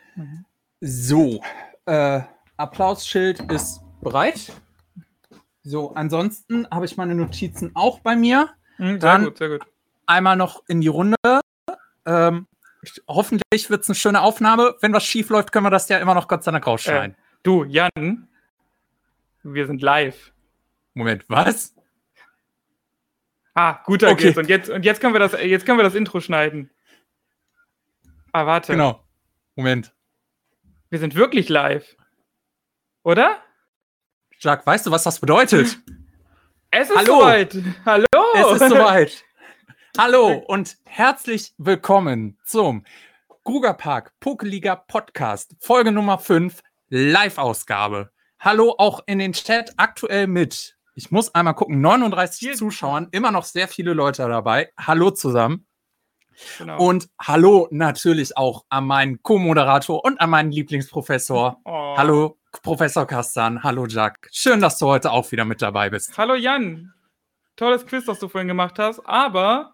So, Applausschild ist bereit. So, ansonsten habe ich meine Notizen auch bei mir. Sehr gut. Einmal noch in die Runde. Hoffentlich wird es eine schöne Aufnahme. Wenn was schief läuft, können wir das ja immer noch Gott sei Dank rausschneiden. Du, Jan, wir sind live. Moment, was? Gut, okay. Geht's. Und jetzt können wir das Intro schneiden. Warte. Genau. Moment. Wir sind wirklich live. Oder? Jacques, weißt du, was das bedeutet? Es ist soweit. Hallo. Es ist soweit. Hallo und herzlich willkommen zum Grugerpark Pokeliga Podcast, Folge Nummer 5, Live-Ausgabe. Hallo auch in den Chat, aktuell mit, ich muss einmal gucken, 39 Zuschauern, immer noch sehr viele Leute dabei. Hallo zusammen. Genau. Und hallo natürlich auch an meinen Co-Moderator und an meinen Lieblingsprofessor. Oh. Hallo Professor Kastan, hallo Jacques. Schön, dass du heute auch wieder mit dabei bist. Hallo Jan. Tolles Quiz, das du vorhin gemacht hast. Aber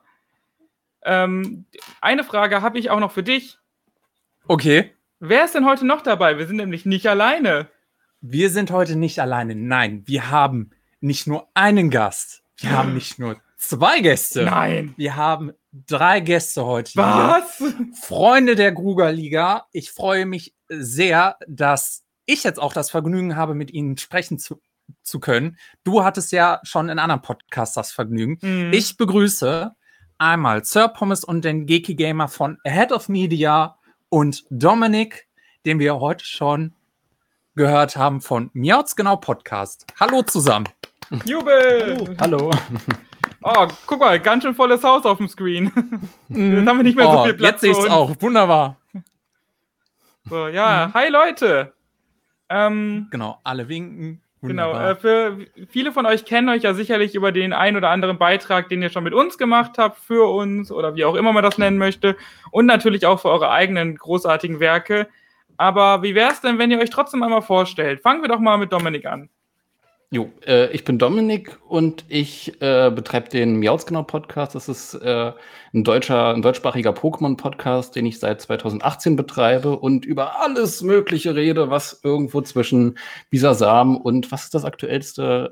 eine Frage habe ich auch noch für dich. Okay. Wer ist denn heute noch dabei? Wir sind nämlich nicht alleine. Wir sind heute nicht alleine. Nein, wir haben nicht nur einen Gast. Wir haben nicht nur 2 Gäste. Nein. Wir haben 3 Gäste heute hier. Was? Freunde der Grugerliga. Ich freue mich sehr, dass ich jetzt auch das Vergnügen habe, mit Ihnen sprechen zu können. Du hattest ja schon in anderen Podcasts das Vergnügen. Mhm. Ich begrüße einmal Sir Pommes und den Geeky Gamer von Ahead of Media und Dominik, den wir heute schon gehört haben von Miauts Genau Podcast. Hallo zusammen. Jubel! Hallo. Oh, guck mal, ganz schön volles Haus auf dem Screen. Jetzt haben wir nicht mehr so viel Platz. Jetzt sehe ich es auch. Wunderbar. So, ja, Hi Leute. Genau, alle winken. Wunderbar. Genau, für viele von euch kennen euch ja sicherlich über den einen oder anderen Beitrag, den ihr schon mit uns gemacht habt, für uns oder wie auch immer man das nennen möchte. Und natürlich auch für eure eigenen großartigen Werke. Aber wie wäre es denn, wenn ihr euch trotzdem einmal vorstellt? Fangen wir doch mal mit Dominik an. Jo, ich bin Dominik und ich betreibe den Miauts Genau Podcast. Das ist ein deutschsprachiger Pokémon-Podcast, den ich seit 2018 betreibe und über alles Mögliche rede, was irgendwo zwischen Bisasam und was ist das aktuellste?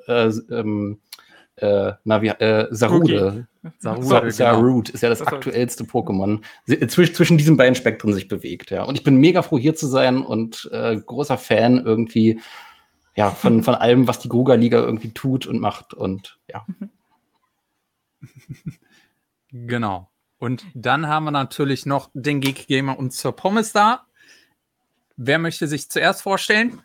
Sarude. Zarude ist ja das aktuellste Pokémon. Zwischen diesen beiden Spektren sich bewegt, ja. Und ich bin mega froh, hier zu sein und großer Fan irgendwie. Ja, von allem, was die Grugerliga irgendwie tut und macht und ja. Genau. Und dann haben wir natürlich noch den Geek Gamer und Sir Pommes da. Wer möchte sich zuerst vorstellen?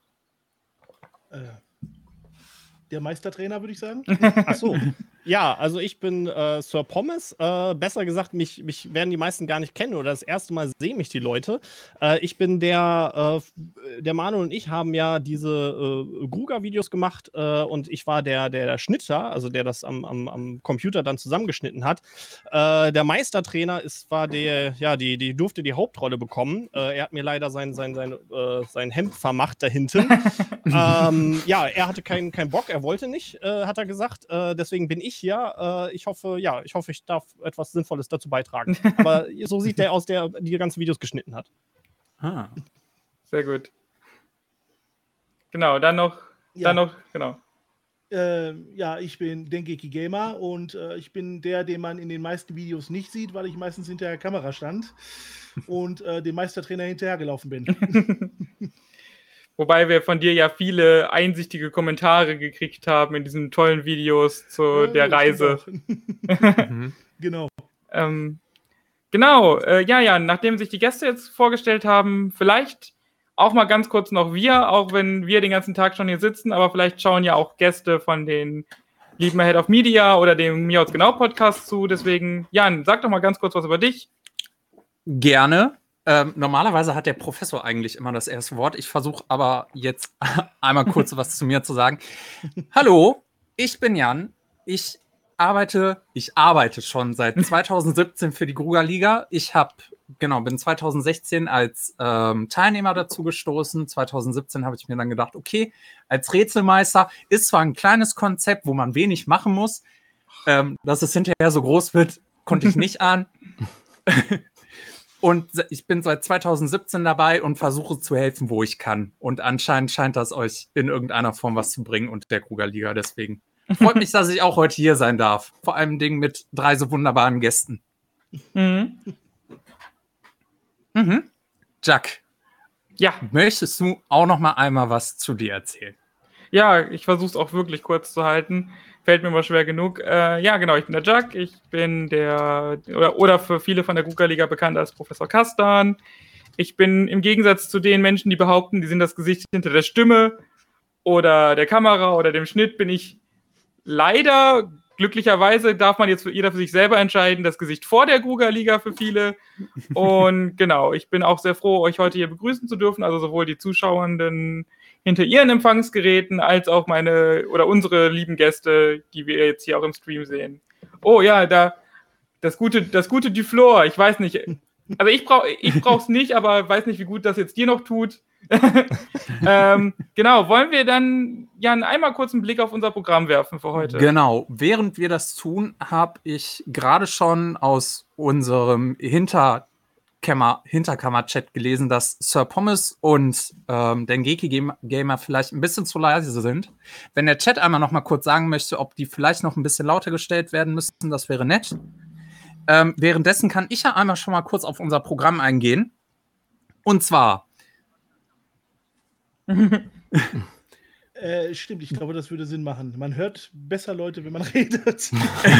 Der Meistertrainer, würde ich sagen. Ach so. Ja, also ich bin Sir Pommes. Besser gesagt, mich werden die meisten gar nicht kennen oder das erste Mal sehen mich die Leute. Ich bin der Manu und ich haben ja diese Gruger-Videos gemacht und ich war der Schnitter, also der das am Computer dann zusammengeschnitten hat. Der Meistertrainer die durfte die Hauptrolle bekommen. Er hat mir leider sein Hemd vermacht da hinten. Er hatte keinen Bock, er wollte nicht, hat er gesagt. Deswegen bin ich hier. Ich hoffe, ich darf etwas Sinnvolles dazu beitragen. Aber so sieht der aus, der die ganzen Videos geschnitten hat. Sehr gut. Genau, dann noch. Genau. Ich bin den Geeky Gamer und ich bin der, den man in den meisten Videos nicht sieht, weil ich meistens hinter der Kamera stand und dem Meistertrainer hinterhergelaufen bin. Wobei wir von dir ja viele einsichtige Kommentare gekriegt haben in diesen tollen Videos zu der Reise. Genau. Nachdem sich die Gäste jetzt vorgestellt haben, vielleicht auch mal ganz kurz noch wir, auch wenn wir den ganzen Tag schon hier sitzen, aber vielleicht schauen ja auch Gäste von den lieben Ahead of Media oder dem Miauts Genau Podcast zu. Deswegen, Jan, sag doch mal ganz kurz was über dich. Gerne. Normalerweise hat der Professor eigentlich immer das erste Wort. Ich versuche aber jetzt einmal kurz was zu mir zu sagen. Hallo, ich bin Jan. Ich arbeite schon seit 2017 für die Grugerliga. Bin 2016 als Teilnehmer dazu gestoßen. 2017 habe ich mir dann gedacht, okay, als Rätselmeister ist zwar ein kleines Konzept, wo man wenig machen muss. Dass es hinterher so groß wird, konnte ich nicht ahnen. Und ich bin seit 2017 dabei und versuche zu helfen, wo ich kann. Und anscheinend scheint das euch in irgendeiner Form was zu bringen und der Krugerliga. Deswegen freut mich, dass ich auch heute hier sein darf. Vor allem mit 3 so wunderbaren Gästen. Jack, Ja. möchtest du auch noch mal einmal was zu dir erzählen? Ja, ich versuche es auch wirklich kurz zu halten. Fällt mir mal schwer genug. Ja, genau, ich bin der Jack. Ich bin oder für viele von der Krugerliga bekannt als Professor Kastan. Ich bin im Gegensatz zu den Menschen, die behaupten, die sind das Gesicht hinter der Stimme oder der Kamera oder dem Schnitt, bin ich leider, glücklicherweise darf man jetzt jeder für sich selber entscheiden, das Gesicht vor der Krugerliga für viele. Und genau, ich bin auch sehr froh, euch heute hier begrüßen zu dürfen, also sowohl die Zuschauenden hinter ihren Empfangsgeräten als auch unsere lieben Gäste, die wir jetzt hier auch im Stream sehen. Oh ja, das gute Duflor, ich weiß nicht, also ich brauch's nicht, aber weiß nicht, wie gut das jetzt dir noch tut. Genau, wollen wir dann, Jan, einmal kurz einen Blick auf unser Programm werfen für heute? Genau, während wir das tun, habe ich gerade schon aus unserem Hinterkammer-Chat gelesen, dass Sir Pommes und Dengeki Gamer vielleicht ein bisschen zu leise sind. Wenn der Chat einmal noch mal kurz sagen möchte, ob die vielleicht noch ein bisschen lauter gestellt werden müssen, das wäre nett. Währenddessen kann ich ja einmal schon mal kurz auf unser Programm eingehen. Und zwar stimmt, ich glaube, das würde Sinn machen. Man hört besser Leute, wenn man redet.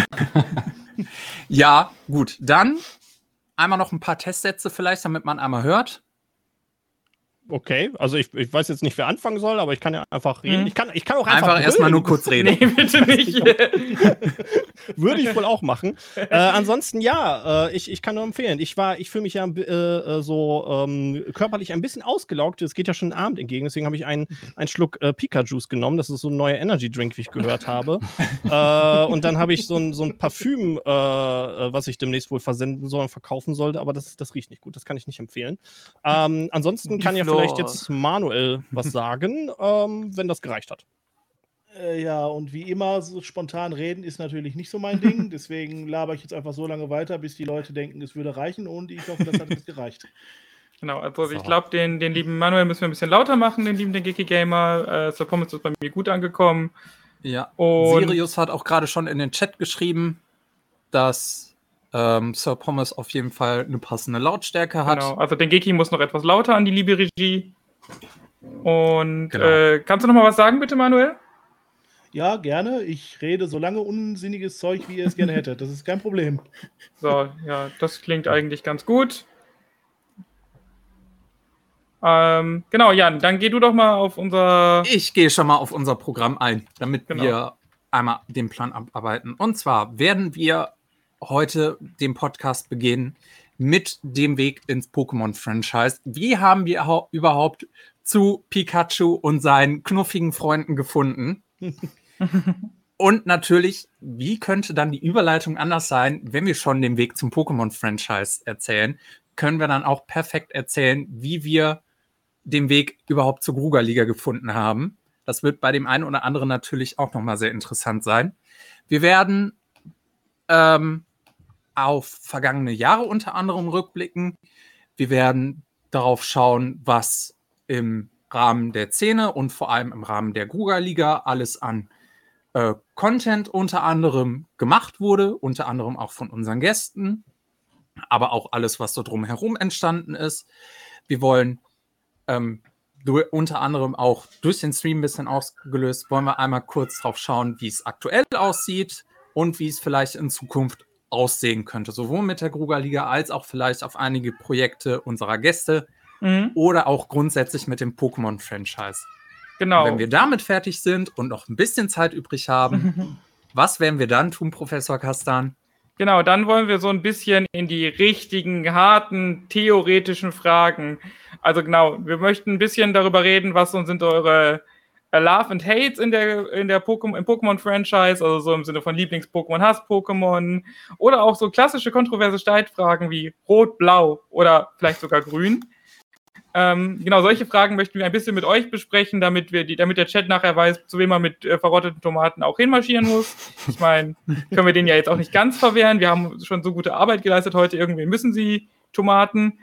Ja, gut. Dann einmal noch ein paar Testsätze vielleicht, damit man einmal hört. Okay, also ich weiß jetzt nicht, wer anfangen soll, aber ich kann ja einfach reden. Ich kann auch einfach erstmal nur kurz reden. Nee, bitte nicht. Würde ich wohl auch machen. Ansonsten ja, ich kann nur empfehlen. Ich fühle mich ja körperlich ein bisschen ausgelaugt. Es geht ja schon Abend entgegen, deswegen habe ich einen Schluck Pika-Juice genommen. Das ist so ein neuer Energy-Drink, wie ich gehört habe. Und dann habe ich so ein Parfüm, was ich demnächst wohl versenden soll und verkaufen sollte, aber das riecht nicht gut. Das kann ich nicht empfehlen. Ansonsten kann ja vielleicht jetzt Manuel was sagen, wenn das gereicht hat. Ja, und wie immer, so spontan reden ist natürlich nicht so mein Ding. Deswegen laber ich jetzt einfach so lange weiter, bis die Leute denken, es würde reichen. Und ich hoffe, das hat jetzt gereicht. Genau, also ich glaube, den lieben Manuel müssen wir ein bisschen lauter machen, den lieben Dengeki Gamer. Sir Pommes ist bei mir gut angekommen. Ja, und Sirius hat auch gerade schon in den Chat geschrieben, dass Sir Pommes auf jeden Fall eine passende Lautstärke hat. Genau, also Dengeki muss noch etwas lauter an die liebe Regie. Und genau. Kannst du noch mal was sagen, bitte, Manuel? Ja, gerne. Ich rede so lange unsinniges Zeug, wie ihr es gerne hättet. Das ist kein Problem. So, ja, das klingt eigentlich ganz gut. Genau, Jan, dann geh du doch mal auf unser... Ich gehe schon mal auf unser Programm ein, damit wir einmal den Plan abarbeiten. Und zwar werden wir heute den Podcast beginnen mit dem Weg ins Pokémon-Franchise. Wie haben wir überhaupt zu Pikachu und seinen knuffigen Freunden gefunden? Und natürlich, wie könnte dann die Überleitung anders sein, wenn wir schon den Weg zum Pokémon-Franchise erzählen? Können wir dann auch perfekt erzählen, wie wir den Weg überhaupt zur Krugerliga gefunden haben. Das wird bei dem einen oder anderen natürlich auch nochmal sehr interessant sein. Wir werden auf vergangene Jahre unter anderem rückblicken. Wir werden darauf schauen, was im Rahmen der Szene und vor allem im Rahmen der Krugerliga alles an Content unter anderem gemacht wurde, unter anderem auch von unseren Gästen, aber auch alles, was so drumherum entstanden ist. Wir wollen unter anderem auch durch den Stream ein bisschen ausgelöst, wollen wir einmal kurz drauf schauen, wie es aktuell aussieht und wie es vielleicht in Zukunft aussehen könnte, sowohl mit der Krugerliga als auch vielleicht auf einige Projekte unserer Gäste oder auch grundsätzlich mit dem Pokémon-Franchise. Genau. Und wenn wir damit fertig sind und noch ein bisschen Zeit übrig haben, was werden wir dann tun, Professor Kastan? Genau, dann wollen wir so ein bisschen in die richtigen, harten, theoretischen Fragen. Also genau, wir möchten ein bisschen darüber reden, was sind eure Love and Hates im Pokémon-Franchise, also so im Sinne von Lieblings-Pokémon, Hass-Pokémon oder auch so klassische kontroverse Streitfragen wie Rot, Blau oder vielleicht sogar Grün. Genau, solche Fragen möchten wir ein bisschen mit euch besprechen, damit der Chat nachher weiß, zu wem man mit verrotteten Tomaten auch hinmarschieren muss. Ich meine, können wir denen ja jetzt auch nicht ganz verwehren. Wir haben schon so gute Arbeit geleistet heute. Irgendwen müssen sie Tomaten.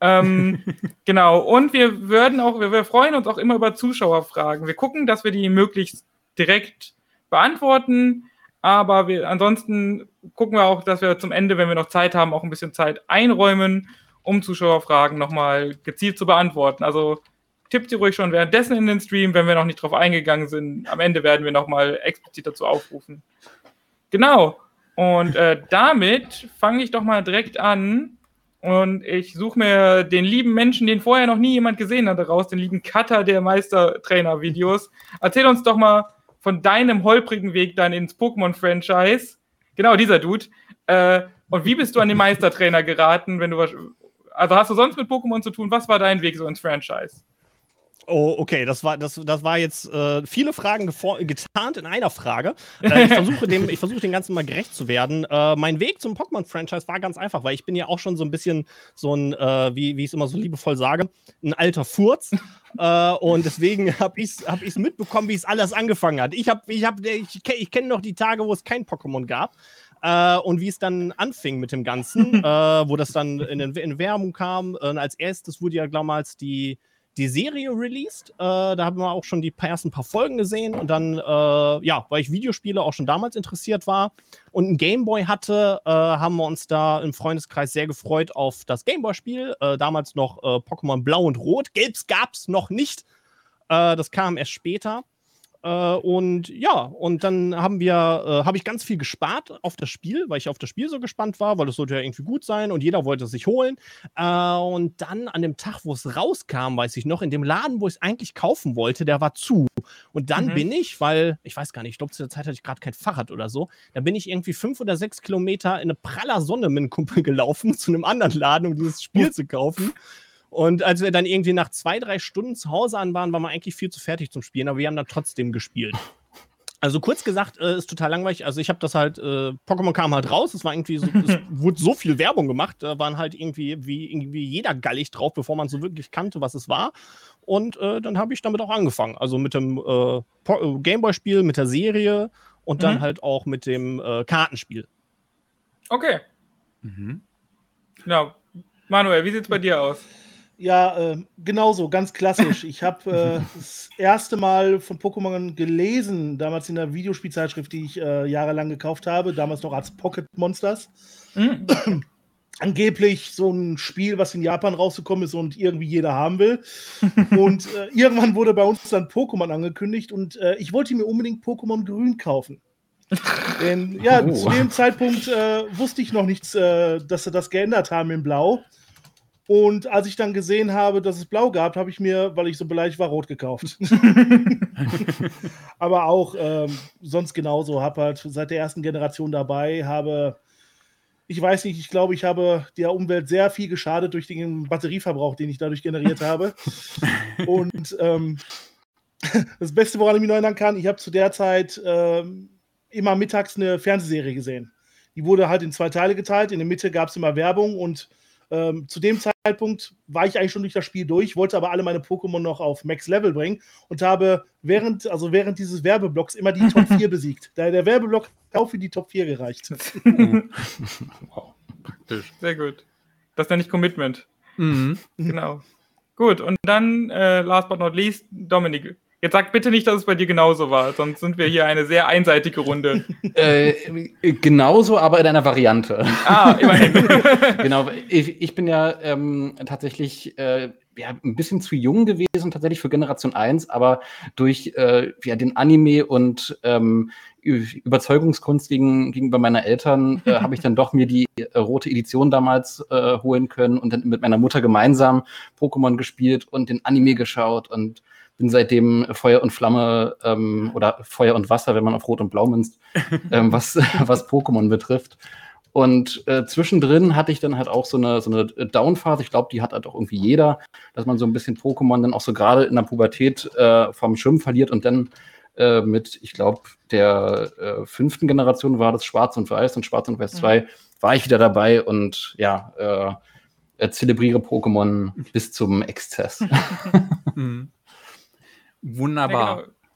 Genau, und wir freuen uns auch immer über Zuschauerfragen. Wir gucken, dass wir die möglichst direkt beantworten, aber ansonsten gucken wir auch, dass wir zum Ende, wenn wir noch Zeit haben, auch ein bisschen Zeit einräumen, um Zuschauerfragen nochmal gezielt zu beantworten. Also tippt sie ruhig schon währenddessen in den Stream, wenn wir noch nicht drauf eingegangen sind. Am Ende werden wir nochmal explizit dazu aufrufen. Genau, und damit fange ich doch mal direkt an. Und ich suche mir den lieben Menschen, den vorher noch nie jemand gesehen hatte, raus, den lieben Cutter der Meistertrainer-Videos. Erzähl uns doch mal von deinem holprigen Weg dann ins Pokémon-Franchise. Genau, dieser Dude. Und wie bist du an den Meistertrainer geraten, also hast du sonst mit Pokémon zu tun? Was war dein Weg so ins Franchise? Oh, okay, das war jetzt viele Fragen getarnt in einer Frage. Ich versuche dem Ganzen mal gerecht zu werden. Mein Weg zum Pokémon-Franchise war ganz einfach, weil ich bin ja auch schon so ein bisschen so ein, wie ich es immer so liebevoll sage, ein alter Furz. Und deswegen habe ich's mitbekommen, wie es alles angefangen hat. Ich kenne noch die Tage, wo es kein Pokémon gab. Und wie es dann anfing mit dem Ganzen, wo das dann in Werbung kam. Als erstes wurde ja damals die Serie released. Da haben wir auch schon die ersten paar Folgen gesehen. Und dann, weil ich Videospiele auch schon damals interessiert war und einen Gameboy hatte, haben wir uns da im Freundeskreis sehr gefreut auf das Gameboy-Spiel. Damals noch Pokémon Blau und Rot. Gelbs gab's noch nicht. Das kam erst später. Und dann habe ich ganz viel gespart auf das Spiel, weil ich auf das Spiel so gespannt war, weil es sollte ja irgendwie gut sein und jeder wollte es sich holen. Und dann an dem Tag, wo es rauskam, weiß ich noch, in dem Laden, wo ich es eigentlich kaufen wollte, der war zu. Und dann bin ich, weil, ich weiß gar nicht, ich glaube, zu der Zeit hatte ich gerade kein Fahrrad oder so, da bin ich irgendwie 5 oder 6 Kilometer in eine praller Sonne mit einem Kumpel gelaufen zu einem anderen Laden, um dieses Spiel zu kaufen. Und als wir dann irgendwie nach 2-3 Stunden zu Hause waren, waren wir eigentlich viel zu fertig zum Spielen, aber wir haben dann trotzdem gespielt. Also kurz gesagt, ist total langweilig. Also ich habe das halt, Pokémon kam halt raus, es war irgendwie so, es wurde so viel Werbung gemacht, da waren halt irgendwie jeder gallig drauf, bevor man so wirklich kannte, was es war. Und dann habe ich damit auch angefangen. Also mit dem Gameboy-Spiel, mit der Serie und dann halt auch mit dem Kartenspiel. Okay. Genau. Manuel, wie sieht's bei dir aus? Ja, genauso, ganz klassisch. Ich habe das erste Mal von Pokémon gelesen, damals in der Videospielzeitschrift, die ich jahrelang gekauft habe, damals noch als Pocket Monsters. Angeblich so ein Spiel, was in Japan rausgekommen ist und irgendwie jeder haben will. Und irgendwann wurde bei uns dann Pokémon angekündigt und ich wollte mir unbedingt Pokémon Grün kaufen. Denn zu dem Zeitpunkt wusste ich noch nichts, dass sie das geändert haben in Blau. Und als ich dann gesehen habe, dass es Blau gab, habe ich mir, weil ich so beleidigt war, Rot gekauft. Aber auch sonst genauso. Habe halt seit der ersten Generation dabei, ich weiß nicht, ich glaube, ich habe der Umwelt sehr viel geschadet durch den Batterieverbrauch, den ich dadurch generiert habe. Und das Beste, woran ich mich noch erinnern kann, ich habe zu der Zeit immer mittags eine Fernsehserie gesehen. Die wurde halt in 2 Teile geteilt. In der Mitte gab es immer Werbung und zu dem Zeitpunkt war ich eigentlich schon durch das Spiel durch, wollte aber alle meine Pokémon noch auf Max Level bringen und habe während dieses Werbeblocks immer die Top 4 besiegt. Der Werbeblock hat auch für die Top 4 gereicht. Wow, praktisch. Sehr gut. Das nenne ich Commitment. Genau. Gut, und dann, last but not least, Dominik. Jetzt sag bitte nicht, dass es bei dir genauso war, sonst sind wir hier eine sehr einseitige Runde. Genauso, aber in einer Variante. Immerhin. Genau, ich bin ja tatsächlich ein bisschen zu jung gewesen, tatsächlich für Generation 1, aber durch den Anime und Überzeugungskunst gegenüber meiner Eltern habe ich dann doch mir die rote Edition damals holen können und dann mit meiner Mutter gemeinsam Pokémon gespielt und den Anime geschaut und bin seitdem Feuer und Flamme oder Feuer und Wasser, wenn man auf Rot und Blau münzt, was Pokémon betrifft. Und zwischendrin hatte ich dann halt auch so eine Downphase. Ich glaube, die hat halt auch irgendwie jeder, dass man so ein bisschen Pokémon dann auch so gerade in der Pubertät vom Schirm verliert und dann mit, ich glaube, der 5. Generation war das Schwarz und Weiß und Schwarz und Weiß 2 war ich wieder dabei und zelebriere Pokémon bis zum Exzess. Wunderbar. Ja, genau.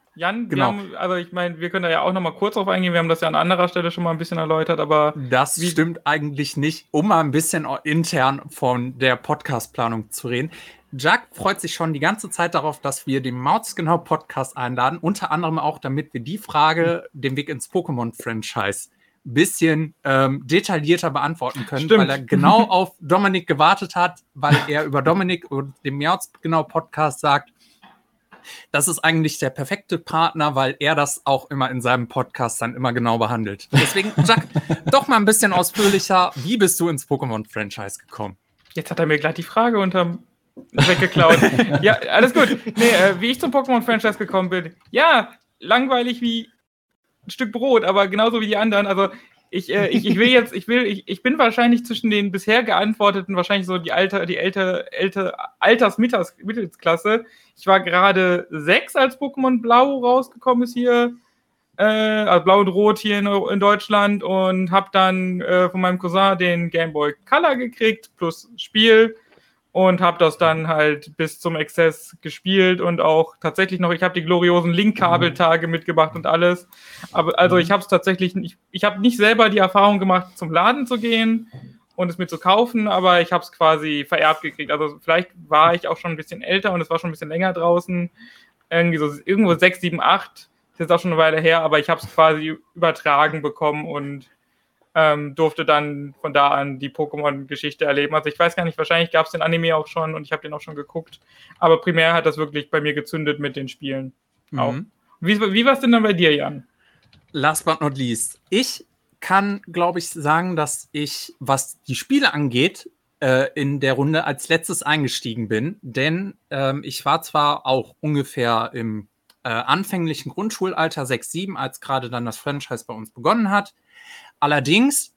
Jan, Genau. ich meine, wir können da ja auch noch mal kurz drauf eingehen. Wir haben das ja an anderer Stelle schon mal ein bisschen erläutert, aber Das stimmt eigentlich nicht, um mal ein bisschen intern von der Podcast-Planung zu reden. Jack freut sich schon die ganze Zeit darauf, dass wir den Mausgenau-Podcast einladen, unter anderem auch, damit wir die Frage, den Weg ins Pokémon-Franchise, ein bisschen detaillierter beantworten können, Stimmt. weil er genau auf Dominik gewartet hat, weil er über Dominik und den Mausgenau-Podcast sagt, das ist eigentlich der perfekte Partner, weil er das auch immer in seinem Podcast dann immer genau behandelt. Deswegen, Jack, doch mal ein bisschen ausführlicher. Wie bist du ins Pokémon-Franchise gekommen? jetzt hat er mir gleich die Frage weggeklaut. Ja, alles gut. Nee, wie ich zum Pokémon-Franchise gekommen bin. Ja, langweilig wie ein Stück Brot, aber genauso wie die anderen. Also ich bin wahrscheinlich zwischen den bisher geantworteten, wahrscheinlich so die Altersmittelsklasse. Ich war gerade 6, als Pokémon Blau rausgekommen ist hier. Also Blau und Rot hier in Deutschland, und habe dann von meinem Cousin den Game Boy Color gekriegt, plus Spiel, und habe das dann halt bis zum Exzess gespielt und auch tatsächlich noch, ich habe die gloriosen Link-Kabeltage mitgemacht und alles. Aber also ich habe es tatsächlich, ich habe nicht selber die Erfahrung gemacht, zum Laden zu gehen und es mir zu kaufen, aber ich habe es quasi vererbt gekriegt. Also vielleicht war ich auch schon ein bisschen älter und es war schon ein bisschen länger draußen. Irgendwo 6, 7, 8, ist jetzt auch schon eine Weile her, aber ich habe es quasi übertragen bekommen und durfte dann von da an die Pokémon-Geschichte erleben. Also ich weiß gar nicht, wahrscheinlich gab es den Anime auch schon und ich habe den auch schon geguckt, aber primär hat das wirklich bei mir gezündet mit den Spielen. Auch. Wie war es denn dann bei dir, Jan? Last but not least. Ich kann, glaube ich, sagen, dass ich, was die Spiele angeht, in der Runde als letztes eingestiegen bin, denn ich war zwar auch ungefähr im anfänglichen Grundschulalter 6, 7, als gerade dann das Franchise bei uns begonnen hat. Allerdings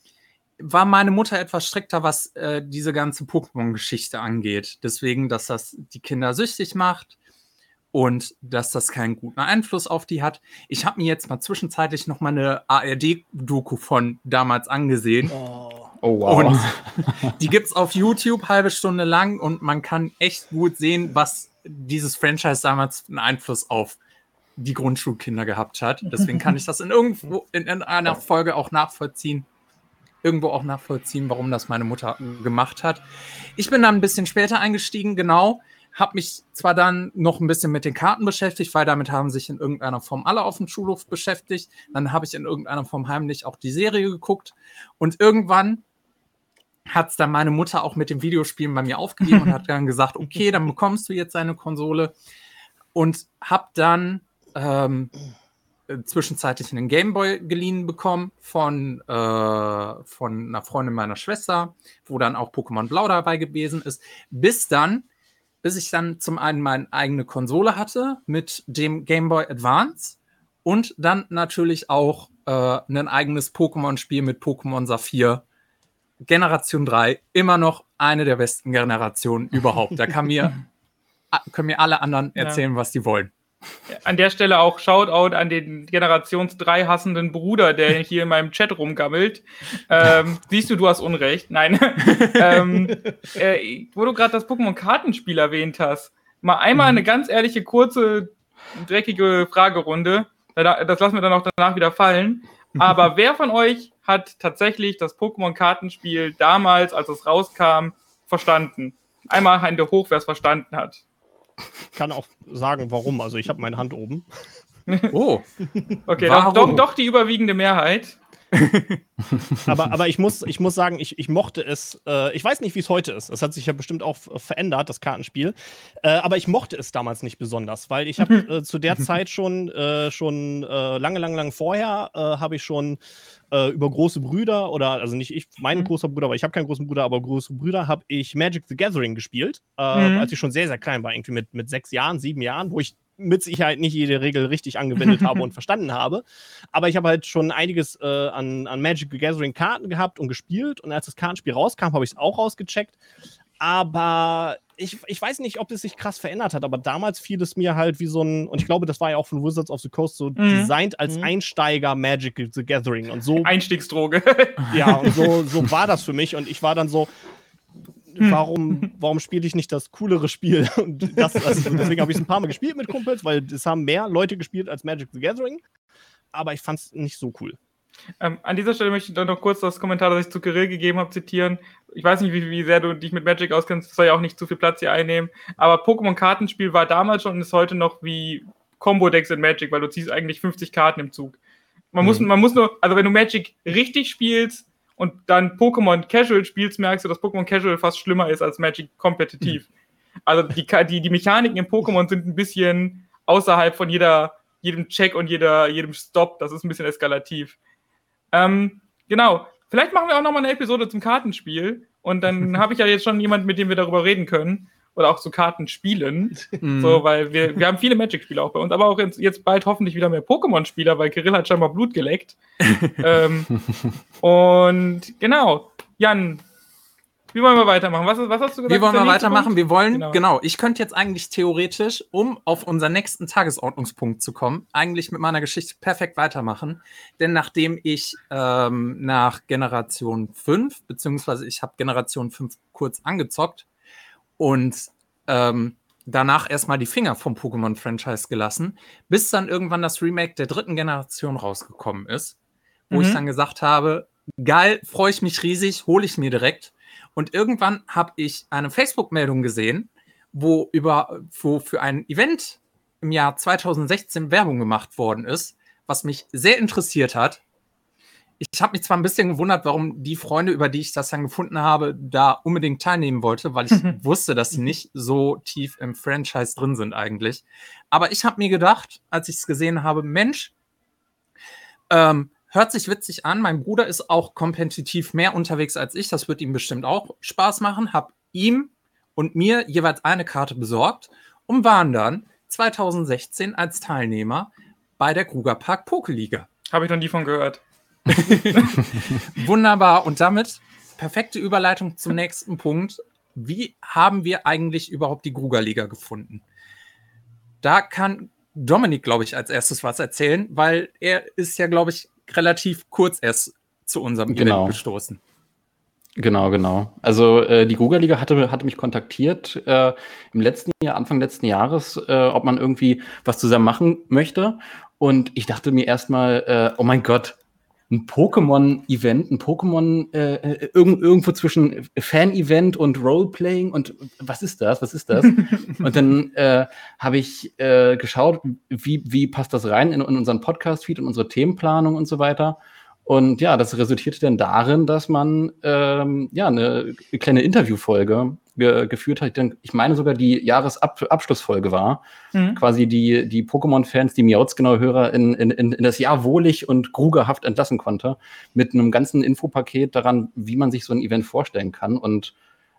war meine Mutter etwas strikter, was diese ganze Pokémon-Geschichte angeht. Deswegen, dass das die Kinder süchtig macht und dass das keinen guten Einfluss auf die hat. Ich habe mir jetzt mal zwischenzeitlich noch mal eine ARD-Doku von damals angesehen. Oh, wow. Und die gibt's auf YouTube, halbe Stunde lang, und man kann echt gut sehen, was dieses Franchise damals einen Einfluss auf die Grundschulkinder gehabt hat. Deswegen kann ich das in einer Folge auch nachvollziehen. Irgendwo auch nachvollziehen, warum das meine Mutter gemacht hat. Ich bin dann ein bisschen später eingestiegen, genau. Habe mich zwar dann noch ein bisschen mit den Karten beschäftigt, weil damit haben sich in irgendeiner Form alle auf dem Schulhof beschäftigt. Dann habe ich in irgendeiner Form heimlich auch die Serie geguckt. Und irgendwann hat es dann meine Mutter auch mit dem Videospielen bei mir aufgegeben und hat dann gesagt, okay, dann bekommst du jetzt eine Konsole. Und habe dann zwischenzeitlich einen Gameboy geliehen bekommen von einer Freundin meiner Schwester, wo dann auch Pokémon Blau dabei gewesen ist, bis ich dann zum einen meine eigene Konsole hatte mit dem Game Boy Advance und dann natürlich auch ein eigenes Pokémon-Spiel mit Pokémon Saphir. Generation 3, immer noch eine der besten Generationen überhaupt. Da können mir alle anderen erzählen, was die wollen. An der Stelle auch Shoutout an den Generations 3 hassenden Bruder, der hier in meinem Chat rumgammelt. Siehst du hast Unrecht. Nein. Wo du gerade das Pokémon-Kartenspiel erwähnt hast, mal einmal eine ganz ehrliche, kurze, dreckige Fragerunde. Das lassen wir dann auch danach wieder fallen. Aber wer von euch hat tatsächlich das Pokémon-Kartenspiel damals, als es rauskam, verstanden? Einmal Hände hoch, wer es verstanden hat. Ich kann auch sagen, warum. Also ich habe meine Hand oben. Oh. Okay, Warum? doch die überwiegende Mehrheit. aber ich muss sagen, ich mochte es. Ich weiß nicht, wie es heute ist. Es hat sich ja bestimmt auch verändert, das Kartenspiel. Aber ich mochte es damals nicht besonders, weil ich habe zu der Zeit schon lange vorher habe ich schon über große Brüder also nicht ich, mein großer Bruder, aber ich habe keinen großen Bruder, aber große Brüder, habe ich Magic the Gathering gespielt, als ich schon sehr, sehr klein war, irgendwie mit 6 Jahren, 7 Jahren, wo ich mit Sicherheit nicht jede Regel richtig angewendet habe und verstanden habe. Aber ich habe halt schon einiges an Magic the Gathering Karten gehabt und gespielt. Und als das Kartenspiel rauskam, habe ich es auch rausgecheckt. Aber ich weiß nicht, ob es sich krass verändert hat. Aber damals fiel es mir halt wie so ein, und ich glaube, das war ja auch von Wizards of the Coast so designt als Einsteiger Magic the Gathering. Und so Einstiegsdroge. ja, und so war das für mich. Und ich war dann so, warum spiele ich nicht das coolere Spiel? Und deswegen habe ich es ein paar Mal gespielt mit Kumpels, weil es haben mehr Leute gespielt als Magic the Gathering. Aber ich fand es nicht so cool. An dieser Stelle möchte ich dann noch kurz das Kommentar, das ich zu Kirill gegeben habe, zitieren. Ich weiß nicht, wie sehr du dich mit Magic auskennst, das soll ja auch nicht zu viel Platz hier einnehmen. Aber Pokémon-Kartenspiel war damals schon und ist heute noch wie Combo-Decks in Magic, weil du ziehst eigentlich 50 Karten im Zug. Man muss nur, also wenn du Magic richtig spielst und dann Pokémon Casual spielst, merkst du, dass Pokémon Casual fast schlimmer ist als Magic kompetitiv. Also die Mechaniken im Pokémon sind ein bisschen außerhalb von jedem Check und jedem Stop. Das ist ein bisschen eskalativ. Genau. Vielleicht machen wir auch nochmal eine Episode zum Kartenspiel und dann habe ich ja jetzt schon jemanden, mit dem wir darüber reden können. Oder auch zu Kartenspielen. So, weil wir haben viele Magic-Spieler auch bei uns, aber auch jetzt bald hoffentlich wieder mehr Pokémon-Spieler, weil Kirill hat scheinbar Blut geleckt. Und genau. Jan, wie wollen wir weitermachen? Was hast du gesagt? Wie wollen wir weitermachen? Wir wollen, genau, ich könnte jetzt eigentlich theoretisch, um auf unseren nächsten Tagesordnungspunkt zu kommen, eigentlich mit meiner Geschichte perfekt weitermachen. Denn nachdem ich nach Generation 5, beziehungsweise ich habe Generation 5 kurz angezockt, und danach erstmal die Finger vom Pokémon-Franchise gelassen, bis dann irgendwann das Remake der 3. Generation rausgekommen ist, wo ich dann gesagt habe, geil, freue ich mich riesig, hole ich mir direkt. Und irgendwann habe ich eine Facebook-Meldung gesehen, wo für ein Event im Jahr 2016 Werbung gemacht worden ist, was mich sehr interessiert hat. Ich habe mich zwar ein bisschen gewundert, warum die Freunde, über die ich das dann gefunden habe, da unbedingt teilnehmen wollte, weil ich wusste, dass sie nicht so tief im Franchise drin sind eigentlich. Aber ich habe mir gedacht, als ich es gesehen habe, Mensch, hört sich witzig an. Mein Bruder ist auch kompetitiv mehr unterwegs als ich. Das wird ihm bestimmt auch Spaß machen. Habe ihm und mir jeweils eine Karte besorgt und waren dann 2016 als Teilnehmer bei der Krugerpark Pokeliga. Habe ich noch nie von gehört. Wunderbar. Und damit perfekte Überleitung zum nächsten Punkt. Wie haben wir eigentlich überhaupt die Krugerliga gefunden? Da kann Dominik, glaube ich, als erstes was erzählen, weil er ist ja, glaube ich, relativ kurz erst zu unserem Event gestoßen. Genau. Also die Krugerliga hatte mich kontaktiert im letzten Jahr, Anfang letzten Jahres, ob man irgendwie was zusammen machen möchte. Und ich dachte mir erstmal, oh mein Gott, ein Pokémon-Event, irgendwo zwischen Fan-Event und Roleplaying und was ist das? Und dann habe ich geschaut, wie passt das rein in unseren Podcast-Feed und unsere Themenplanung und so weiter. Und ja, das resultierte dann darin, dass man eine kleine Interviewfolge geführt hat. Ich meine sogar die Jahresabschlussfolge war. Quasi die Pokémon-Fans, die Miauz-Genau-Hörer in das Jahr wohlig und grugerhaft entlassen konnte. Mit einem ganzen Infopaket daran, wie man sich so ein Event vorstellen kann. Und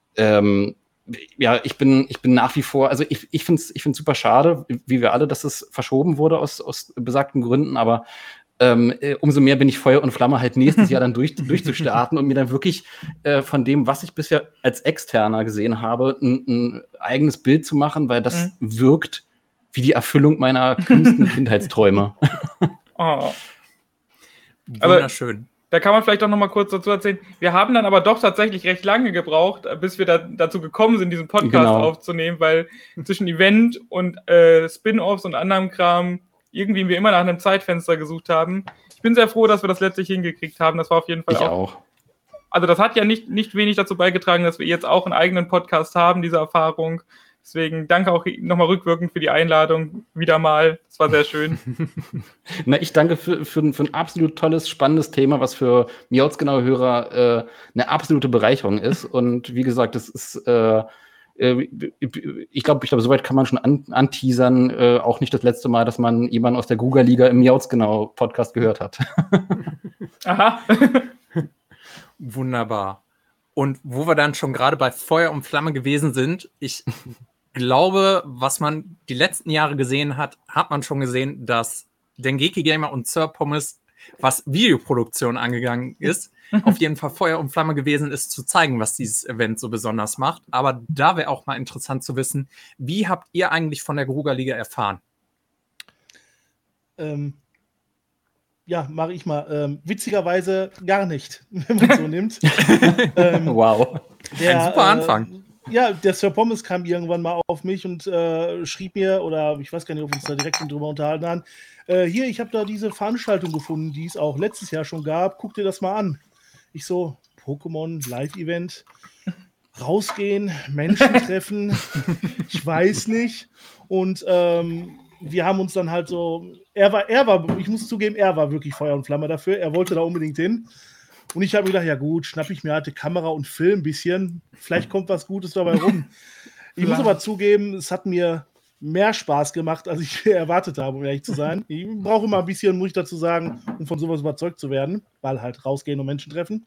ich bin nach wie vor, also ich find's super schade, wie wir alle, dass es verschoben wurde aus besagten Gründen, aber umso mehr bin ich Feuer und Flamme, halt nächstes Jahr dann durchzustarten und mir dann wirklich von dem, was ich bisher als Externer gesehen habe, ein eigenes Bild zu machen, weil das wirkt wie die Erfüllung meiner kühnsten Kindheitsträume. Oh. Wunderschön. Da kann man vielleicht auch noch mal kurz dazu erzählen. Wir haben dann aber doch tatsächlich recht lange gebraucht, bis wir dazu gekommen sind, diesen Podcast aufzunehmen, weil zwischen Event und Spin-Offs und anderem Kram irgendwie wir immer nach einem Zeitfenster gesucht haben. Ich bin sehr froh, dass wir das letztlich hingekriegt haben. Das war auf jeden Fall auch. Also das hat ja nicht wenig dazu beigetragen, dass wir jetzt auch einen eigenen Podcast haben, diese Erfahrung. Deswegen danke auch nochmal rückwirkend für die Einladung wieder mal. Das war sehr schön. Na, ich danke für ein absolut tolles, spannendes Thema, was für Miauz-Genau-Hörer eine absolute Bereicherung ist. Und wie gesagt, das ist ich glaube, soweit kann man schon anteasern. Auch nicht das letzte Mal, dass man jemanden aus der Krugerliga im Miauz-Genau-Podcast gehört hat. Aha. Wunderbar. Und wo wir dann schon gerade bei Feuer und Flamme gewesen sind, ich glaube, was man die letzten Jahre gesehen hat, hat man schon gesehen, dass Dengeki Gamer und Sir Pommes, was Videoproduktion angegangen ist, auf jeden Fall Feuer und Flamme gewesen ist, zu zeigen, was dieses Event so besonders macht. Aber da wäre auch mal interessant zu wissen, wie habt ihr eigentlich von der Krugerliga erfahren? ja, mache ich mal. Witzigerweise gar nicht, wenn man es so nimmt. Wow. Ein super Anfang. Ja, der Sir Pommes kam irgendwann mal auf mich und schrieb mir, oder ich weiß gar nicht, ob wir uns da direkt drüber unterhalten haben, hier, ich habe da diese Veranstaltung gefunden, die es auch letztes Jahr schon gab, guck dir das mal an. Ich so, Pokémon Live-Event, rausgehen, Menschen treffen, ich weiß nicht. Und wir haben uns dann halt so, er war, ich muss zugeben, er war wirklich Feuer und Flamme dafür, er wollte da unbedingt hin. Und ich habe mir gedacht, ja gut, schnapp ich mir halt die Kamera und film ein bisschen. Vielleicht kommt was Gutes dabei rum. Ich muss aber zugeben, es hat mir mehr Spaß gemacht, als ich erwartet habe, um ehrlich zu sein. Ich brauche immer ein bisschen, muss ich dazu sagen, um von sowas überzeugt zu werden, weil halt rausgehen und Menschen treffen.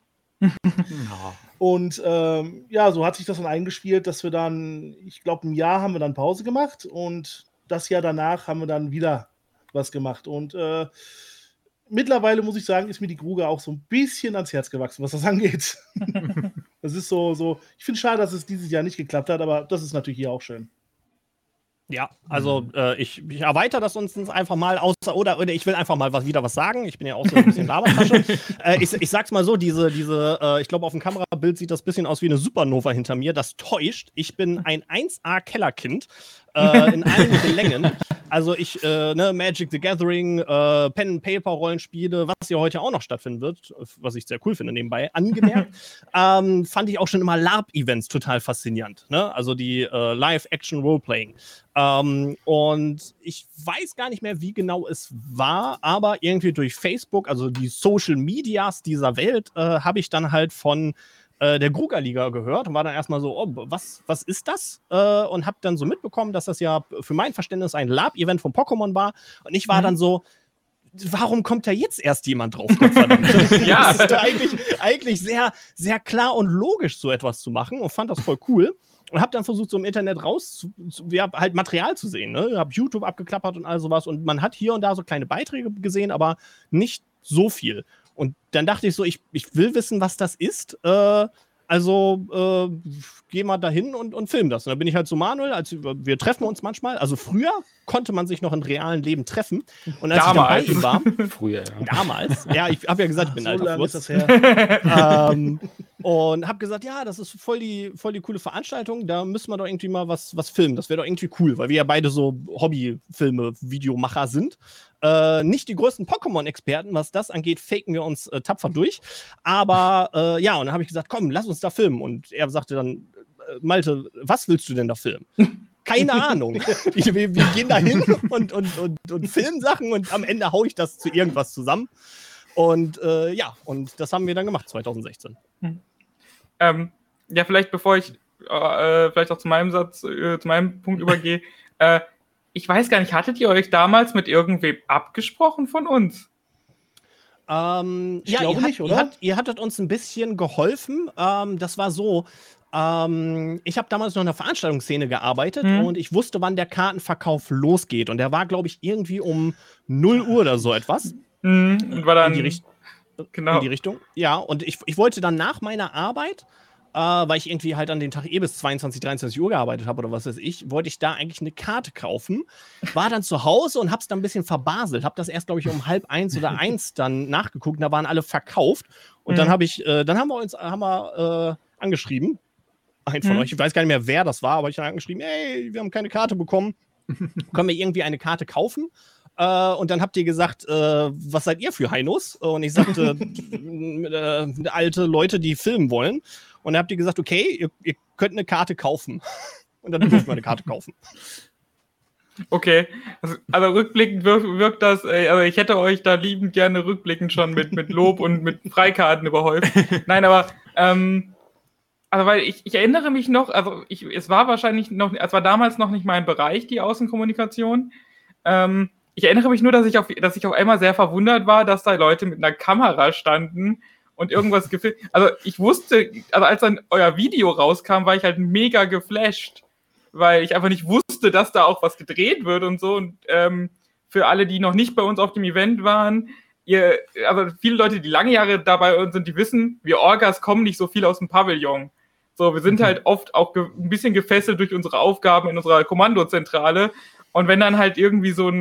Und ja, so hat sich das dann eingespielt, dass wir dann, ich glaube, ein Jahr haben wir dann Pause gemacht und das Jahr danach haben wir dann wieder was gemacht. Und mittlerweile, muss ich sagen, ist mir die Gruga auch so ein bisschen ans Herz gewachsen, was das angeht. Das ist so, ich finde es schade, dass es dieses Jahr nicht geklappt hat, aber das ist natürlich hier auch schön. Ja, also ich erweitere das uns einfach mal aus, oder ich will einfach mal wieder was sagen. Ich bin ja auch so ein bisschen Labertasche. Ich sag's mal so, ich glaube, auf dem Kamerabild sieht das ein bisschen aus wie eine Supernova hinter mir. Das täuscht. Ich bin ein 1A-Kellerkind. In allen Längen. Also Magic the Gathering, Pen-and-Paper-Rollenspiele, was ja heute auch noch stattfinden wird, was ich sehr cool finde nebenbei, angemerkt, fand ich auch schon immer LARP-Events total faszinierend. Ne? Also die Live-Action-Roleplaying. Und ich weiß gar nicht mehr, wie genau es war, aber irgendwie durch Facebook, also die Social Medias dieser Welt, habe ich dann halt von der Gruga-Liga gehört und war dann erstmal so, oh, was ist das? Und habe dann so mitbekommen, dass das ja für mein Verständnis ein LARP-Event von Pokémon war. Und ich war dann so, warum kommt da jetzt erst jemand drauf? Ja. Das ist eigentlich sehr, sehr klar und logisch, so etwas zu machen und fand das voll cool. Und habe dann versucht, so im Internet halt Material zu sehen. Ne? Ich habe YouTube abgeklappert und all sowas. Und man hat hier und da so kleine Beiträge gesehen, aber nicht so viel. Und dann dachte ich so, ich will wissen, was das ist. Geh mal dahin und film das. Und dann bin ich halt so Manuel, wir treffen uns manchmal. Also früher konnte man sich noch im realen Leben treffen. Und als damals. Ich dann bei ihm war, Früher, ja. Damals. Ja, ich habe ja gesagt, ich bin so alter lange Furz. ist das her. Und habe gesagt, ja, das ist voll die coole Veranstaltung. Da müssen wir doch irgendwie mal was filmen. Das wäre doch irgendwie cool, weil wir ja beide so Hobbyfilme, Videomacher sind. Nicht die größten Pokémon-Experten, was das angeht, faken wir uns tapfer durch. Aber ja, und dann habe ich gesagt, komm, lass uns da filmen. Und er sagte dann, Malte, was willst du denn da filmen? Keine Ahnung. Wir gehen da hin und filmen Sachen und am Ende haue ich das zu irgendwas zusammen. Und ja, und das haben wir dann gemacht, 2016. Ja, vielleicht bevor ich vielleicht auch zu meinem Punkt übergehe, ich weiß gar nicht, hattet ihr euch damals mit irgendwem abgesprochen von uns? Ich glaube nicht, oder? Ihr hattet uns ein bisschen geholfen. Das war so, ich habe damals noch in der Veranstaltungsszene gearbeitet und ich wusste, wann der Kartenverkauf losgeht. Und der war, glaube ich, irgendwie um 0 Uhr oder so etwas. Und war dann in die Richtung. Ja, und ich wollte dann nach meiner Arbeit, weil ich irgendwie halt an dem Tag bis 22, 23 Uhr gearbeitet habe oder was weiß ich, wollte ich da eigentlich eine Karte kaufen. War dann zu Hause und hab's dann ein bisschen verbaselt. Hab das erst, glaube ich, um 12:30 oder 1 dann nachgeguckt. Da waren alle verkauft. Und dann haben wir angeschrieben. Ein von euch, ich weiß gar nicht mehr, wer das war, aber ich habe angeschrieben, ey, wir haben keine Karte bekommen. Können wir irgendwie eine Karte kaufen? Und dann habt ihr gesagt, was seid ihr für Heinos? Und ich sagte, alte Leute, die filmen wollen. Und dann habt ihr gesagt, okay, ihr könnt eine Karte kaufen. Und dann dürfen wir eine Karte kaufen. Okay, also rückblickend wirkt das, also ich hätte euch da liebend gerne rückblickend schon mit Lob und mit Freikarten überhäuft. Nein, aber also weil ich erinnere mich noch, also es war damals noch nicht mein Bereich, die Außenkommunikation. Ich erinnere mich nur, dass ich auf einmal sehr verwundert war, dass da Leute mit einer Kamera standen und irgendwas gefilmt. Also ich wusste, also als dann euer Video rauskam, war ich halt mega geflasht, weil ich einfach nicht wusste, dass da auch was gedreht wird und so. Und für alle, die noch nicht bei uns auf dem Event waren, also viele Leute, die lange Jahre dabei uns sind, die wissen, wir Orgas kommen nicht so viel aus dem Pavillon. So, wir sind halt oft auch ein bisschen gefesselt durch unsere Aufgaben in unserer Kommandozentrale. Und wenn dann halt irgendwie so ein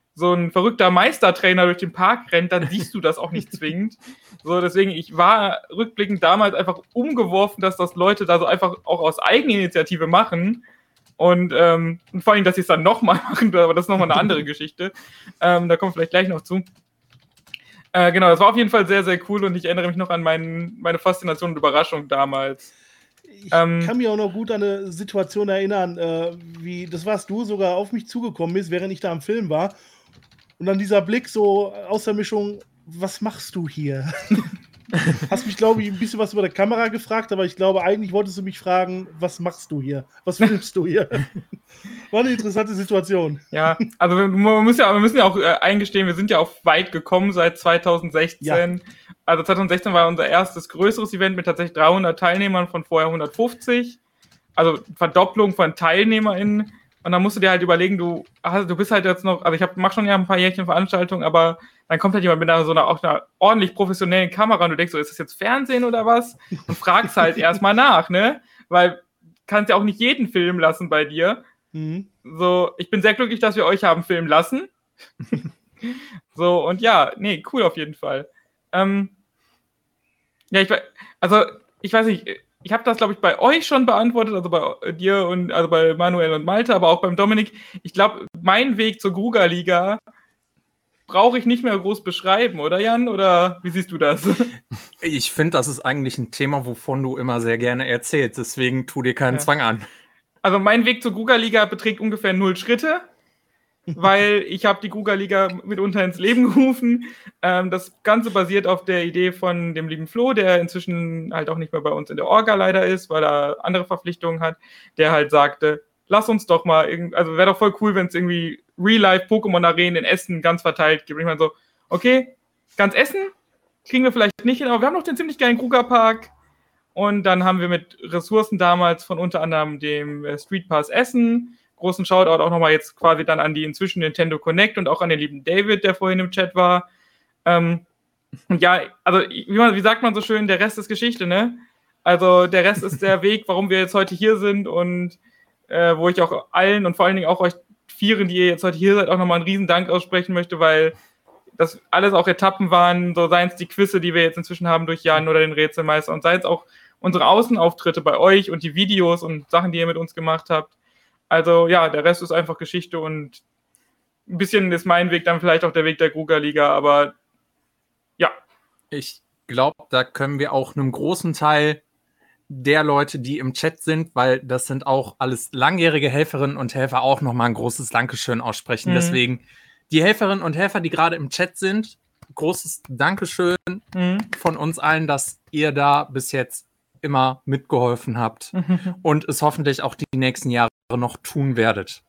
so ein verrückter Meistertrainer durch den Park rennt, dann siehst du das auch nicht zwingend. So, deswegen, ich war rückblickend damals einfach umgeworfen, dass das Leute da so einfach auch aus Eigeninitiative machen. Und vor allem, dass sie es dann nochmal machen, aber das ist nochmal eine andere Geschichte. Da kommen wir vielleicht gleich noch zu. Genau, das war auf jeden Fall sehr, sehr cool und ich erinnere mich noch an meine Faszination und Überraschung damals. Ich kann mich auch noch gut an eine Situation erinnern, wie, das warst du, sogar auf mich zugekommen bist, während ich da am Film war. Und dann dieser Blick so aus der Mischung, was machst du hier? Hast mich, glaube ich, ein bisschen was über der Kamera gefragt, aber ich glaube, eigentlich wolltest du mich fragen, was machst du hier? Was filmst du hier? War eine interessante Situation. Ja, also wir müssen ja auch eingestehen, wir sind ja auch weit gekommen seit 2016. Ja. Also 2016 war unser erstes größeres Event mit tatsächlich 300 Teilnehmern von vorher 150. Also Verdopplung von TeilnehmerInnen. Und dann musst du dir halt überlegen, du bist halt jetzt noch, also ich mach schon ja ein paar Jährchen Veranstaltungen, aber dann kommt halt jemand mit einer ordentlich professionellen Kamera und du denkst so, ist das jetzt Fernsehen oder was? Und fragst halt erstmal nach, ne? Weil kannst ja auch nicht jeden filmen lassen bei dir. Mhm. So, ich bin sehr glücklich, dass wir euch haben filmen lassen. So, und ja, nee, cool auf jeden Fall. Ja, ich weiß nicht, ich habe das, glaube ich, bei euch schon beantwortet, also bei dir und also bei Manuel und Malte, aber auch beim Dominik. Ich glaube, meinen Weg zur Gruga-Liga brauche ich nicht mehr groß beschreiben, oder Jan? Oder wie siehst du das? Ich finde, das ist eigentlich ein Thema, wovon du immer sehr gerne erzählst. Deswegen tu dir keinen Zwang an. Also mein Weg zur Gruga-Liga beträgt ungefähr 0 Schritte, weil ich habe die Gruga-Liga mitunter ins Leben gerufen. Das Ganze basiert auf der Idee von dem lieben Flo, der inzwischen halt auch nicht mehr bei uns in der Orga leider ist, weil er andere Verpflichtungen hat, der halt sagte, lass uns doch mal, also wäre doch voll cool, wenn es irgendwie Real-Life-Pokémon-Arenen in Essen ganz verteilt gibt. Und ich meine so, okay, ganz Essen kriegen wir vielleicht nicht hin, aber wir haben noch den ziemlich geilen Krugerpark. Und dann haben wir mit Ressourcen damals von unter anderem dem Street Pass Essen, großen Shoutout auch nochmal jetzt quasi dann an die inzwischen Nintendo Connect und auch an den lieben David, der vorhin im Chat war. Und ja, also wie sagt man so schön, der Rest ist Geschichte, ne? Also der Rest ist der Weg, warum wir jetzt heute hier sind und wo ich auch allen und vor allen Dingen auch euch Vieren, die ihr jetzt heute hier seid, auch nochmal einen riesen Dank aussprechen möchte, weil das alles auch Etappen waren, so seien es die Quizze, die wir jetzt inzwischen haben durch Jan oder den Rätselmeister und sei es auch unsere Außenauftritte bei euch und die Videos und Sachen, die ihr mit uns gemacht habt. Also ja, der Rest ist einfach Geschichte und ein bisschen ist mein Weg dann vielleicht auch der Weg der Gruga-Liga, aber ja. Ich glaube, da können wir auch einem großen Teil der Leute, die im Chat sind, weil das sind auch alles langjährige Helferinnen und Helfer, auch nochmal ein großes Dankeschön aussprechen. Deswegen die Helferinnen und Helfer, die gerade im Chat sind, großes Dankeschön von uns allen, dass ihr da bis jetzt immer mitgeholfen habt und es hoffentlich auch die nächsten Jahre noch tun werdet.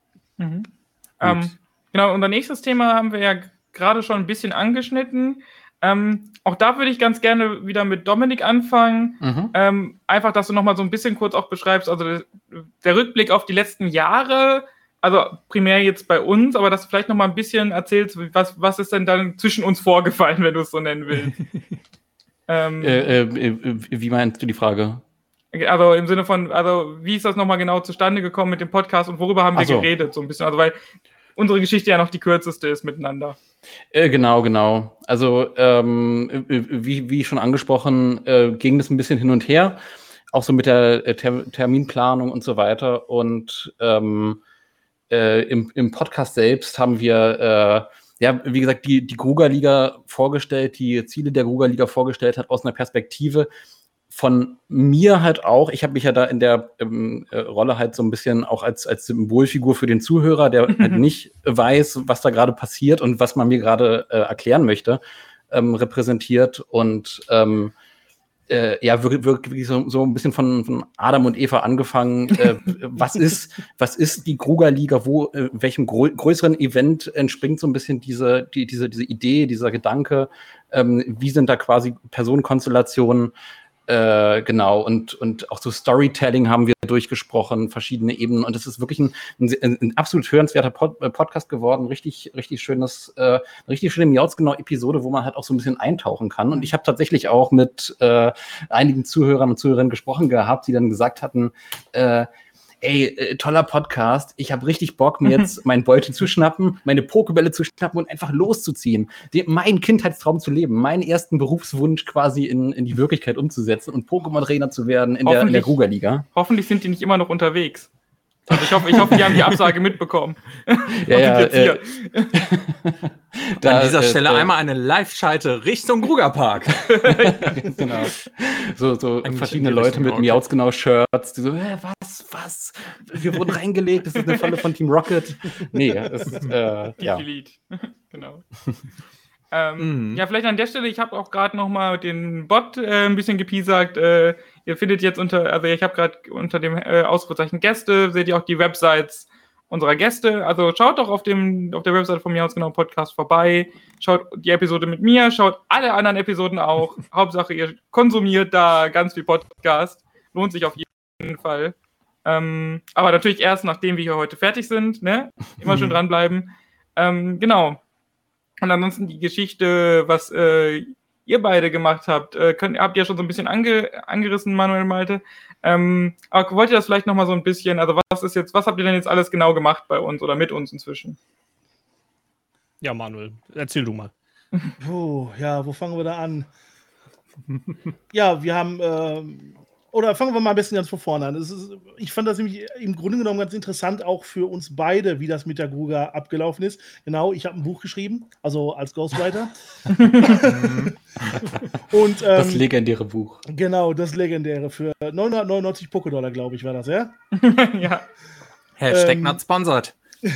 Genau, unser nächstes Thema haben wir ja gerade schon ein bisschen angeschnitten. Auch da würde ich ganz gerne wieder mit Dominik anfangen. Einfach, dass du nochmal so ein bisschen kurz auch beschreibst, also der Rückblick auf die letzten Jahre, also primär jetzt bei uns, aber dass du vielleicht nochmal ein bisschen erzählst, was ist denn dann zwischen uns vorgefallen, wenn du es so nennen willst. Wie meinst du die Frage? Also im Sinne von, also wie ist das nochmal genau zustande gekommen mit dem Podcast und worüber haben wir geredet, so ein bisschen, also weil unsere Geschichte ja noch die kürzeste ist miteinander. Genau. Also wie schon angesprochen, ging das ein bisschen hin und her, auch so mit der Terminplanung und so weiter. Und im Podcast selbst haben wir wie gesagt, die Gruga-Liga vorgestellt, die Ziele der Gruga-Liga vorgestellt hat aus einer Perspektive von mir halt auch. Ich habe mich ja da in der Rolle halt so ein bisschen auch als Symbolfigur für den Zuhörer, der halt nicht weiß, was da gerade passiert und was man mir gerade erklären möchte, repräsentiert und wirklich so ein bisschen von Adam und Eva angefangen. Was ist die Gruga-Liga? Welchem größeren Event entspringt so ein bisschen diese Idee, dieser Gedanke? Wie sind da quasi Personenkonstellationen? Genau, und auch so Storytelling haben wir durchgesprochen, verschiedene Ebenen. Und es ist wirklich ein absolut hörenswerter Podcast geworden. Richtig schöne Miauzgenau-Episode, wo man halt auch so ein bisschen eintauchen kann. Und ich habe tatsächlich auch mit einigen Zuhörern und Zuhörerinnen gesprochen gehabt, die dann gesagt hatten, ey, toller Podcast, ich habe richtig Bock, mir jetzt meinen Beutel zu schnappen, meine Pokebälle zu schnappen und einfach loszuziehen, meinen Kindheitstraum zu leben, meinen ersten Berufswunsch quasi in die Wirklichkeit umzusetzen und Pokémon-Trainer zu werden in der Ruger-Liga. Hoffentlich sind die nicht immer noch unterwegs. Also ich hoffe, die haben die Absage mitbekommen. Ja, An dieser Stelle einmal eine Live-Schalte Richtung Grugerpark. Genau. So verschiedene Leute mit Miautsgenau-Shirts, die so, was? Wir wurden reingelegt, das ist eine Falle von Team Rocket. Nee, das ist, ja. Elite. Genau. Ja, vielleicht an der Stelle, ich habe auch gerade noch mal den Bot ein bisschen gepiesackt. Ihr findet jetzt ich habe gerade unter dem Ausrufezeichen Gäste, seht ihr auch die Websites unserer Gäste. Also schaut doch auf der Website vom Miautsgenau Podcast vorbei, schaut die Episode mit mir, schaut alle anderen Episoden auch. Hauptsache, ihr konsumiert da ganz viel Podcast. Lohnt sich auf jeden Fall. Aber natürlich erst, nachdem wir hier heute fertig sind, ne? Immer schön dranbleiben. Genau. Und ansonsten die Geschichte, was ihr beide gemacht habt, habt ihr schon so ein bisschen angerissen, Manuel, Malte. Aber wollt ihr das vielleicht nochmal so ein bisschen, also was habt ihr denn jetzt alles genau gemacht bei uns oder mit uns inzwischen? Ja, Manuel, erzähl du mal. Ja, wo fangen wir da an? Ja, wir haben, oder fangen wir mal ein bisschen ganz von vorne an. Ich fand das nämlich im Grunde genommen ganz interessant, auch für uns beide, wie das mit der Gruga abgelaufen ist. Genau, ich habe ein Buch geschrieben, also als Ghostwriter. Und, das legendäre Buch. Genau, das legendäre für 999 Pokédollar, glaube ich, war das, ja? Ja. Hashtag not sponsored.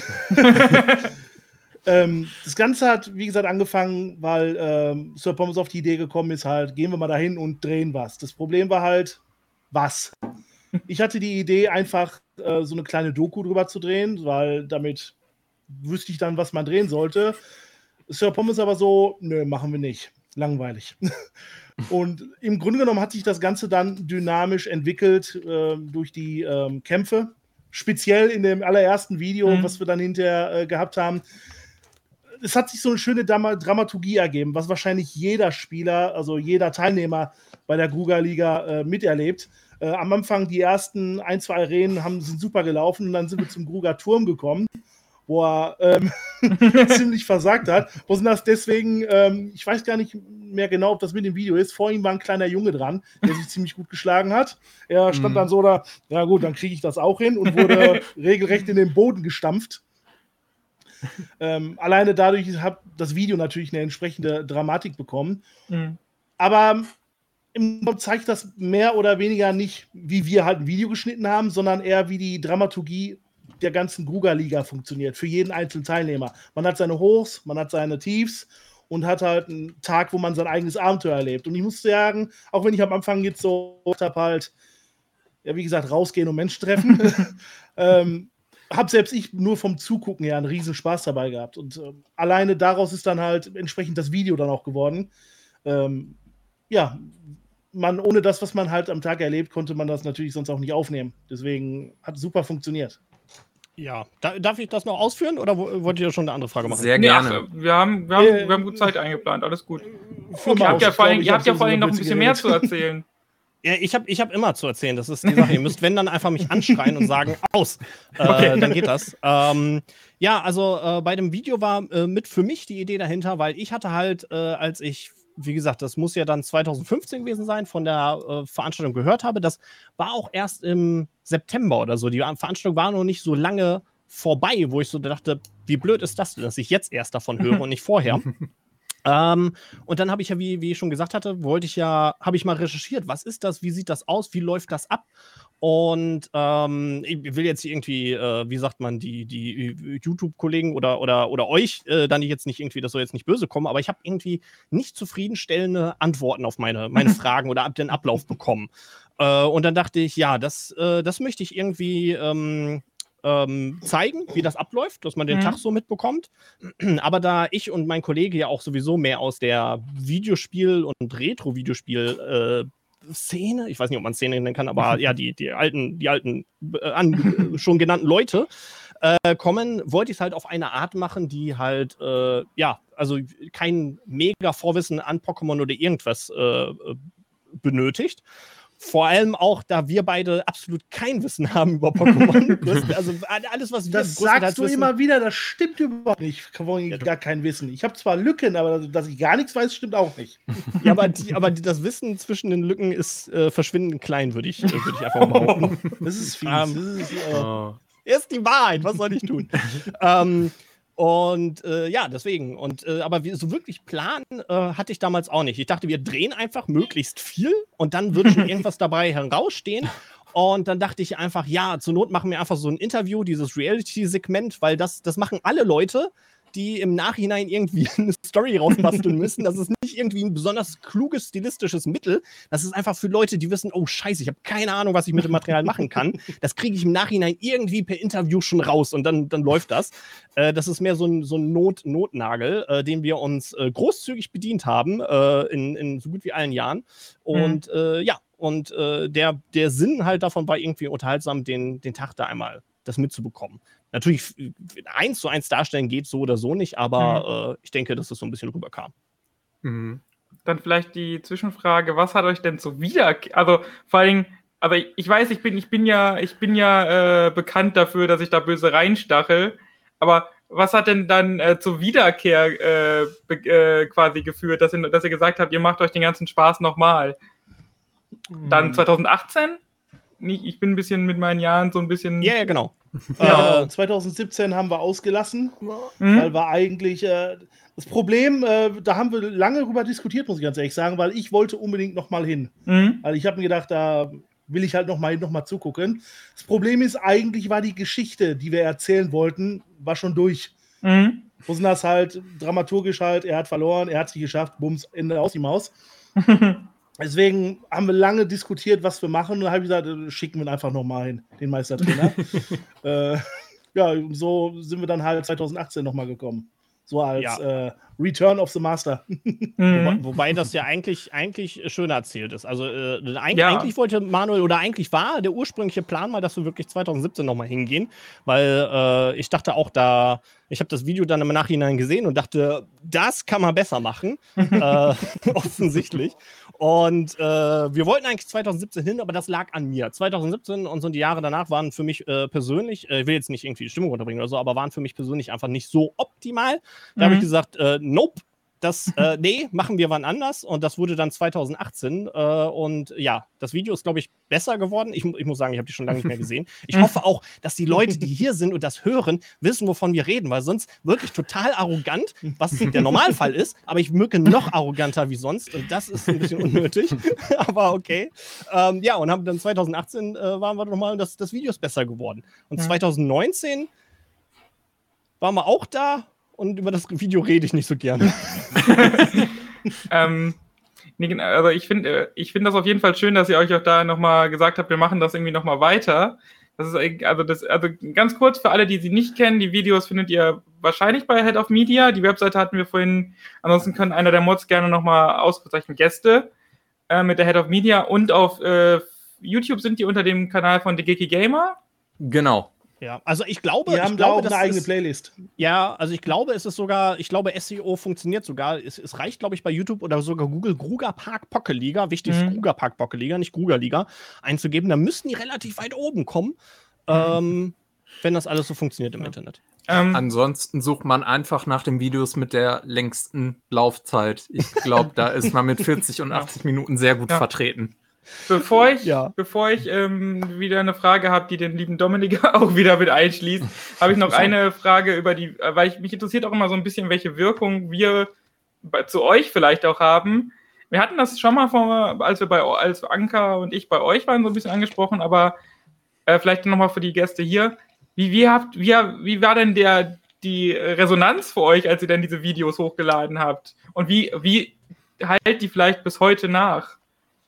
Das Ganze hat, wie gesagt, angefangen, weil Sir Pommes auf die Idee gekommen ist, halt, gehen wir mal dahin und drehen was. Das Problem war halt, was? Ich hatte die Idee, einfach so eine kleine Doku drüber zu drehen, weil damit wüsste ich dann, was man drehen sollte. Sir Pommes aber so, nö, machen wir nicht. Langweilig. Und im Grunde genommen hat sich das Ganze dann dynamisch entwickelt durch die Kämpfe. Speziell in dem allerersten Video, was wir dann hinterher gehabt haben. Es hat sich so eine schöne Dramaturgie ergeben, was wahrscheinlich jeder Spieler, also jeder Teilnehmer bei der Gruga-Liga miterlebt. Am Anfang die ersten 1-2 Arenen sind super gelaufen und dann sind wir zum Gruga-Turm gekommen, wo er ziemlich versagt hat. Wo sind das deswegen, ich weiß gar nicht mehr genau, ob das mit dem Video ist, vor ihm war ein kleiner Junge dran, der sich ziemlich gut geschlagen hat. Er stand dann so da, ja gut, dann kriege ich das auch hin und wurde regelrecht in den Boden gestampft. Alleine dadurch hat das Video natürlich eine entsprechende Dramatik bekommen. Aber im Grunde zeigt das mehr oder weniger nicht, wie wir halt ein Video geschnitten haben, sondern eher, wie die Dramaturgie der ganzen Gruga-Liga funktioniert, für jeden einzelnen Teilnehmer. Man hat seine Hochs, man hat seine Tiefs und hat halt einen Tag, wo man sein eigenes Abenteuer erlebt. Und ich muss sagen, auch wenn ich am Anfang jetzt so halt, ja, wie gesagt, rausgehen und Menschen treffen, habe selbst ich nur vom Zugucken her einen riesen Spaß dabei gehabt. Und alleine daraus ist dann halt entsprechend das Video dann auch geworden. Ja, ohne das, was man halt am Tag erlebt, konnte man das natürlich sonst auch nicht aufnehmen. Deswegen hat es super funktioniert. Ja, darf ich das noch ausführen oder wollt ihr schon eine andere Frage machen? Sehr gerne. Wir haben gut Zeit eingeplant, alles gut. Ihr habt ja vor allem noch ein bisschen mehr zu erzählen. Ja, ich hab immer zu erzählen, das ist die Sache. Ihr müsst, wenn, dann einfach mich anschreien und sagen, aus. Okay. Dann geht das. Ja, also bei dem Video war mit für mich die Idee dahinter, weil ich hatte halt, als ich, wie gesagt, das muss ja dann 2015 gewesen sein, von der Veranstaltung gehört habe. Das war auch erst im September oder so. Die Veranstaltung war noch nicht so lange vorbei, wo ich so dachte, wie blöd ist das denn, dass ich jetzt erst davon höre und nicht vorher. Und dann habe ich ja, wie ich schon gesagt hatte, habe ich mal recherchiert, was ist das, wie sieht das aus, wie läuft das ab? Und ich will jetzt irgendwie, wie sagt man, die YouTube-Kollegen oder euch, dann jetzt nicht irgendwie, das soll jetzt nicht böse kommen, aber ich habe irgendwie nicht zufriedenstellende Antworten auf meine Fragen oder den Ablauf bekommen. Und dann dachte ich, ja, das möchte ich irgendwie zeigen, wie das abläuft, dass man den Tag so mitbekommt. Aber da ich und mein Kollege ja auch sowieso mehr aus der Videospiel- und Retro-Videospiel Szene, ich weiß nicht, ob man Szene nennen kann, aber ja, die alten schon genannten Leute kommen, wollte ich es halt auf eine Art machen, die halt, ja, also kein mega Vorwissen an Pokémon oder irgendwas benötigt. Vor allem auch, da wir beide absolut kein Wissen haben über Pokémon. Also alles, was wir Das sagst du immer wieder, das stimmt überhaupt nicht. Ich habe gar kein Wissen. Ich habe zwar Lücken, aber dass ich gar nichts weiß, stimmt auch nicht. Ja, aber das Wissen zwischen den Lücken ist verschwindend klein, würde ich einfach mal behaupten. Das ist fies. Ist die Wahrheit, was soll ich tun? Deswegen. Aber so wirklich Plan hatte ich damals auch nicht. Ich dachte, wir drehen einfach möglichst viel und dann würde schon irgendwas dabei herausstehen. Und dann dachte ich einfach, ja, zur Not machen wir einfach so ein Interview, dieses Reality-Segment, weil das machen alle Leute, die im Nachhinein irgendwie eine Story rausbasteln müssen. Das ist nicht irgendwie ein besonders kluges, stilistisches Mittel. Das ist einfach für Leute, die wissen, oh Scheiße, ich habe keine Ahnung, was ich mit dem Material machen kann. Das kriege ich im Nachhinein irgendwie per Interview schon raus und dann läuft das. Das ist mehr so ein Notnagel, den wir uns großzügig bedient haben in so gut wie allen Jahren. Und der Sinn halt davon war irgendwie unterhaltsam, den Tag da einmal das mitzubekommen. Natürlich, 1:1 darstellen geht so oder so nicht, aber ich denke, dass das so ein bisschen rüberkam. Dann vielleicht die Zwischenfrage, was hat euch denn so also vor allem, aber ich weiß, ich bin ja bekannt dafür, dass ich da böse reinstachel, aber was hat denn dann zur Wiederkehr quasi geführt, dass ihr gesagt habt, ihr macht euch den ganzen Spaß nochmal? Dann 2018? Ich bin ein bisschen mit meinen Jahren so ein bisschen... Ja, genau. 2017 haben wir ausgelassen, weil wir eigentlich das Problem, da haben wir lange drüber diskutiert, muss ich ganz ehrlich sagen, weil ich wollte unbedingt noch mal hin. Also ich habe mir gedacht, da will ich halt noch mal zugucken. Das Problem ist, eigentlich war die Geschichte, die wir erzählen wollten, war schon durch. Wo sind das halt dramaturgisch halt, er hat verloren, er hat es nicht geschafft, bums, Ende aus die Maus. Deswegen haben wir lange diskutiert, was wir machen. Und dann habe ich gesagt, schicken wir ihn einfach nochmal hin, den Meistertrainer. So sind wir dann halt 2018 nochmal gekommen. So als Return of the Master. Wobei das ja eigentlich schön erzählt ist. Also eigentlich wollte Manuel, oder eigentlich war der ursprüngliche Plan mal, dass wir wirklich 2017 nochmal hingehen. Weil ich dachte auch ich habe das Video dann im Nachhinein gesehen und dachte, das kann man besser machen. Offensichtlich. Und wir wollten eigentlich 2017 hin, aber das lag an mir. 2017 und so die Jahre danach waren für mich persönlich, ich will jetzt nicht irgendwie die Stimmung runterbringen oder so, aber waren für mich persönlich einfach nicht so optimal. Da habe ich gesagt, nope, machen wir wann anders. Und das wurde dann 2018. Das Video ist, glaube ich, besser geworden. Ich muss sagen, ich habe die schon lange nicht mehr gesehen. Ich hoffe auch, dass die Leute, die hier sind und das hören, wissen, wovon wir reden, weil sonst wirklich total arrogant, was der Normalfall ist, aber ich wirke noch arroganter wie sonst und das ist ein bisschen unnötig, aber okay. Und haben dann 2018 waren wir nochmal, das Video ist besser geworden. Und 2019 waren wir auch da. Und über das Video rede ich nicht so gerne. Also ich finde das auf jeden Fall schön, dass ihr euch auch da nochmal gesagt habt, wir machen das irgendwie nochmal weiter. Das ist also ganz kurz für alle, die sie nicht kennen, die Videos findet ihr wahrscheinlich bei Head of Media. Die Webseite hatten wir vorhin, ansonsten kann einer der Mods gerne nochmal ausgezeichnen Gäste mit der Head of Media. Und auf YouTube sind die unter dem Kanal von The Geeky Gamer. Genau. Ja, also ich glaube, wir haben da auch eine eigene Playlist. Ja, also ich glaube, SEO funktioniert sogar. Es reicht, glaube ich, bei YouTube oder sogar Google Gruger Park Pokéliga, wichtig ist Gruger Park Pokéliga, nicht Gruger Liga, einzugeben. Da müssten die relativ weit oben kommen, wenn das alles so funktioniert im Internet. Ansonsten sucht man einfach nach den Videos mit der längsten Laufzeit. Ich glaube, da ist man mit 40 und 80 Minuten sehr gut vertreten. Bevor ich wieder eine Frage habe, die den lieben Dominik auch wieder mit einschließt, habe ich noch eine Frage weil mich interessiert auch immer so ein bisschen, welche Wirkung wir zu euch vielleicht auch haben. Wir hatten das schon mal als Anka und ich bei euch waren, so ein bisschen angesprochen, aber vielleicht nochmal für die Gäste hier. Wie war denn die Resonanz für euch, als ihr dann diese Videos hochgeladen habt? Und wie halt die vielleicht bis heute nach?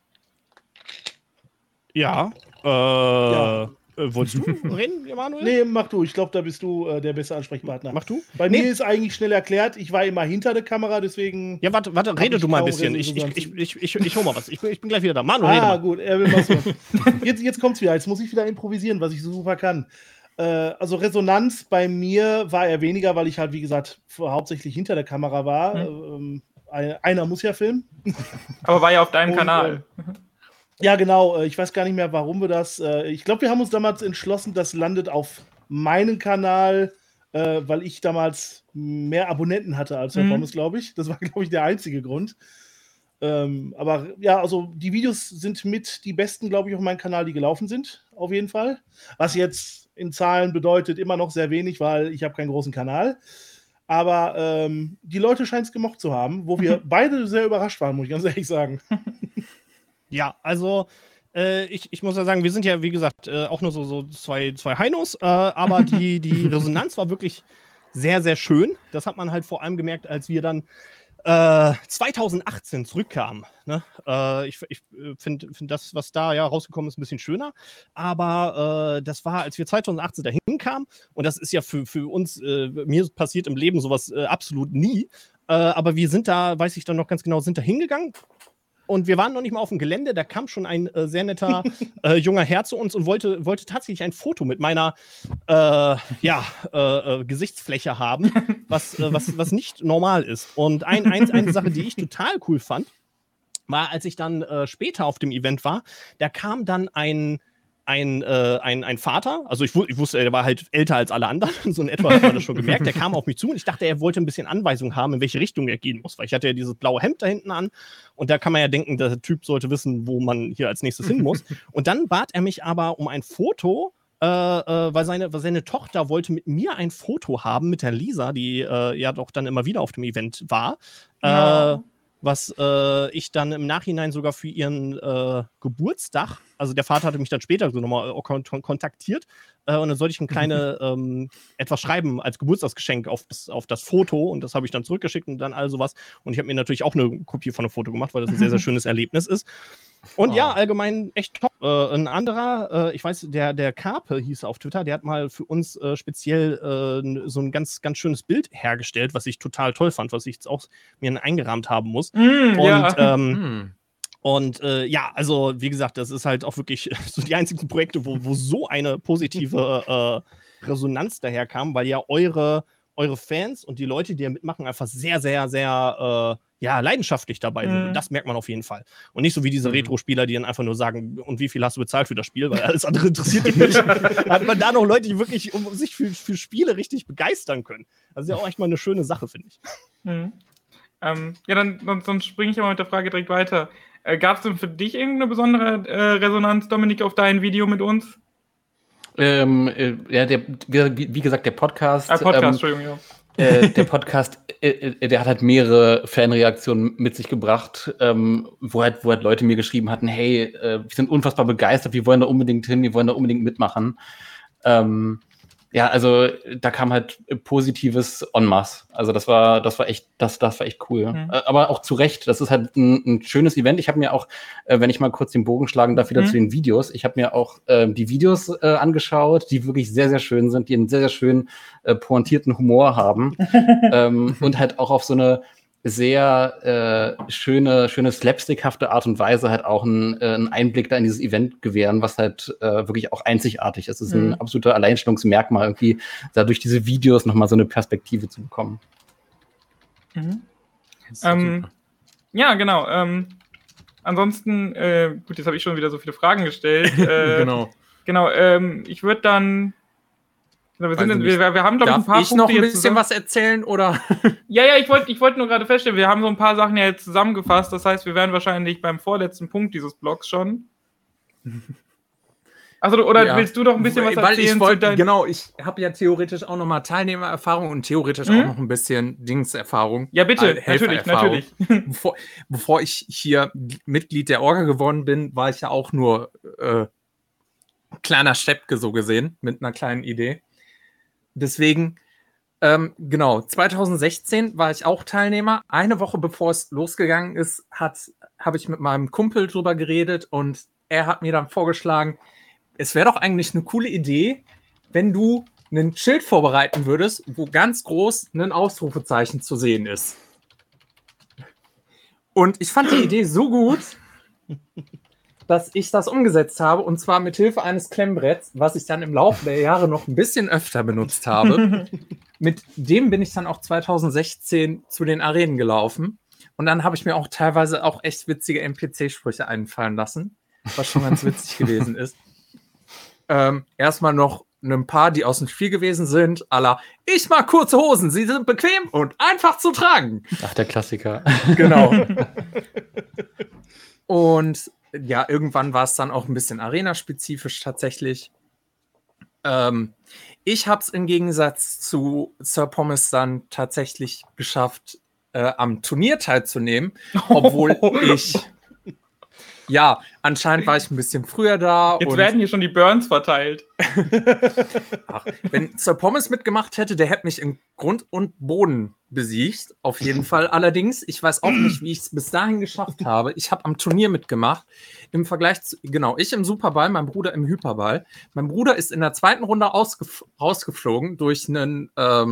Wolltest du reden, Emanuel? Nee, mach du. Ich glaube, da bist du der beste Ansprechpartner. Mach du? Bei mir ist eigentlich schnell erklärt, ich war immer hinter der Kamera, deswegen... Ja, warte, rede du mal ein bisschen. Ich hol mal was. Ich bin gleich wieder da. Manuel, rede mal. Gut, er will was. Jetzt kommt's wieder. Jetzt muss ich wieder improvisieren, was ich so super kann. Also Resonanz bei mir war eher weniger, weil ich halt, wie gesagt, hauptsächlich hinter der Kamera war. Einer muss ja filmen. Aber war ja auf deinem Kanal. Ja, genau. Ich weiß gar nicht mehr, warum wir das. Ich glaube, wir haben uns damals entschlossen, das landet auf meinem Kanal, weil ich damals mehr Abonnenten hatte als Herr Pommes, glaube ich. Das war, glaube ich, der einzige Grund. Aber ja, also die Videos sind mit die besten, glaube ich, auf meinem Kanal, die gelaufen sind, auf jeden Fall. Was jetzt in Zahlen bedeutet, immer noch sehr wenig, weil ich habe keinen großen Kanal. Aber die Leute scheinen es gemocht zu haben, wo wir beide sehr überrascht waren, muss ich ganz ehrlich sagen. Ja, also ich muss ja sagen, wir sind ja, wie gesagt, auch nur so zwei Heinos, aber die Resonanz war wirklich sehr, sehr schön. Das hat man halt vor allem gemerkt, als wir dann 2018 zurückkamen. Ne? Ich finde das, was da ja rausgekommen ist, ein bisschen schöner. Aber das war, als wir 2018 dahin kamen, und das ist ja für uns, mir passiert im Leben sowas absolut nie. Aber wir sind da, weiß ich dann noch ganz genau, sind da hingegangen. Und wir waren noch nicht mal auf dem Gelände, da kam schon ein sehr netter junger Herr zu uns und wollte tatsächlich ein Foto mit meiner Gesichtsfläche haben, was nicht normal ist. Und eine Sache, die ich total cool fand, war, als ich dann später auf dem Event war, da kam dann ein Vater, also ich wusste, er war halt älter als alle anderen, so in etwa hat man das schon gemerkt, der kam auf mich zu und ich dachte, er wollte ein bisschen Anweisung haben, in welche Richtung er gehen muss, weil ich hatte ja dieses blaue Hemd da hinten an und da kann man ja denken, der Typ sollte wissen, wo man hier als nächstes hin muss. Und dann bat er mich aber um ein Foto, weil seine Tochter wollte mit mir ein Foto haben, mit der Lisa, die ja doch dann immer wieder auf dem Event war. Ja. Was ich dann im Nachhinein sogar für ihren Geburtstag, also der Vater hatte mich dann später so nochmal kontaktiert und dann sollte ich ein kleines etwas schreiben als Geburtstagsgeschenk auf das Foto und das habe ich dann zurückgeschickt und dann all sowas und ich habe mir natürlich auch eine Kopie von dem Foto gemacht, weil das ein sehr, sehr schönes Erlebnis ist. Und ja, allgemein echt top. Ein anderer, ich weiß, der Karpe hieß auf Twitter, der hat mal für uns speziell so ein ganz, ganz schönes Bild hergestellt, was ich total toll fand, was ich jetzt auch mir eingerahmt haben muss. Ja, also wie gesagt, das ist halt auch wirklich so die einzigen Projekte, wo so eine positive Resonanz daherkam, weil ja eure Fans und die Leute, die ja mitmachen, einfach sehr, sehr, sehr leidenschaftlich dabei sind. Und das merkt man auf jeden Fall. Und nicht so wie diese Retro-Spieler, die dann einfach nur sagen, und wie viel hast du bezahlt für das Spiel, weil alles andere interessiert dich nicht. Hat man da noch Leute, die wirklich sich für Spiele richtig begeistern können. Das ist ja auch echt mal eine schöne Sache, finde ich. Dann springe ich aber mit der Frage direkt weiter. Gab es denn für dich irgendeine besondere Resonanz, Dominik, auf dein Video mit uns? Wie gesagt, der Podcast. Entschuldigung, ja. Der Podcast, der hat halt mehrere Fanreaktionen mit sich gebracht, wo halt Leute mir geschrieben hatten, hey, wir sind unfassbar begeistert, wir wollen da unbedingt hin, wir wollen da unbedingt mitmachen. Also da kam halt Positives en masse. Also das war echt cool. Aber auch zu Recht, das ist halt ein schönes Event. Ich habe mir auch, wenn ich mal kurz den Bogen schlagen darf, wieder zu den Videos, ich habe mir auch die Videos angeschaut, die wirklich sehr, sehr schön sind, die einen sehr, sehr schönen pointierten Humor haben und halt auch auf so eine sehr schöne slapstickhafte Art und Weise halt auch einen Einblick da in dieses Event gewähren, was halt wirklich auch einzigartig ist. Es ist ein absoluter Alleinstellungsmerkmal, irgendwie da durch diese Videos nochmal so eine Perspektive zu bekommen. Ja, genau. Ansonsten, gut, jetzt habe ich schon wieder so viele Fragen gestellt. Genau. Ich würde dann wir haben, glaube ich, ein paar Punkte noch ein bisschen was erzählen, oder? Ja, ich wollte nur gerade feststellen, wir haben so ein paar Sachen ja jetzt zusammengefasst. Das heißt, wir wären wahrscheinlich beim vorletzten Punkt dieses Blogs schon. Also, oder willst du doch ein bisschen was erzählen? Ich habe ja theoretisch auch nochmal Teilnehmererfahrung und theoretisch auch noch ein bisschen Dingserfahrung. Ja, bitte, natürlich. Bevor ich hier Mitglied der Orga geworden bin, war ich ja auch nur kleiner Steppke so gesehen, mit einer kleinen Idee. Deswegen, 2016 war ich auch Teilnehmer. Eine Woche bevor es losgegangen ist, habe ich mit meinem Kumpel drüber geredet und er hat mir dann vorgeschlagen, es wäre doch eigentlich eine coole Idee, wenn du ein Schild vorbereiten würdest, wo ganz groß ein Ausrufezeichen zu sehen ist. Und ich fand die Idee so gut, dass ich das umgesetzt habe, und zwar mit Hilfe eines Klemmbretts, was ich dann im Laufe der Jahre noch ein bisschen öfter benutzt habe. Mit dem bin ich dann auch 2016 zu den Arenen gelaufen. Und dann habe ich mir auch teilweise auch echt witzige NPC-Sprüche einfallen lassen. was schon ganz witzig gewesen ist. Erstmal noch ein paar, die aus dem Spiel gewesen sind, à la, ich mag kurze Hosen, sie sind bequem und einfach zu tragen. Ach, der Klassiker. Genau. Und ja, irgendwann war es dann auch ein bisschen arena-spezifisch tatsächlich. Ich habe es im Gegensatz zu Sir Pommes dann tatsächlich geschafft, am Turnier teilzunehmen, obwohl ich... Ja, anscheinend war ich ein bisschen früher da. Jetzt werden hier schon die Burns verteilt. Ach, wenn Sir Pommes mitgemacht hätte, der hätte mich in Grund und Boden besiegt. Auf jeden Fall. Allerdings, ich weiß auch nicht, wie ich es bis dahin geschafft habe. Ich habe am Turnier mitgemacht. Im Vergleich zu, genau, ich im Superball, mein Bruder im Hyperball. Mein Bruder ist in der zweiten Runde rausgeflogen durch einen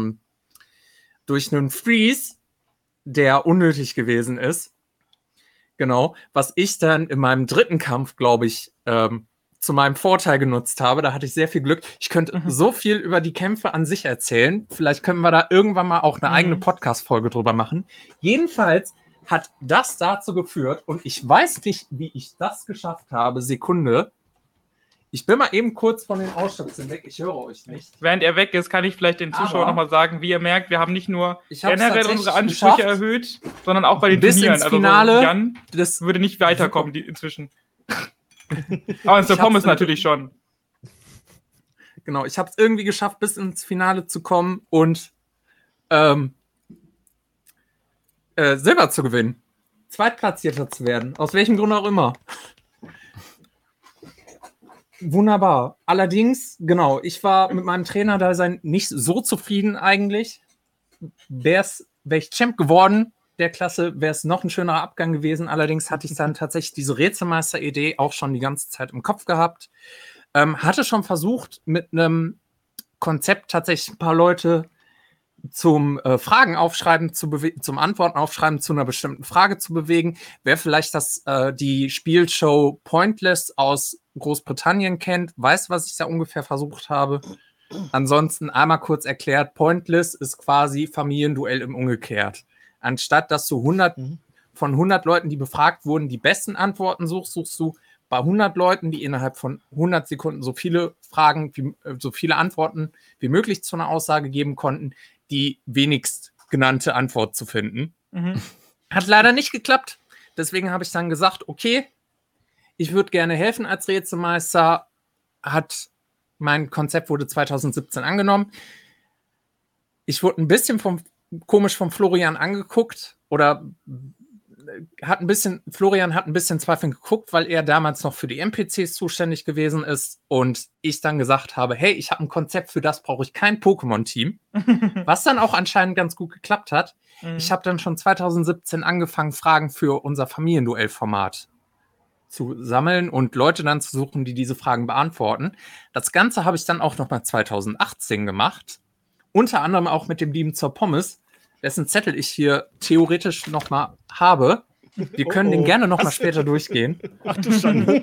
Freeze, der unnötig gewesen ist. Genau, was ich dann in meinem dritten Kampf, glaube ich, zu meinem Vorteil genutzt habe. Da hatte ich sehr viel Glück. Ich könnte so viel über die Kämpfe an sich erzählen. Vielleicht können wir da irgendwann mal auch eine eigene Podcast-Folge drüber machen. Jedenfalls hat das dazu geführt, und ich weiß nicht, wie ich das geschafft habe. Sekunde. Ich bin mal eben kurz von den Ausstöpseln weg. Ich höre euch nicht. Während er weg ist, kann ich vielleicht den Zuschauern nochmal sagen, wie ihr merkt, wir haben nicht nur generell unsere Ansprüche erhöht, sondern auch bei den bis Turnieren. Ins Finale, also Jan das würde nicht weiterkommen inzwischen. Aber Sir Pommes natürlich schon. Genau, ich habe es irgendwie geschafft, bis ins Finale zu kommen und Silber zu gewinnen. Zweitplatzierter zu werden. Aus welchem Grund auch immer. Wunderbar. Allerdings, genau, ich war mit meinem Trainerdasein nicht so zufrieden eigentlich. Wäre ich Champ geworden, der Klasse, wäre es noch ein schönerer Abgang gewesen. Allerdings hatte ich dann tatsächlich diese Rätselmeister-Idee auch schon die ganze Zeit im Kopf gehabt. Hatte schon versucht, mit einem Konzept tatsächlich ein paar Leute zum Fragen aufschreiben, zum Antworten aufschreiben zu einer bestimmten Frage zu bewegen. Wer vielleicht die Spielshow Pointless aus Großbritannien kennt, weiß, was ich da ungefähr versucht habe. Ansonsten einmal kurz erklärt, Pointless ist quasi Familienduell im Umgekehrt. Anstatt dass du von 100 Leuten, die befragt wurden, die besten Antworten suchst du bei 100 Leuten, die innerhalb von 100 Sekunden so viele Antworten wie möglich zu einer Aussage geben konnten, die wenigst genannte Antwort zu finden. Hat leider nicht geklappt. Deswegen habe ich dann gesagt, okay, ich würde gerne helfen als Rätselmeister. Mein Konzept wurde 2017 angenommen. Ich wurde ein bisschen komisch vom Florian angeguckt oder Florian hat ein bisschen zweifelnd geguckt, weil er damals noch für die NPCs zuständig gewesen ist und ich dann gesagt habe, hey, ich habe ein Konzept, für das brauche ich kein Pokémon-Team, was dann auch anscheinend ganz gut geklappt hat. Ich habe dann schon 2017 angefangen, Fragen für unser Familienduell-Format zu sammeln und Leute dann zu suchen, die diese Fragen beantworten. Das Ganze habe ich dann auch noch mal 2018 gemacht, unter anderem auch mit dem lieben Sir Pommes, dessen Zettel ich hier theoretisch noch mal habe. Wir können den gerne noch mal später durchgehen. Ach du Schande.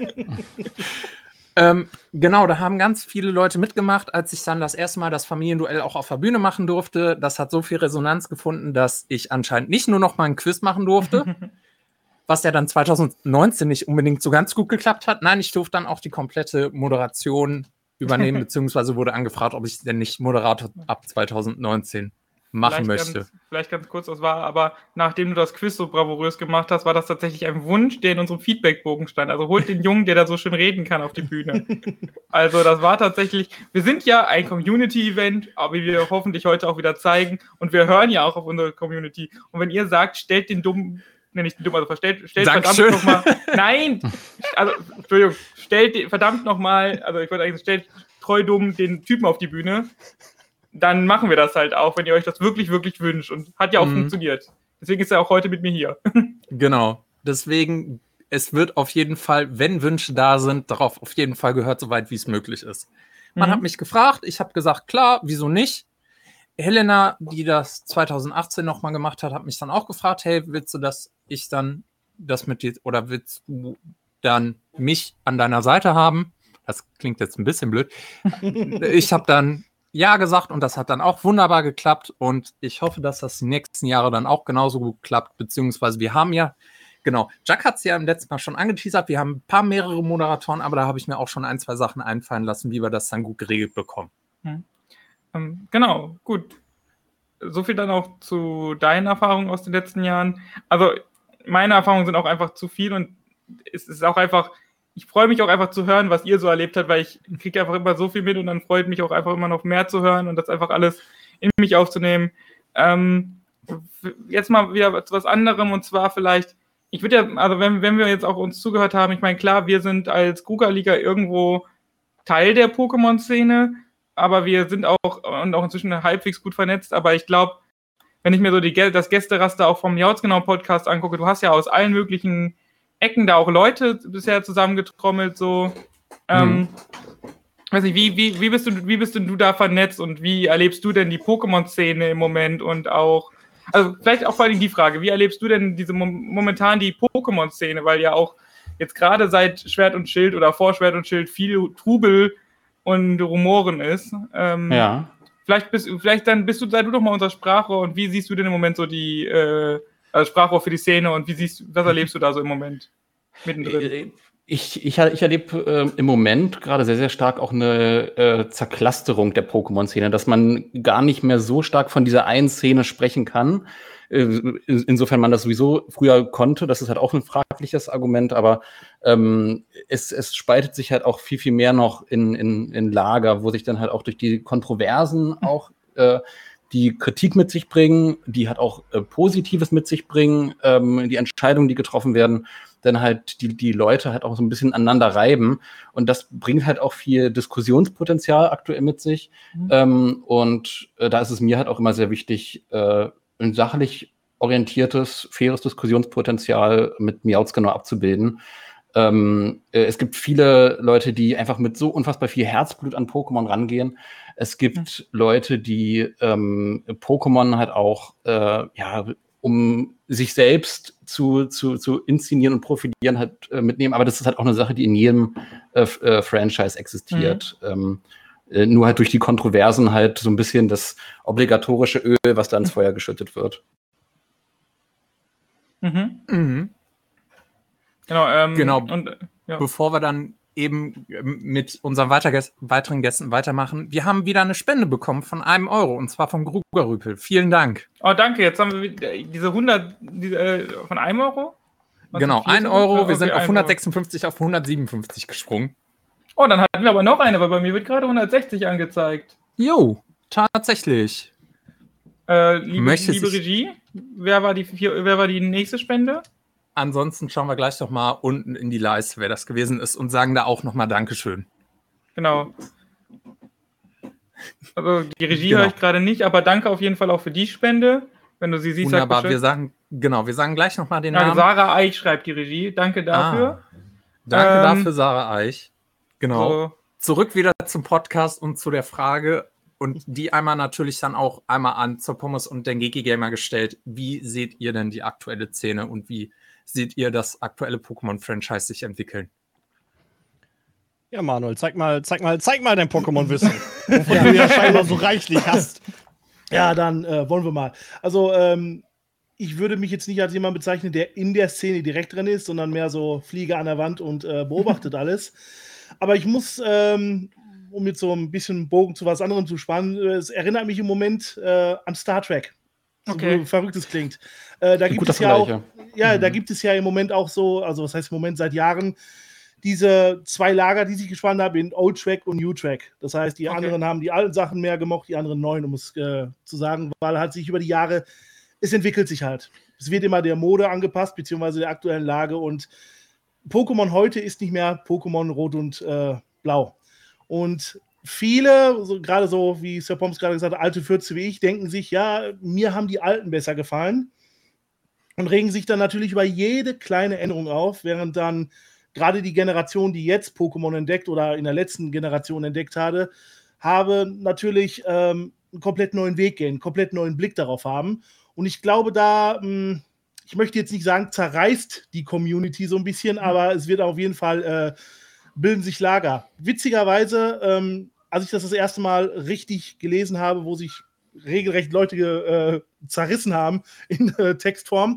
Genau, da haben ganz viele Leute mitgemacht, als ich dann das erste Mal das Familienduell auch auf der Bühne machen durfte. Das hat so viel Resonanz gefunden, dass ich anscheinend nicht nur noch mal ein Quiz machen durfte, was ja dann 2019 nicht unbedingt so ganz gut geklappt hat. Nein, ich durfte dann auch die komplette Moderation übernehmen, beziehungsweise wurde angefragt, ob ich denn nicht Moderator ab 2019 machen möchte. Vielleicht ganz kurz, das war aber, nachdem du das Quiz so bravourös gemacht hast, war das tatsächlich ein Wunsch, der in unserem Feedbackbogen stand. Also holt den Jungen, der da so schön reden kann, auf die Bühne. Also das war tatsächlich, wir sind ja ein Community-Event, aber wie wir hoffentlich heute auch wieder zeigen und wir hören ja auch auf unsere Community. Und wenn ihr sagt, stellt den dummen, nicht den dummen, also stellt verdammt nochmal, nein, also, Entschuldigung, stellt verdammt nochmal, also ich wollte eigentlich, stellt treu dumm den Typen auf die Bühne, dann machen wir das halt auch, wenn ihr euch das wirklich, wirklich wünscht. Und hat ja auch funktioniert. Deswegen ist er auch heute mit mir hier. Genau. Deswegen, es wird auf jeden Fall, wenn Wünsche da sind, darauf auf jeden Fall gehört, soweit wie es möglich ist. Man hat mich gefragt, ich habe gesagt, klar, wieso nicht? Helena, die das 2018 nochmal gemacht hat, hat mich dann auch gefragt, hey, willst du, dass ich dann das mit dir, oder willst du dann mich an deiner Seite haben? Das klingt jetzt ein bisschen blöd. Ich habe dann ja gesagt und das hat dann auch wunderbar geklappt und ich hoffe, dass das die nächsten Jahre dann auch genauso gut klappt, beziehungsweise wir haben ja Genau. Jack hat es ja im letzten Mal schon angeteasert. Wir haben mehrere Moderatoren, aber da habe ich mir auch schon 1, 2 Sachen einfallen lassen, wie wir das dann gut geregelt bekommen. Genau, gut. So viel dann auch zu deinen Erfahrungen aus den letzten Jahren. Also meine Erfahrungen sind auch einfach zu viel und es ist auch einfach, ich freue mich auch einfach zu hören, was ihr so erlebt habt, weil ich kriege einfach immer so viel mit und dann freut mich auch einfach immer noch mehr zu hören und das einfach alles in mich aufzunehmen. Jetzt mal wieder zu was anderem und zwar vielleicht, ich würde ja, also wenn wir jetzt auch uns zugehört haben, ich meine, klar, wir sind als Guga-Liga irgendwo Teil der Pokémon-Szene, aber wir sind auch und auch inzwischen halbwegs gut vernetzt, aber ich glaube, wenn ich mir so das Gästeraster auch vom Jautzgenau-Podcast angucke, du hast ja aus allen möglichen Ecken da auch Leute bisher zusammengetrommelt, so. Weiß nicht, wie bist denn du da vernetzt und wie erlebst du denn die Pokémon-Szene im Moment und auch, also vielleicht auch vor allem die Frage, wie erlebst du denn momentan die Pokémon-Szene, weil ja auch jetzt gerade seit Schwert und Schild oder vor Schwert und Schild viel Trubel und Rumoren ist. Ja. Vielleicht dann sei du doch mal unser Sprachrohr und wie siehst du denn im Moment so die Sprachrohr für die Szene und was erlebst du da so im Moment mittendrin? Ich erlebe im Moment gerade sehr, sehr stark auch eine Zerklasterung der Pokémon-Szene, dass man gar nicht mehr so stark von dieser einen Szene sprechen kann. Insofern man das sowieso früher konnte, das ist halt auch ein fragliches Argument, aber es spaltet sich halt auch viel, viel mehr noch in Lager, wo sich dann halt auch durch die Kontroversen auch die Kritik mit sich bringen, die halt auch Positives mit sich bringen, die Entscheidungen, die getroffen werden, dann halt die Leute halt auch so ein bisschen aneinander reiben. Und das bringt halt auch viel Diskussionspotenzial aktuell mit sich. Und da ist es mir halt auch immer sehr wichtig, ein sachlich orientiertes, faires Diskussionspotenzial mit Miauzgenau abzubilden. Es gibt viele Leute, die einfach mit so unfassbar viel Herzblut an Pokémon rangehen. Es gibt Leute, die Pokémon halt auch um sich selbst zu inszenieren und profilieren, halt mitnehmen. Aber das ist halt auch eine Sache, die in jedem Franchise existiert. Nur halt durch die Kontroversen halt so ein bisschen das obligatorische Öl, was da ins Feuer geschüttet wird. Genau. Und, bevor wir dann eben mit unseren weiteren Gästen weitermachen, wir haben wieder eine Spende bekommen von €1 und zwar vom Grugerrüpel. Vielen Dank. Oh, danke. Jetzt haben wir diese 100 von €1? Genau, €1. Wir sind auf 156 auf 157 gesprungen. Oh, dann hatten wir aber noch eine, weil bei mir wird gerade 160 angezeigt. Jo, tatsächlich. Liebe Regie, wer war die nächste Spende? Ansonsten schauen wir gleich noch mal unten in die Leiste, wer das gewesen ist und sagen da auch noch mal Dankeschön. Genau. Also die Regie höre ich gerade nicht, aber danke auf jeden Fall auch für die Spende. Wenn du sie siehst, wunderbar, wir sagen gleich noch mal den Namen. Sarah Eich schreibt die Regie. Danke dafür. Danke dafür, Sarah Eich. Genau. So. Zurück wieder zum Podcast und zu der Frage und die einmal natürlich dann auch einmal an zur Pommes und den Geeky Gamer gestellt. Wie seht ihr denn die aktuelle Szene und wie seht ihr das aktuelle Pokémon-Franchise sich entwickeln? Ja, Manuel, zeig mal dein Pokémon-Wissen, wovon du ja scheinbar so reichlich hast. Ja, dann wollen wir mal. Also, ich würde mich jetzt nicht als jemand bezeichnen, der in der Szene direkt drin ist, sondern mehr so Fliege an der Wand und beobachtet alles. Aber ich muss, um jetzt so ein bisschen Bogen zu was anderem zu spannen, es erinnert mich im Moment an Star Trek. Okay. So verrückt es klingt. Da gibt es ja auch, da gibt es ja im Moment auch so, also was heißt im Moment, seit Jahren, diese zwei Lager, die sich gespannt haben in Old Track und New Track. Das heißt, die anderen haben die alten Sachen mehr gemocht, die anderen neuen, um es zu sagen, weil halt sich über die Jahre, es entwickelt sich halt. Es wird immer der Mode angepasst, beziehungsweise der aktuellen Lage und Pokémon heute ist nicht mehr Pokémon Rot und Blau. Und viele, gerade so, wie Sir Poms gerade gesagt hat, alte Fürze wie ich, denken sich, ja, mir haben die Alten besser gefallen und regen sich dann natürlich über jede kleine Änderung auf, während dann gerade die Generation, die jetzt Pokémon entdeckt oder in der letzten Generation entdeckt habe natürlich einen komplett neuen Weg gehen, einen komplett neuen Blick darauf haben. Und ich glaube, da, ich möchte jetzt nicht sagen, zerreißt die Community so ein bisschen, aber es wird auf jeden Fall, bilden sich Lager. Witzigerweise, als ich das erste Mal richtig gelesen habe, wo sich regelrecht Leute zerrissen haben in Textform,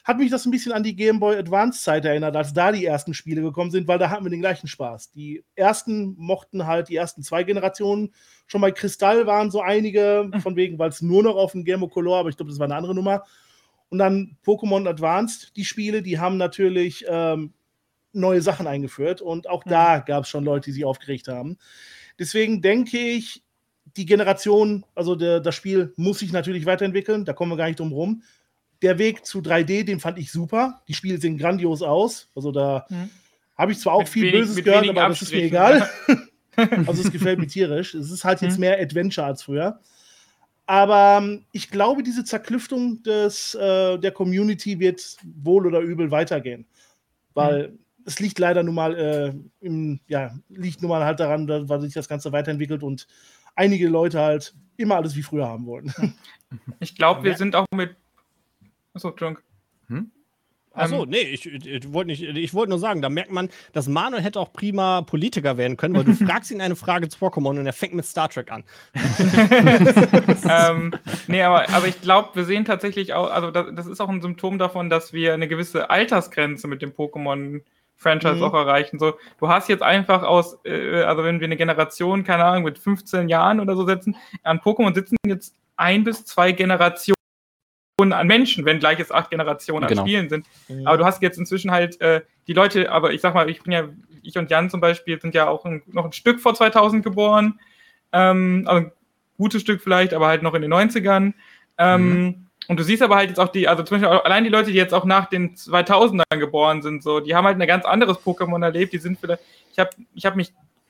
hat mich das ein bisschen an die Game Boy Advance-Zeit erinnert, als da die ersten Spiele gekommen sind, weil da hatten wir den gleichen Spaß. Die ersten mochten halt die ersten 2 Generationen. Schon bei Kristall waren so einige, von wegen, weil es nur noch auf dem Game Boy Color, aber ich glaube, das war eine andere Nummer. Und dann Pokémon Advanced, die Spiele, die haben natürlich neue Sachen eingeführt und auch da gab es schon Leute, die sich aufgeregt haben. Deswegen denke ich, die Generation, also das Spiel muss sich natürlich weiterentwickeln, da kommen wir gar nicht drum rum. Der Weg zu 3D, den fand ich super. Die Spiele sehen grandios aus. Also da habe ich zwar auch viel Böses gehört, aber das ist mir egal. Also es gefällt mir tierisch. Es ist halt jetzt mehr Adventure als früher. Aber ich glaube, diese Zerklüftung der Community wird wohl oder übel weitergehen. Weil es liegt leider nun mal halt daran, weil sich das Ganze weiterentwickelt und einige Leute halt immer alles wie früher haben wollen. Ich glaube, wir sind auch mit. Achso, Junk. Achso, nee, ich wollte nur sagen, da merkt man, dass Manuel hätte auch prima Politiker werden können, weil du fragst ihn eine Frage zu Pokémon und er fängt mit Star Trek an. Nee, aber ich glaube, wir sehen tatsächlich auch, also das ist auch ein Symptom davon, dass wir eine gewisse Altersgrenze mit dem Pokémon-Franchise auch erreichen. So, du hast jetzt einfach also wenn wir eine Generation, keine Ahnung, mit 15 Jahren oder so setzen, an Pokémon sitzen jetzt 1 bis 2 Generationen an Menschen, wenn gleich jetzt 8 Generationen an Spielen sind. Aber du hast jetzt inzwischen halt die Leute, aber ich sag mal, ich und Jan zum Beispiel sind ja auch noch ein Stück vor 2000 geboren. Also ein gutes Stück vielleicht, aber halt noch in den 90ern. Und du siehst aber halt jetzt auch also zum Beispiel allein die Leute, die jetzt auch nach den 2000ern geboren sind, so, die haben halt ein ganz anderes Pokémon erlebt. Die sind vielleicht, ich habe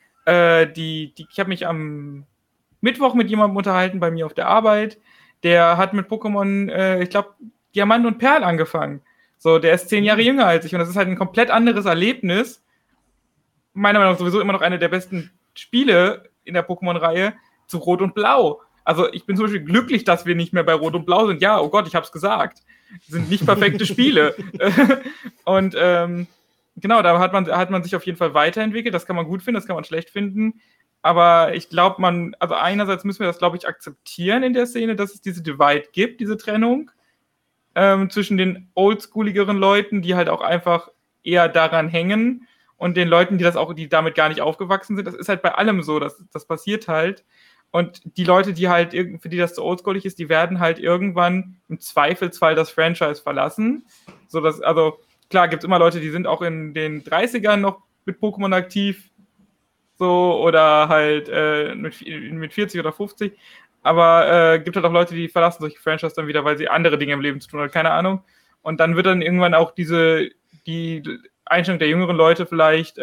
mich am Mittwoch mit jemandem unterhalten bei mir auf der Arbeit. Der hat mit Pokémon, ich glaube, Diamant und Perl angefangen. So, der ist 10 Jahre jünger als ich und das ist halt ein komplett anderes Erlebnis. Meiner Meinung nach sowieso immer noch eine der besten Spiele in der Pokémon-Reihe zu Rot und Blau. Also ich bin zum Beispiel glücklich, dass wir nicht mehr bei Rot und Blau sind. Ja, oh Gott, ich hab's gesagt. Sind nicht perfekte Spiele. Und genau, da hat man sich auf jeden Fall weiterentwickelt. Das kann man gut finden, das kann man schlecht finden. Aber ich glaube, also einerseits müssen wir das, glaube ich, akzeptieren in der Szene, dass es diese Divide gibt, diese Trennung zwischen den oldschooligeren Leuten, die halt auch einfach eher daran hängen und den Leuten, die damit gar nicht aufgewachsen sind. Das ist halt bei allem so, das passiert halt. Und die Leute, für die das so oldschoolig ist, die werden halt irgendwann im Zweifelsfall das Franchise verlassen. Also klar, gibt es immer Leute, die sind auch in den 30ern noch mit Pokémon aktiv, so, oder halt mit 40 oder 50. Aber gibt halt auch Leute, die verlassen solche Franchise dann wieder, weil sie andere Dinge im Leben zu tun haben, keine Ahnung. Und dann wird dann irgendwann auch die Einstellung der jüngeren Leute vielleicht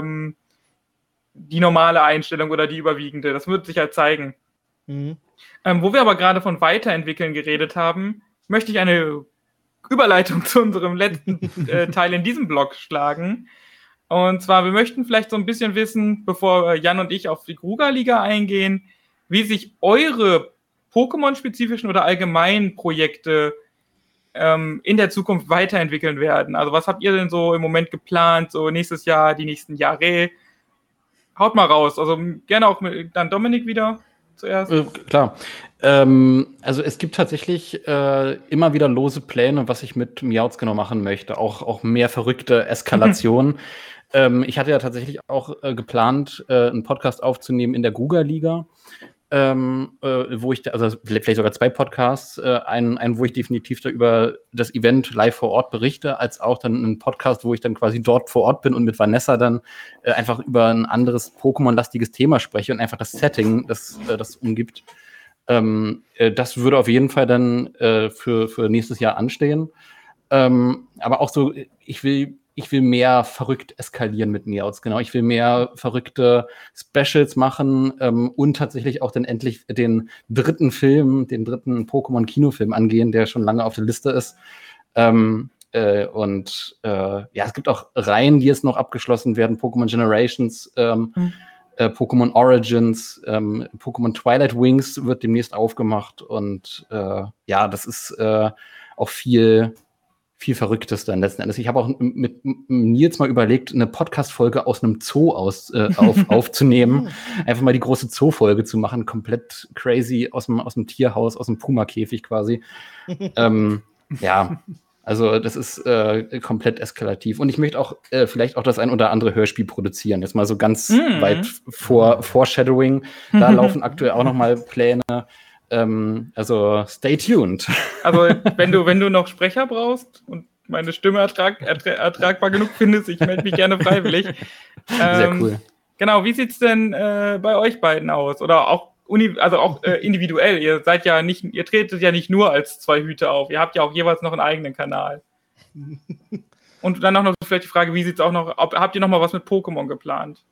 die normale Einstellung oder die überwiegende. Das wird sich halt zeigen. Wo wir aber gerade von Weiterentwickeln geredet haben, möchte ich eine Überleitung zu unserem letzten Teil in diesem Blog schlagen. Und zwar, wir möchten vielleicht so ein bisschen wissen, bevor Jan und ich auf die Kruger-Liga eingehen, wie sich eure Pokémon-spezifischen oder allgemeinen Projekte in der Zukunft weiterentwickeln werden. Also was habt ihr denn so im Moment geplant, so nächstes Jahr, die nächsten Jahre? Haut mal raus. Also gerne auch dann Dominik wieder zuerst. Klar. Also es gibt tatsächlich immer wieder lose Pläne, was ich mit Meowth genau machen möchte. Auch mehr verrückte Eskalationen. Ich hatte ja tatsächlich auch geplant, einen Podcast aufzunehmen in der Kruger-Liga, wo ich, also vielleicht sogar 2 Podcasts, einen, wo ich definitiv da über das Event live vor Ort berichte, als auch dann einen Podcast, wo ich dann quasi dort vor Ort bin und mit Vanessa dann einfach über ein anderes Pokémon-lastiges Thema spreche und einfach das Setting, das umgibt. Das würde auf jeden Fall dann für nächstes Jahr anstehen. Aber auch so, ich will mehr verrückt eskalieren mit Meowth, genau. Ich will mehr verrückte Specials machen und tatsächlich auch dann endlich den dritten Pokémon-Kinofilm angehen, der schon lange auf der Liste ist. Es gibt auch Reihen, die jetzt noch abgeschlossen werden. Pokémon Generations, Pokémon Origins, Pokémon Twilight Wings wird demnächst aufgemacht. Und das ist auch viel Verrücktes dann letzten Endes. Ich habe auch mit Nils mal überlegt, eine Podcast-Folge aus einem Zoo aufzunehmen. Einfach mal die große Zoo-Folge zu machen, komplett crazy aus dem Tierhaus, aus dem Puma-Käfig quasi. Also das ist komplett eskalativ. Und ich möchte auch vielleicht auch das ein oder andere Hörspiel produzieren. Jetzt mal so ganz weit vor Foreshadowing. Da laufen aktuell auch noch mal Pläne. Also stay tuned. Also wenn du noch Sprecher brauchst und meine Stimme ertragbar genug findest, ich melde mich gerne freiwillig. Sehr cool. Genau, wie sieht's denn bei euch beiden aus? Oder auch individuell. Ihr tretet ja nicht nur als zwei Hüte auf. Ihr habt ja auch jeweils noch einen eigenen Kanal. Und dann noch vielleicht die Frage, wie sieht's auch noch? Habt ihr noch mal was mit Pokémon geplant?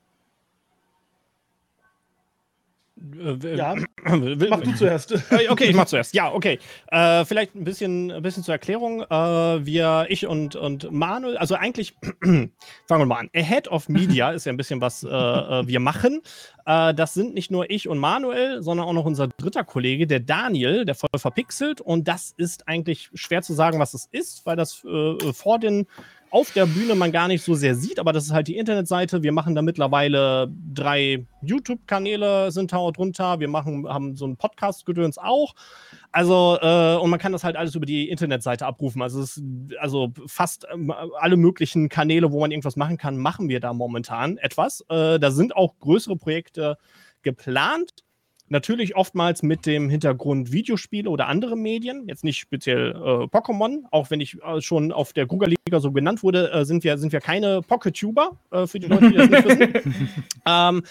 Ja, mach du zuerst. Okay, ich mach zuerst. Ja, okay. Vielleicht ein bisschen zur Erklärung. Ich und Manuel, also eigentlich, fangen wir mal an. Ahead of Media ist ja ein bisschen was wir machen. Das sind nicht nur ich und Manuel, sondern auch noch unser dritter Kollege, der Daniel, der voll verpixelt. Und das ist eigentlich schwer zu sagen, was es ist, weil das auf der Bühne man gar nicht so sehr sieht, aber das ist halt die Internetseite. Wir machen da mittlerweile 3 YouTube-Kanäle sind da drunter. Wir haben so einen Podcast-Gedöns auch. Also, und man kann das halt alles über die Internetseite abrufen. Also fast alle möglichen Kanäle, wo man irgendwas machen kann, machen wir da momentan etwas. Da sind auch größere Projekte geplant. Natürlich oftmals mit dem Hintergrund Videospiele oder andere Medien, jetzt nicht speziell Pokémon, auch wenn ich schon auf der Google-Liga so genannt wurde, sind wir keine Pocket-Tuber, für die Leute, die das nicht wissen.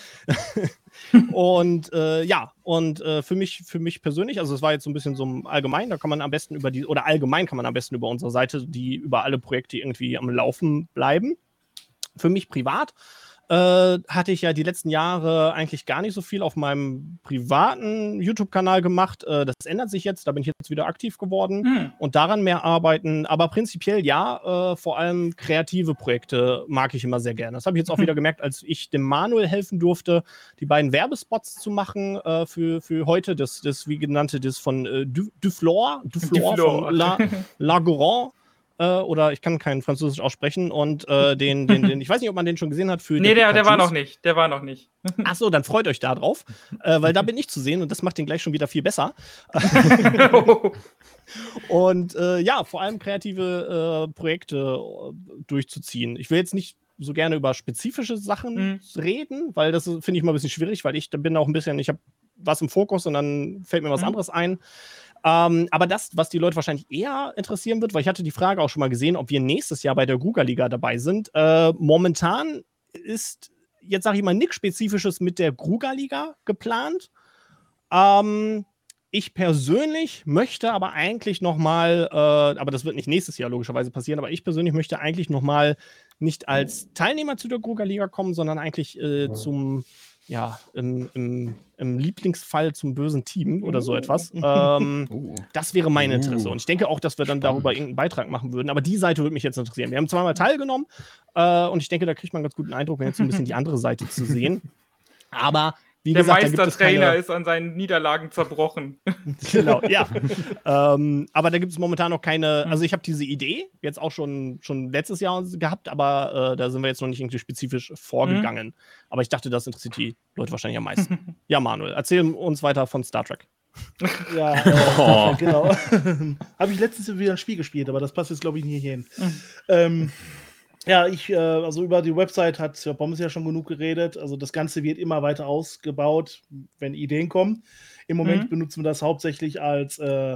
Für mich persönlich, also es war jetzt so ein bisschen so allgemein, da kann man am besten über unsere Seite, die über alle Projekte irgendwie am Laufen bleiben. Für mich privat hatte ich ja die letzten Jahre eigentlich gar nicht so viel auf meinem privaten YouTube-Kanal gemacht. Das ändert sich jetzt, da bin ich jetzt wieder aktiv geworden und daran mehr arbeiten. Aber prinzipiell ja, vor allem kreative Projekte mag ich immer sehr gerne. Das habe ich jetzt auch wieder gemerkt, als ich dem Manuel helfen durfte, die beiden Werbespots zu machen für heute. Das wie genannte, das von Duflor von La Gourand. Oder ich kann kein Französisch aussprechen und den ich weiß nicht, ob man den schon gesehen hat. Der war noch nicht. Der war noch nicht. Achso, dann freut euch da drauf, weil da bin ich zu sehen und das macht den gleich schon wieder viel besser. Und vor allem kreative Projekte durchzuziehen. Ich will jetzt nicht so gerne über spezifische Sachen reden, weil das finde ich mal ein bisschen schwierig, weil ich bin auch ein bisschen, ich habe was im Fokus und dann fällt mir was anderes ein. Aber das, was die Leute wahrscheinlich eher interessieren wird, weil ich hatte die Frage auch schon mal gesehen, ob wir nächstes Jahr bei der Gruga-Liga dabei sind. Momentan ist, jetzt sage ich mal, nichts Spezifisches mit der Gruga-Liga geplant. Ich persönlich möchte aber eigentlich nochmal, aber das wird nicht nächstes Jahr logischerweise passieren, aber ich persönlich möchte eigentlich nochmal nicht als Teilnehmer zu der Gruga-Liga kommen, sondern eigentlich im Lieblingsfall zum bösen Team oder so etwas. Das wäre mein Interesse. Und ich denke auch, dass wir dann darüber irgendeinen Beitrag machen würden. Aber die Seite würde mich jetzt interessieren. Wir haben zweimal teilgenommen und ich denke, da kriegt man einen ganz guten Eindruck, wenn jetzt ein bisschen die andere Seite zu sehen. Aber wie gesagt, der Meistertrainer ist an seinen Niederlagen zerbrochen. Genau, ja. Aber da gibt es momentan noch keine, also ich habe diese Idee jetzt auch schon letztes Jahr gehabt, aber da sind wir jetzt noch nicht irgendwie spezifisch vorgegangen. Aber ich dachte, das interessiert die Leute wahrscheinlich am meisten. Ja, Manuel, erzähl uns weiter von Star Trek. Ja, genau. Habe ich letztens wieder ein Spiel gespielt, aber das passt jetzt, glaube ich, nicht hin. Ja, also über die Website hat Sir Pommes ja schon genug geredet. Also das Ganze wird immer weiter ausgebaut, wenn Ideen kommen. Im Moment benutzen wir das hauptsächlich als,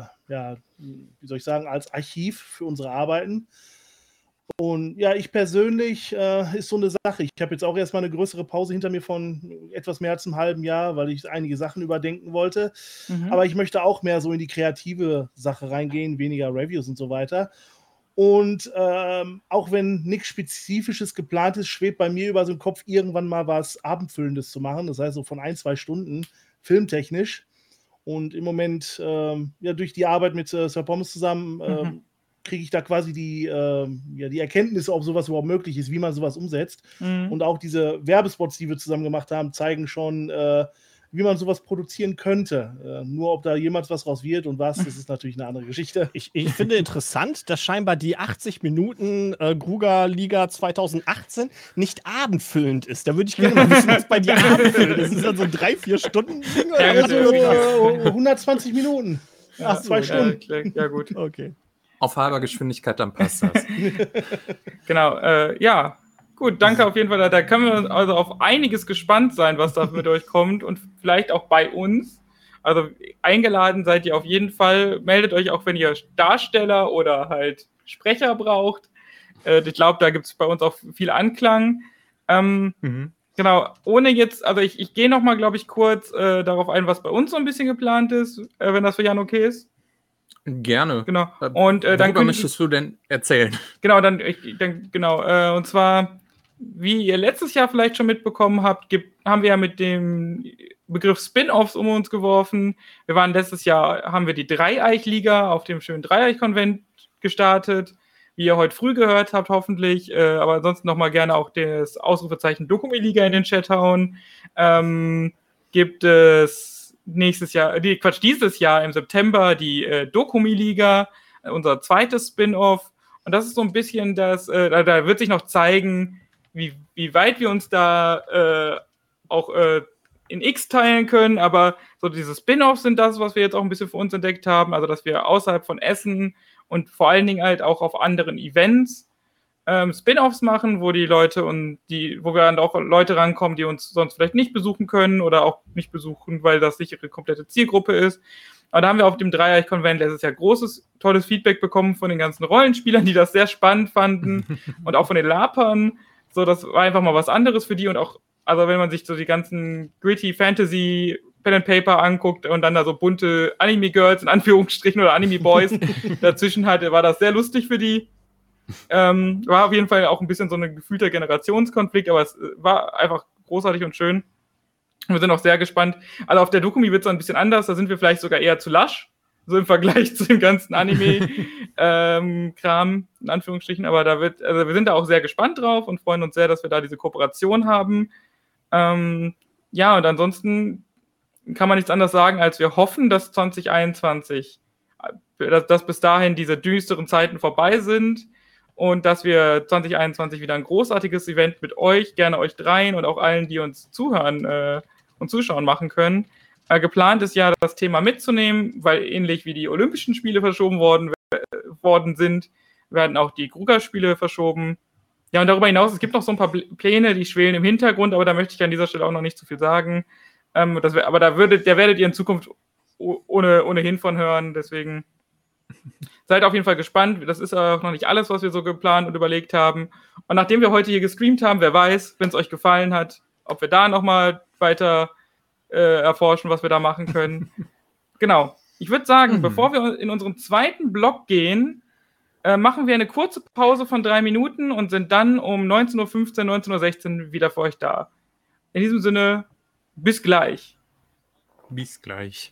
als Archiv für unsere Arbeiten. Und ja, ich persönlich ist so eine Sache. Ich habe jetzt auch erstmal eine größere Pause hinter mir von etwas mehr als einem halben Jahr, weil ich einige Sachen überdenken wollte. Aber ich möchte auch mehr so in die kreative Sache reingehen, weniger Reviews und so weiter. Und auch wenn nichts Spezifisches geplant ist, schwebt bei mir über so den Kopf, irgendwann mal was Abendfüllendes zu machen. Das heißt so von 1-2 Stunden, filmtechnisch. Und im Moment, durch die Arbeit mit Sir Pommes zusammen, kriege ich da quasi die Erkenntnisse, ob sowas überhaupt möglich ist, wie man sowas umsetzt. Und auch diese Werbespots, die wir zusammen gemacht haben, zeigen schon, wie man sowas produzieren könnte. Nur ob da jemals was raus wird und was, das ist natürlich eine andere Geschichte. Ich finde interessant, dass scheinbar die 80 Minuten Gruga-Liga 2018 nicht abendfüllend ist. Da würde ich gerne mal wissen, was bei dir abendfüllend ist. Das ist dann so ein 3-4 Stunden Ding oder also 120 Minuten. Ach, 2 Stunden. Ja, gut. Okay. auf halber Geschwindigkeit, dann passt das. Genau, ja. Gut, danke auf jeden Fall. Da können wir also auf einiges gespannt sein, was da mit euch kommt und vielleicht auch bei uns. Also eingeladen seid ihr auf jeden Fall. Meldet euch auch, wenn ihr Darsteller oder halt Sprecher braucht. Ich glaube, da gibt es bei uns auch viel Anklang. Genau, ohne jetzt, also ich gehe nochmal, glaube ich, kurz darauf ein, was bei uns so ein bisschen geplant ist, wenn das für Jan okay ist. Gerne. Genau. Und dann worüber möchtest du denn erzählen? Genau, genau. Und zwar, wie ihr letztes Jahr vielleicht schon mitbekommen habt, haben wir ja mit dem Begriff Spin-Offs um uns geworfen. Letztes Jahr haben wir die Dreieich-Liga auf dem schönen Dreieich-Konvent gestartet, wie ihr heute früh gehört habt, hoffentlich. Aber ansonsten nochmal gerne auch das Ausrufezeichen Dokumi-Liga in den Chat hauen. Gibt es dieses Jahr im September die Dokumi-Liga, unser zweites Spin-Off. Und das ist so ein bisschen das, da wird sich noch zeigen, wie weit wir uns da auch in X teilen können, aber so diese Spin-Offs sind das, was wir jetzt auch ein bisschen für uns entdeckt haben, also dass wir außerhalb von Essen und vor allen Dingen halt auch auf anderen Events Spin-Offs machen, wo die Leute wo wir dann auch Leute rankommen, die uns sonst vielleicht nicht besuchen können oder auch nicht besuchen, weil das nicht ihre komplette Zielgruppe ist. Aber da haben wir auf dem Dreieich-Konvent letztes Jahr tolles Feedback bekommen von den ganzen Rollenspielern, die das sehr spannend fanden und auch von den Lapern. So, das war einfach mal was anderes für die und auch, also wenn man sich so die ganzen gritty Fantasy Pen and Paper anguckt und dann da so bunte Anime-Girls in Anführungsstrichen oder Anime-Boys dazwischen hatte, war das sehr lustig für die. War auf jeden Fall auch ein bisschen so ein gefühlter Generationskonflikt, aber es war einfach großartig und schön. Wir sind auch sehr gespannt. Also auf der Dokumi wird es ein bisschen anders, da sind wir vielleicht sogar eher zu lasch, so im Vergleich zu dem ganzen Anime-Kram, in Anführungsstrichen, aber wir sind da auch sehr gespannt drauf und freuen uns sehr, dass wir da diese Kooperation haben. Ja, und ansonsten kann man nichts anderes sagen, als wir hoffen, dass 2021, dass bis dahin diese düsteren Zeiten vorbei sind und dass wir 2021 wieder ein großartiges Event mit euch, gerne euch dreien und auch allen, die uns zuhören und zuschauen machen können. Geplant ist ja, das Thema mitzunehmen, weil ähnlich wie die Olympischen Spiele verschoben worden sind, werden auch die Kruger-Spiele verschoben. Ja, und darüber hinaus, es gibt noch so ein paar Pläne, die schwelen im Hintergrund, aber da möchte ich an dieser Stelle auch noch nicht zu viel sagen. Aber da werdet ihr in Zukunft ohnehin von hören, deswegen seid auf jeden Fall gespannt. Das ist auch noch nicht alles, was wir so geplant und überlegt haben. Und nachdem wir heute hier gestreamt haben, wer weiß, wenn es euch gefallen hat, ob wir da nochmal weiter erforschen, was wir da machen können. Genau. Ich würde sagen, bevor wir in unseren zweiten Block gehen, machen wir eine kurze Pause von 3 Minuten und sind dann um 19.15 Uhr, 19.16 Uhr wieder für euch da. In diesem Sinne, bis gleich. Bis gleich.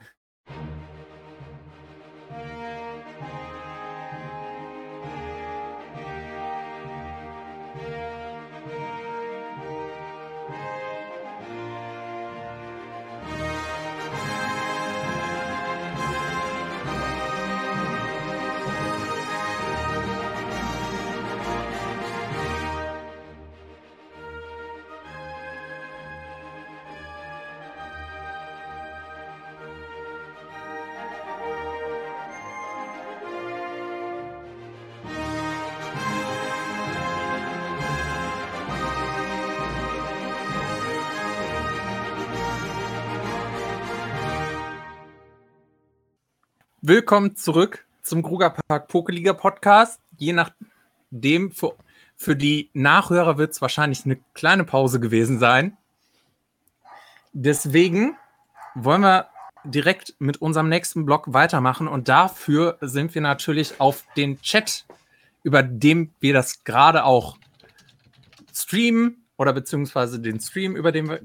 Willkommen zurück zum Krugerpark Pokeliga Podcast. Je nachdem, für die Nachhörer wird es wahrscheinlich eine kleine Pause gewesen sein. Deswegen wollen wir direkt mit unserem nächsten Blog weitermachen und dafür sind wir natürlich auf den Chat, über den wir das gerade auch streamen oder beziehungsweise den Stream, über den wir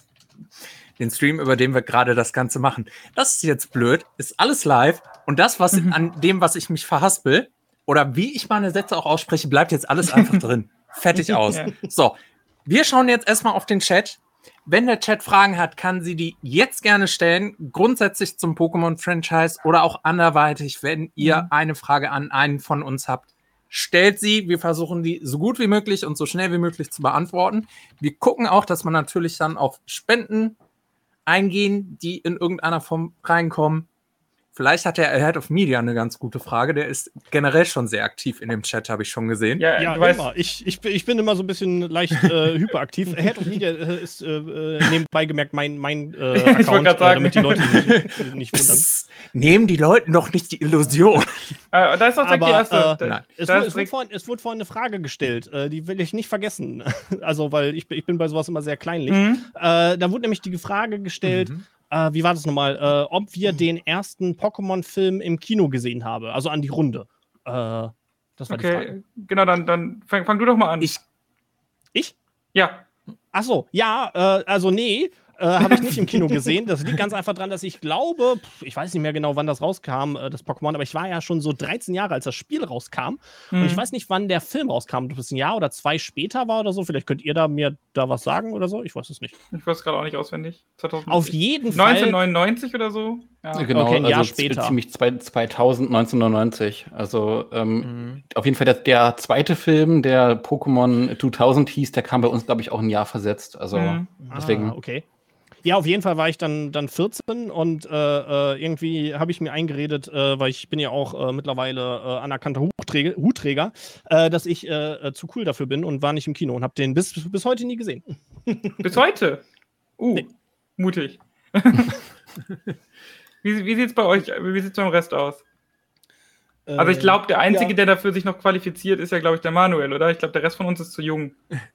gerade das Ganze machen. Das ist jetzt blöd, ist alles live und das, an dem, was ich mich verhaspel oder wie ich meine Sätze auch ausspreche, bleibt jetzt alles einfach drin. Fertig aus. So, wir schauen jetzt erstmal auf den Chat. Wenn der Chat Fragen hat, kann sie die jetzt gerne stellen, grundsätzlich zum Pokémon-Franchise oder auch anderweitig, wenn ihr eine Frage an einen von uns habt. Stellt sie, wir versuchen die so gut wie möglich und so schnell wie möglich zu beantworten. Wir gucken auch, dass man natürlich dann auf Spenden eingehen, die in irgendeiner Form reinkommen. Vielleicht hat der Head of Media eine ganz gute Frage. Der ist generell schon sehr aktiv in dem Chat, habe ich schon gesehen. Ja, du weißt, ich bin immer so ein bisschen leicht hyperaktiv. Head of Media ist nebenbei gemerkt mein Account, damit die Leute nicht wundern. Psst, nehmen die Leute doch nicht die Illusion. Da ist doch direkt die erste. Es wurde vorhin eine Frage gestellt, die will ich nicht vergessen. Also, weil ich bin bei sowas immer sehr kleinlich. Da wurde nämlich die Frage gestellt, wie war das nochmal? Ob wir den ersten Pokémon-Film im Kino gesehen haben. Also an die Runde. Das war die Frage. Genau, dann fang du doch mal an. Ich? Ja. Achso, ja, also nee. Habe ich nicht im Kino gesehen. Das liegt ganz einfach daran, dass ich glaube, ich weiß nicht mehr genau, wann das rauskam, das Pokémon, aber ich war ja schon so 13 Jahre, als das Spiel rauskam. Und ich weiß nicht, wann der Film rauskam, ob es ein Jahr oder 2 später war oder so. Vielleicht könnt ihr mir da was sagen oder so. Ich weiß es nicht. Ich weiß gerade auch nicht auswendig. 2000, auf jeden Fall. 1999 oder so? Ja. Genau, okay, ein Jahr also später. Ziemlich 2000, 1999. Also auf jeden Fall der zweite Film, der Pokémon 2000 hieß, der kam bei uns, glaube ich, auch ein Jahr versetzt. Also deswegen. Okay. Ja, auf jeden Fall war ich dann 14 und irgendwie habe ich mir eingeredet, weil ich bin ja auch mittlerweile anerkannter Hutträger, dass ich zu cool dafür bin und war nicht im Kino und habe den bis heute nie gesehen. Bis heute? Nee. Mutig. Wie sieht es bei euch, wie sieht es beim Rest aus? Also ich glaube, der Einzige, der dafür sich noch qualifiziert, ist ja, glaube ich, der Manuel, oder? Ich glaube, der Rest von uns ist zu jung.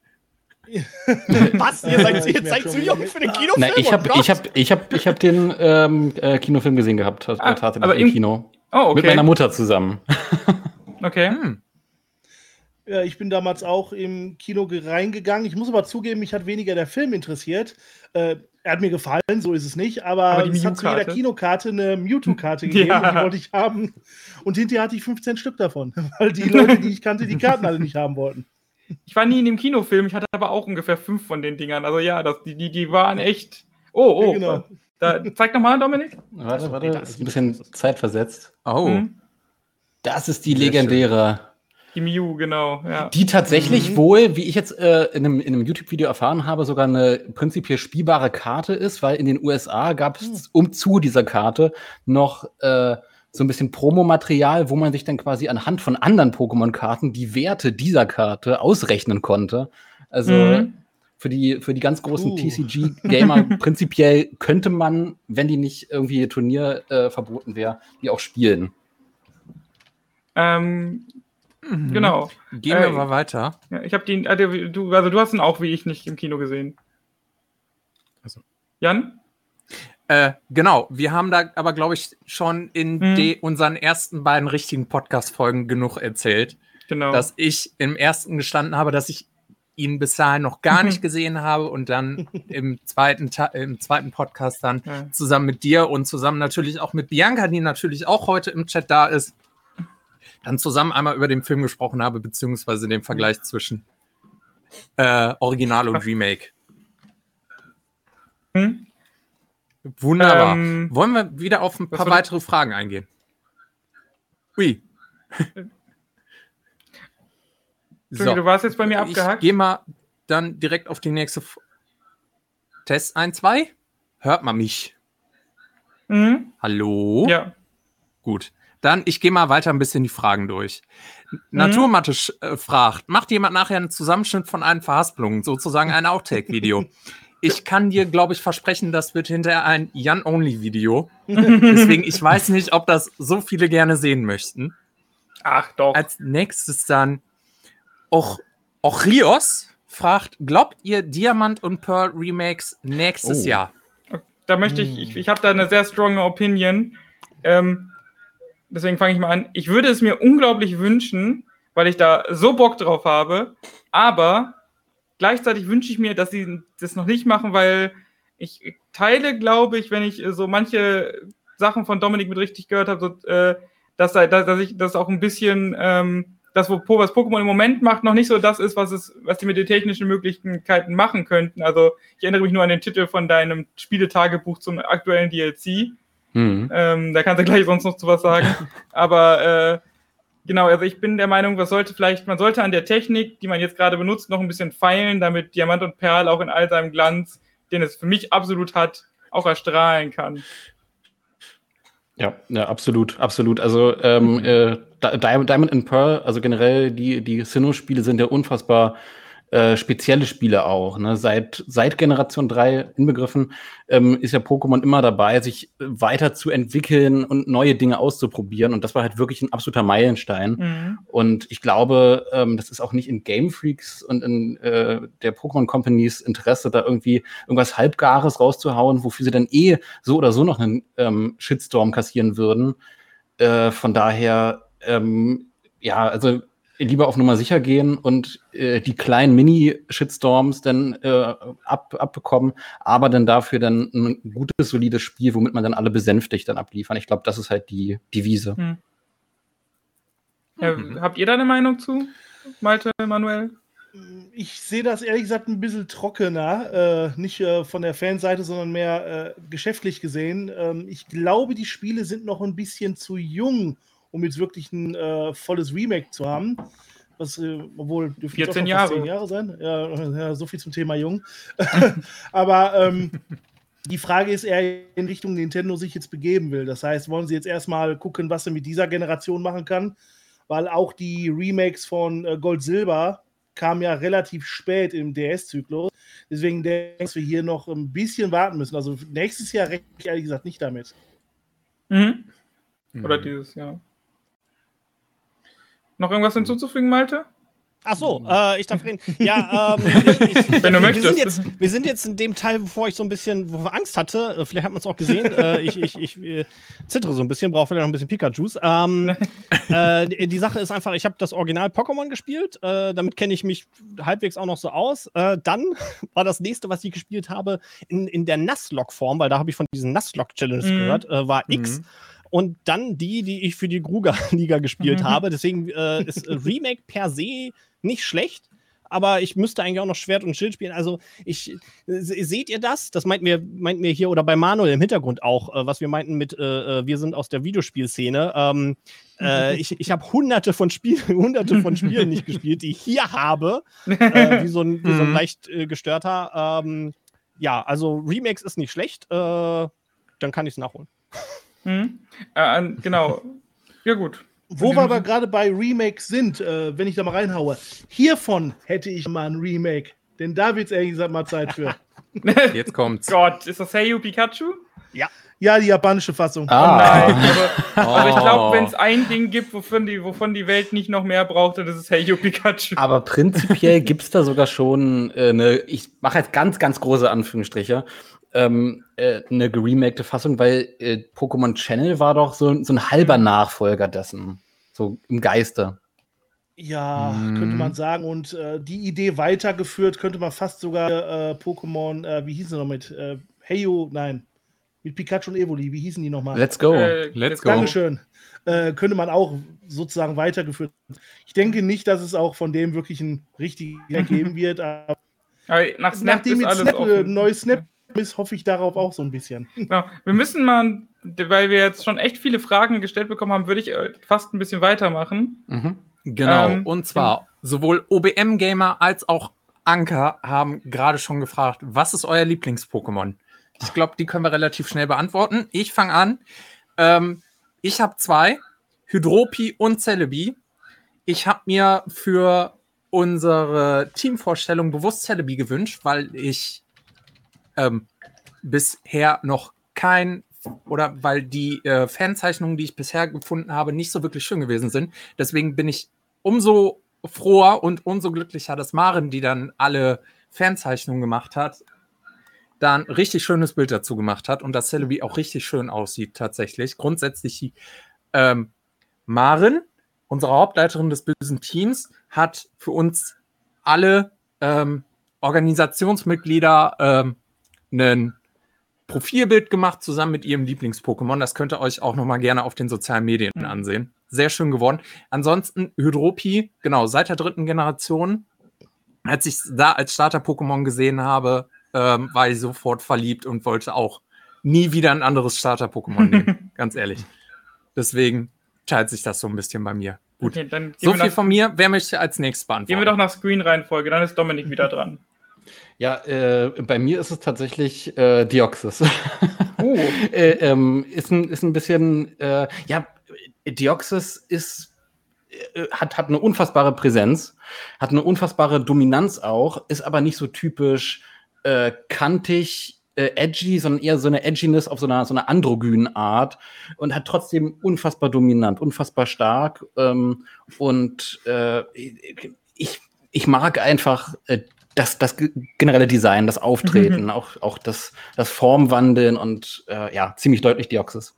Was? Ihr seid zu jung für den Kinofilm? Nein, ich hab den Kinofilm gesehen gehabt, tatsächlich aber im Kino. Oh, okay. Mit meiner Mutter zusammen. Okay. Ja, ich bin damals auch im Kino reingegangen. Ich muss aber zugeben, mich hat weniger der Film interessiert. Er hat mir gefallen, so ist es nicht, aber es hat zu jeder Kinokarte eine Mewtwo-Karte gegeben und die wollte ich haben. Und hinterher hatte ich 15 Stück davon, weil die Leute, die ich kannte, die Karten alle nicht haben wollten. Ich war nie in dem Kinofilm, ich hatte aber auch ungefähr 5 von den Dingern. Also ja, die waren echt. Oh, genau. Zeig nochmal, Dominik. Warte, das ist ein bisschen zeitversetzt. Oh. Das ist die legendäre. Die Mew, genau. Ja. Die tatsächlich wohl, wie ich jetzt in einem YouTube-Video erfahren habe, sogar eine prinzipiell spielbare Karte ist, weil in den USA gab es zu dieser Karte noch so ein bisschen Promomaterial, wo man sich dann quasi anhand von anderen Pokémon-Karten die Werte dieser Karte ausrechnen konnte. Also für die ganz großen TCG-Gamer prinzipiell könnte man, wenn die nicht irgendwie Turnier verboten wäre, die auch spielen. Genau. Gehen wir mal weiter. Ja, ich habe du hast ihn auch wie ich nicht im Kino gesehen. Also. Jan? Genau, wir haben da aber, glaube ich, schon in unseren ersten beiden richtigen Podcast-Folgen genug erzählt, dass ich im ersten gestanden habe, dass ich ihn bis dahin noch gar nicht gesehen habe und dann im zweiten Podcast dann zusammen mit dir und zusammen natürlich auch mit Bianca, die natürlich auch heute im Chat da ist, dann zusammen einmal über den Film gesprochen habe, beziehungsweise den Vergleich zwischen Original und Remake. Wunderbar. Wollen wir wieder auf ein paar weitere Fragen eingehen? Ui. So. Du warst jetzt bei mir abgehakt. Ich gehe mal dann direkt auf die nächste Test 1, 2. Hört man mich? Hallo? Ja. Gut. Dann, ich gehe mal weiter ein bisschen die Fragen durch. Naturmathe fragt, macht jemand nachher einen Zusammenschnitt von allen Verhaspelungen, sozusagen ein Outtake-Video? Ich kann dir, glaube ich, versprechen, das wird hinterher ein Jan-Only-Video. Deswegen, ich weiß nicht, ob das so viele gerne sehen möchten. Ach doch. Als nächstes dann Ochrios fragt, glaubt ihr Diamant und Pearl Remakes nächstes Jahr? Da möchte ich habe da eine sehr strong Opinion. Deswegen fange ich mal an. Ich würde es mir unglaublich wünschen, weil ich da so Bock drauf habe, aber gleichzeitig wünsche ich mir, dass sie das noch nicht machen, weil ich teile, glaube ich, wenn ich so manche Sachen von Dominik mit richtig gehört habe, so, dass ich das auch ein bisschen, was Pokémon im Moment macht, noch nicht so das ist, was die mit den technischen Möglichkeiten machen könnten. Also ich erinnere mich nur an den Titel von deinem Spieletagebuch zum aktuellen DLC. Da kannst du gleich sonst noch zu was sagen. Aber genau, also ich bin der Meinung, man sollte an der Technik, die man jetzt gerade benutzt, noch ein bisschen feilen, damit Diamant und Perl auch in all seinem Glanz, den es für mich absolut hat, auch erstrahlen kann. Ja, absolut. Also Diamond and Pearl, also generell die Sinnoh-Spiele sind ja unfassbar spezielle Spiele auch. Ne? Seit Generation 3 inbegriffen ist ja Pokémon immer dabei, sich weiterzuentwickeln und neue Dinge auszuprobieren. Und das war halt wirklich ein absoluter Meilenstein. Mhm. Und ich glaube, das ist auch nicht in Game Freaks und in der Pokémon Companies Interesse, da irgendwie irgendwas Halbgares rauszuhauen, wofür sie dann so oder so noch einen Shitstorm kassieren würden. Von daher, also lieber auf Nummer sicher gehen und die kleinen Mini-Shitstorms dann abbekommen, aber dann dafür dann ein gutes, solides Spiel, womit man dann alle besänftigt, dann abliefern. Ich glaube, das ist halt die Devise. Mhm. Ja, habt ihr da eine Meinung zu, Malte, Manuel? Ich sehe das ehrlich gesagt ein bisschen trockener, nicht von der Fanseite, sondern mehr geschäftlich gesehen. Ich glaube, die Spiele sind noch ein bisschen zu jung, um jetzt wirklich ein volles Remake zu haben. Was, obwohl, dürfen 14 doch noch fast Jahre. 10 Jahre sein. Ja, so viel zum Thema jung. Aber die Frage ist eher in Richtung Nintendo sich jetzt begeben will. Das heißt, wollen sie jetzt erstmal gucken, was sie mit dieser Generation machen kann? Weil auch die Remakes von Gold Silber kamen ja relativ spät im DS-Zyklus. Deswegen denke ich, dass wir hier noch ein bisschen warten müssen. Also nächstes Jahr rechne ich ehrlich gesagt nicht damit. Mhm. Oder dieses Jahr. Noch irgendwas hinzuzufügen, Malte? Ach so, ich darf reden. Ja, Wenn du möchtest. Wir sind jetzt in dem Teil, wo ich Angst hatte. Vielleicht hat man es auch gesehen. Ich zittere so ein bisschen, brauche vielleicht noch ein bisschen Pikachus. Die Sache ist einfach, ich habe das Original Pokémon gespielt. Damit kenne ich mich halbwegs auch noch so aus. Dann war das nächste, was ich gespielt habe, in der Nuzlocke-Form, weil da habe ich von diesen Nuzlocke-Challenges gehört, war X. Und dann die ich für die Gruga-Liga gespielt habe. Deswegen ist Remake per se nicht schlecht, aber ich müsste eigentlich auch noch Schwert und Schild spielen. Also, seht ihr das? Das meint mir hier oder bei Manuel im Hintergrund auch, was wir meinten mit, wir sind aus der Videospielszene. Ich habe hunderte von Spielen nicht gespielt, die ich hier habe, wie so ein leicht gestörter. Ja, also Remakes ist nicht schlecht, dann kann ich es nachholen. Genau. Ja, gut. Wo wir aber gerade bei Remakes sind, wenn ich da mal reinhaue, hiervon hätte ich mal ein Remake. Denn da wird es ehrlich gesagt mal Zeit für. Jetzt kommt's. Gott, ist das Hey You Pikachu? Ja, die japanische Fassung. Oh nein. Aber ich glaube, wenn es ein Ding gibt, wovon die Welt nicht noch mehr braucht, dann ist es Hey You Pikachu. Aber prinzipiell gibt es da sogar schon ich mache jetzt ganz, ganz große Anführungsstriche, eine geremakte Fassung, weil Pokémon Channel war doch so ein halber Nachfolger dessen. So im Geiste. Ja, könnte man sagen. Und die Idee weitergeführt, könnte man fast sogar Pokémon, wie hießen sie noch mit? Heyo, nein. Mit Pikachu und Evoli, wie hießen die nochmal? Let's go. Let's go. Dankeschön. Könnte man auch sozusagen weitergeführt. Ich denke nicht, dass es auch von dem wirklich ein richtiger geben wird. Aber nach Snap nachdem ist jetzt alles neues Snap ist, hoffe ich darauf auch so ein bisschen. Genau. Wir müssen mal, weil wir jetzt schon echt viele Fragen gestellt bekommen haben, würde ich fast ein bisschen weitermachen. Genau, und zwar sowohl OBM-Gamer als auch Anker haben gerade schon gefragt, was ist euer Lieblings-Pokémon? Ich glaube, die können wir relativ schnell beantworten. Ich fange an. Ich habe 2, Hydropi und Celebi. Ich habe mir für unsere Teamvorstellung bewusst Celebi gewünscht, weil ich bisher noch weil die Fanzeichnungen, die ich bisher gefunden habe, nicht so wirklich schön gewesen sind. Deswegen bin ich umso froher und umso glücklicher, dass Maren, die dann alle Fanzeichnungen gemacht hat, da ein richtig schönes Bild dazu gemacht hat und dass Celebi auch richtig schön aussieht tatsächlich. Grundsätzlich Maren, unsere Hauptleiterin des bösen Teams, hat für uns alle Organisationsmitglieder ein Profilbild gemacht, zusammen mit ihrem Lieblings-Pokémon. Das könnt ihr euch auch noch mal gerne auf den sozialen Medien ansehen. Sehr schön geworden. Ansonsten Hydropi, genau, seit der 3. Generation, als ich da als Starter-Pokémon gesehen habe, war ich sofort verliebt und wollte auch nie wieder ein anderes Starter-Pokémon nehmen. Ganz ehrlich. Deswegen teilt sich das so ein bisschen bei mir. Gut, okay, so viel von mir. Wer möchte als nächstes beantworten? Gehen wir doch nach Screen-Reihenfolge, dann ist Dominik wieder dran. Ja, bei mir ist es tatsächlich Deoxys. Ist ein bisschen, ja, Deoxys hat eine unfassbare Präsenz, hat eine unfassbare Dominanz auch, ist aber nicht so typisch kantig, edgy, sondern eher so eine Edginess auf so einer androgynen Art und hat trotzdem unfassbar dominant, unfassbar stark. Und ich mag einfach das generelle Design, das Auftreten, auch das Formwandeln und ja, ziemlich deutlich Deoxys.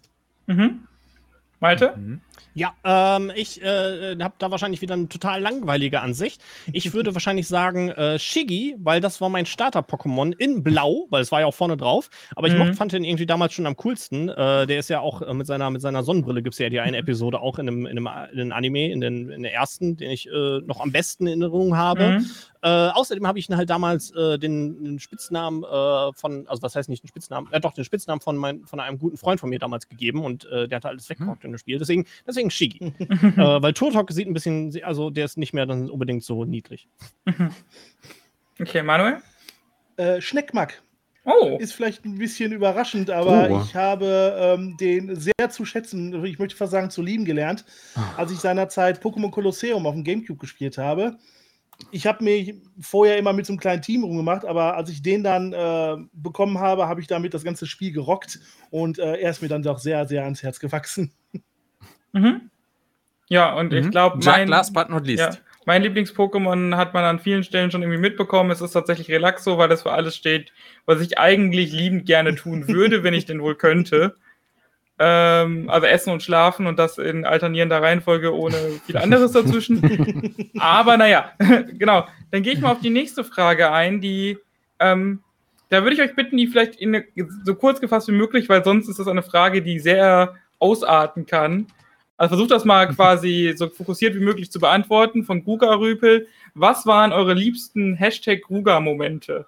Malte? Ja, ich habe da wahrscheinlich wieder eine total langweilige Ansicht. Ich würde wahrscheinlich sagen Shiggy, weil das war mein Starter-Pokémon in Blau, weil es war ja auch vorne drauf. Aber ich fand den irgendwie damals schon am coolsten. Der ist ja auch mit seiner Sonnenbrille, gibt es ja die eine Episode auch in einem Anime, in der ersten, den ich noch am besten in Erinnerung habe. Außerdem habe ich ihn halt damals den Spitznamen also was heißt nicht den Spitznamen, doch den Spitznamen von einem guten Freund von mir damals gegeben und der hat alles weggerockt in dem Spiel. Deswegen Shiggy. Weil Turtok sieht ein bisschen, also der ist nicht mehr dann unbedingt so niedlich. Okay, Manuel? Schneckmack. Oh. Ist vielleicht ein bisschen überraschend, aber ich habe den sehr zu schätzen, ich möchte fast sagen zu lieben gelernt, als ich seinerzeit Pokémon Colosseum auf dem Gamecube gespielt habe. Ich habe mich vorher immer mit so einem kleinen Team rumgemacht, aber als ich den dann bekommen habe, habe ich damit das ganze Spiel gerockt und er ist mir dann doch sehr, sehr ans Herz gewachsen. Ja, und ich glaube, last but not least. Ja, mein Lieblings-Pokémon hat man an vielen Stellen schon irgendwie mitbekommen. Es ist tatsächlich Relaxo, weil das für alles steht, was ich eigentlich liebend gerne tun würde, wenn ich denn wohl könnte. Also Essen und Schlafen und das in alternierender Reihenfolge ohne viel anderes dazwischen. Aber naja, genau. Dann gehe ich mal auf die nächste Frage ein, die da würde ich euch bitten, die vielleicht so kurz gefasst wie möglich, weil sonst ist das eine Frage, die sehr ausarten kann. Also versucht das mal quasi so fokussiert wie möglich zu beantworten von Gruga-Rüpel. Was waren eure liebsten #Gruga-Momente?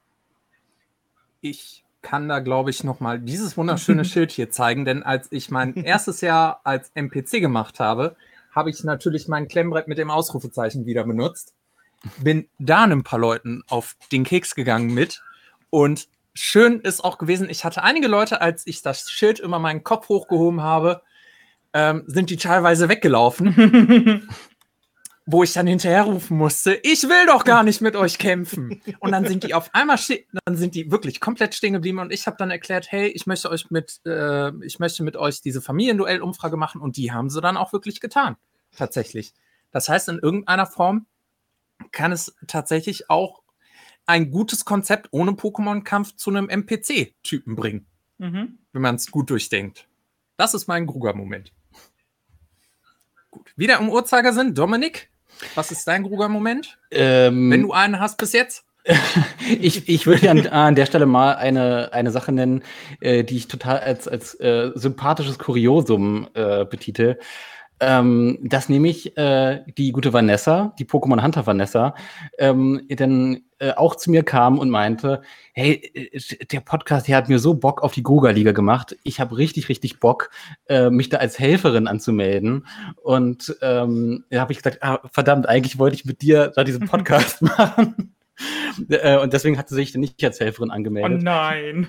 Ich kann da, glaube ich, nochmal dieses wunderschöne Schild hier zeigen, denn als ich mein erstes Jahr als MPC gemacht habe, habe ich natürlich mein Klemmbrett mit dem Ausrufezeichen wieder benutzt. Bin da ein paar Leuten auf den Keks gegangen mit und schön ist auch gewesen, ich hatte einige Leute, als ich das Schild über meinen Kopf hochgehoben habe, sind die teilweise weggelaufen, wo ich dann hinterher rufen musste, ich will doch gar nicht mit euch kämpfen. Und dann sind die auf einmal wirklich komplett stehen geblieben und ich habe dann erklärt, hey, ich möchte mit euch diese Familienduell-Umfrage machen und die haben sie dann auch wirklich getan, tatsächlich. Das heißt, in irgendeiner Form kann es tatsächlich auch ein gutes Konzept ohne Pokémon-Kampf zu einem MPC-Typen bringen, wenn man es gut durchdenkt. Das ist mein Gruga-Moment. Gut. Wieder im Uhrzeigersinn, Dominik, was ist dein Gruga-Moment? Wenn du einen hast bis jetzt? Ich würde an der Stelle mal eine Sache nennen, die ich total als sympathisches Kuriosum betitel. Das nämlich die gute Vanessa, die Pokémon Hunter Vanessa, dann auch zu mir kam und meinte, hey, der Podcast hier hat mir so Bock auf die Gruga-Liga gemacht. Ich habe richtig, richtig Bock, mich da als Helferin anzumelden. Und da habe ich gesagt, verdammt, eigentlich wollte ich mit dir da diesen Podcast machen. Und deswegen hat sie sich dann nicht als Helferin angemeldet. Oh nein.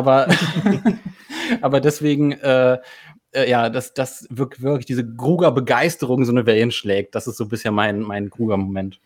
Aber deswegen ja, dass wirklich diese Gruga-Begeisterung so eine Wellen schlägt. Das ist so bisher mein Gruga-Moment.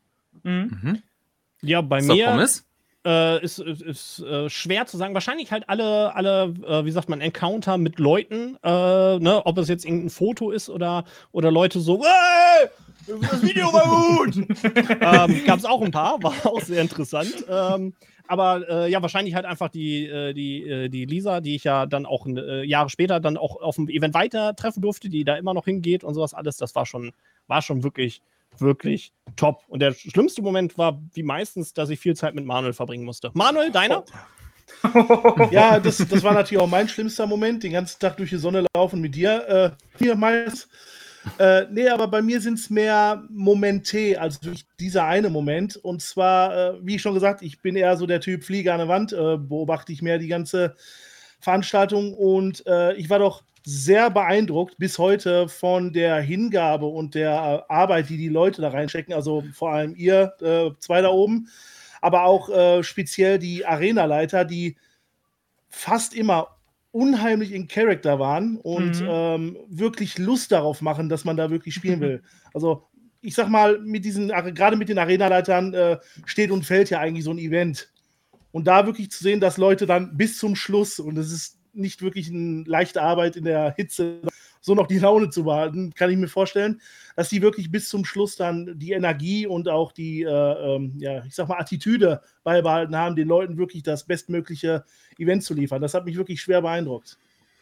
Ja, bei mir ist schwer zu sagen. Wahrscheinlich halt alle wie sagt man, Encounter mit Leuten, ne? Ob es jetzt irgendein Foto ist oder Leute so, hey, das Video war gut. Gab es auch ein paar, war auch sehr interessant. Aber ja, wahrscheinlich halt einfach die Lisa, die ich ja dann auch Jahre später dann auch auf dem Event weiter treffen durfte, die da immer noch hingeht und sowas alles. Das war schon wirklich, wirklich top. Und der schlimmste Moment war, wie meistens, dass ich viel Zeit mit Manuel verbringen musste. Manuel, deiner? Ja, das war natürlich auch mein schlimmster Moment, den ganzen Tag durch die Sonne laufen mit dir. Hier meist. Nee, aber bei mir sind es mehr Momente, also durch dieser eine Moment. Und zwar, wie schon gesagt, ich bin eher so der Typ Fliege an der Wand, beobachte ich mehr die ganze Veranstaltung. Und ich war doch sehr beeindruckt bis heute von der Hingabe und der Arbeit, die Leute da reinstecken. Also vor allem ihr zwei da oben. aber auch speziell die Arenaleiter, die fast immer unheimlich in Charakter waren und wirklich Lust darauf machen, dass man da wirklich spielen will. Also ich sag mal, gerade mit den Arenaleitern steht und fällt ja eigentlich so ein Event. Und da wirklich zu sehen, dass Leute dann bis zum Schluss, und es ist nicht wirklich eine leichte Arbeit in der Hitze, so noch die Laune zu behalten, kann ich mir vorstellen, dass die wirklich bis zum Schluss dann die Energie und auch die, ich sag mal, Attitüde beibehalten haben, den Leuten wirklich das bestmögliche Event zu liefern. Das hat mich wirklich schwer beeindruckt.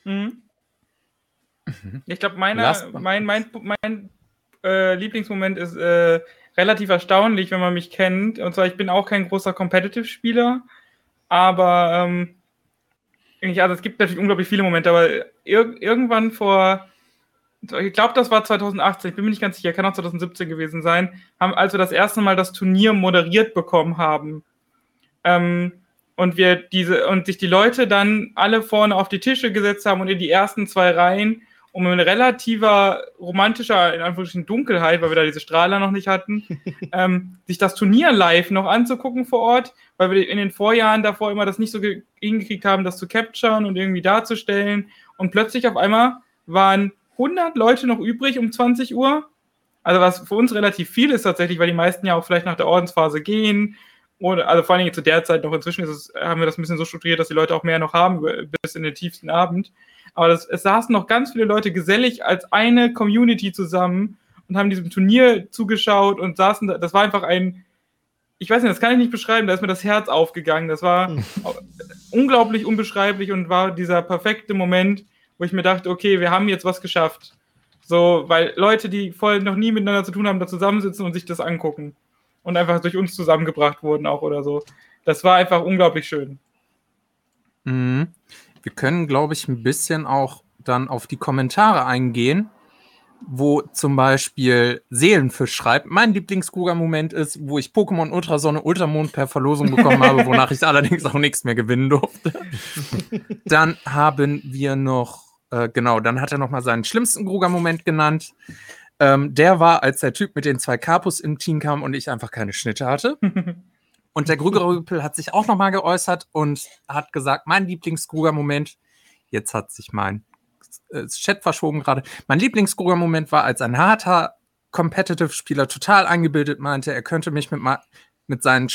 Ich glaube, mein Lieblingsmoment ist relativ erstaunlich, wenn man mich kennt. Und zwar, ich bin auch kein großer Competitive-Spieler, aber also es gibt natürlich unglaublich viele Momente, aber irgendwann ich glaube, das war 2018, ich bin mir nicht ganz sicher, kann auch 2017 gewesen sein, als wir das erste Mal das Turnier moderiert bekommen haben. Und sich die Leute dann alle vorne auf die Tische gesetzt haben und in die ersten 2 Reihen, um in relativer romantischer, in Anführungsstrichen, Dunkelheit, weil wir da diese Strahler noch nicht hatten, sich das Turnier live noch anzugucken vor Ort, weil wir in den Vorjahren davor immer das nicht so hingekriegt haben, das zu capturen und irgendwie darzustellen. Und plötzlich auf einmal waren 100 Leute noch übrig um 20 Uhr. Also was für uns relativ viel ist tatsächlich, weil die meisten ja auch vielleicht nach der Ordensphase gehen. Oder, also vor allen Dingen zu der Zeit noch, inzwischen haben wir das ein bisschen so strukturiert, dass die Leute auch mehr noch haben bis in den tiefsten Abend. Aber es saßen noch ganz viele Leute gesellig als eine Community zusammen und haben diesem Turnier zugeschaut und saßen da. Das war einfach ich weiß nicht, das kann ich nicht beschreiben, da ist mir das Herz aufgegangen. Das war unglaublich unbeschreiblich und war dieser perfekte Moment, wo ich mir dachte, okay, wir haben jetzt was geschafft. So, weil Leute, die vorher noch nie miteinander zu tun haben, da zusammensitzen und sich das angucken. Und einfach durch uns zusammengebracht wurden auch oder so. Das war einfach unglaublich schön. Wir können, glaube ich, ein bisschen auch dann auf die Kommentare eingehen, wo zum Beispiel Seelenfisch schreibt, mein Lieblings-Gruga-Moment ist, wo ich Pokémon Ultrasonne Ultramond per Verlosung bekommen habe, wonach ich allerdings auch nichts mehr gewinnen durfte. Dann haben wir noch, dann hat er nochmal seinen schlimmsten Gruga-Moment genannt. Der war, als der Typ mit den 2 Kapus im Team kam und ich einfach keine Schnitte hatte. Und der Grugerüppel hat sich auch nochmal geäußert und hat gesagt, mein Lieblings-Gruger-Moment, jetzt hat sich mein Chat verschoben gerade, mein Lieblings-Gruger-Moment war, als ein harter Competitive-Spieler total eingebildet meinte, er könnte mich mit seinen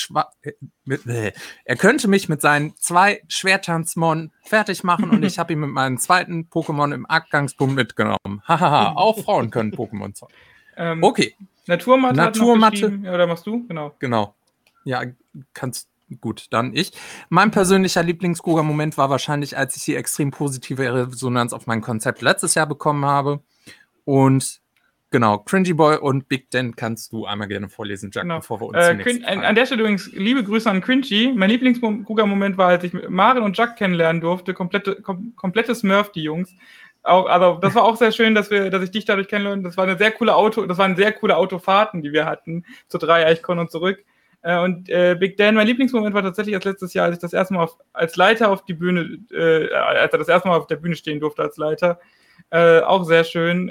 2 Schwertanzmon fertig machen und ich habe ihn mit meinem zweiten Pokémon im Abgangsboom mitgenommen. Hahaha, auch Frauen können Pokémon zocken. Okay. Naturmatte. Ja, oder machst du? Genau. Ja, gut, dann ich. Mein persönlicher Lieblings-Gruga-Moment war wahrscheinlich, als ich die extrem positive Resonanz auf mein Konzept letztes Jahr bekommen habe. Und genau, Cringy Boy und Big Dan kannst du einmal gerne vorlesen, Jack, bevor wir uns zunächst an der Stelle übrigens liebe Grüße an Cringy. Mein Lieblings-Gruga-Moment war, als ich Maren und Jack kennenlernen durfte. Komplette Smurf, die Jungs. Also das war auch sehr schön, dass ich dich dadurch kennenlernen. Das waren sehr coole Autofahrten, die wir hatten, zu Dreieichkon und zurück. Und Big Dan, mein Lieblingsmoment war tatsächlich als letztes Jahr, als ich das erste Mal als Leiter auf die Bühne, als er das erste Mal auf der Bühne stehen durfte als Leiter. Auch sehr schön.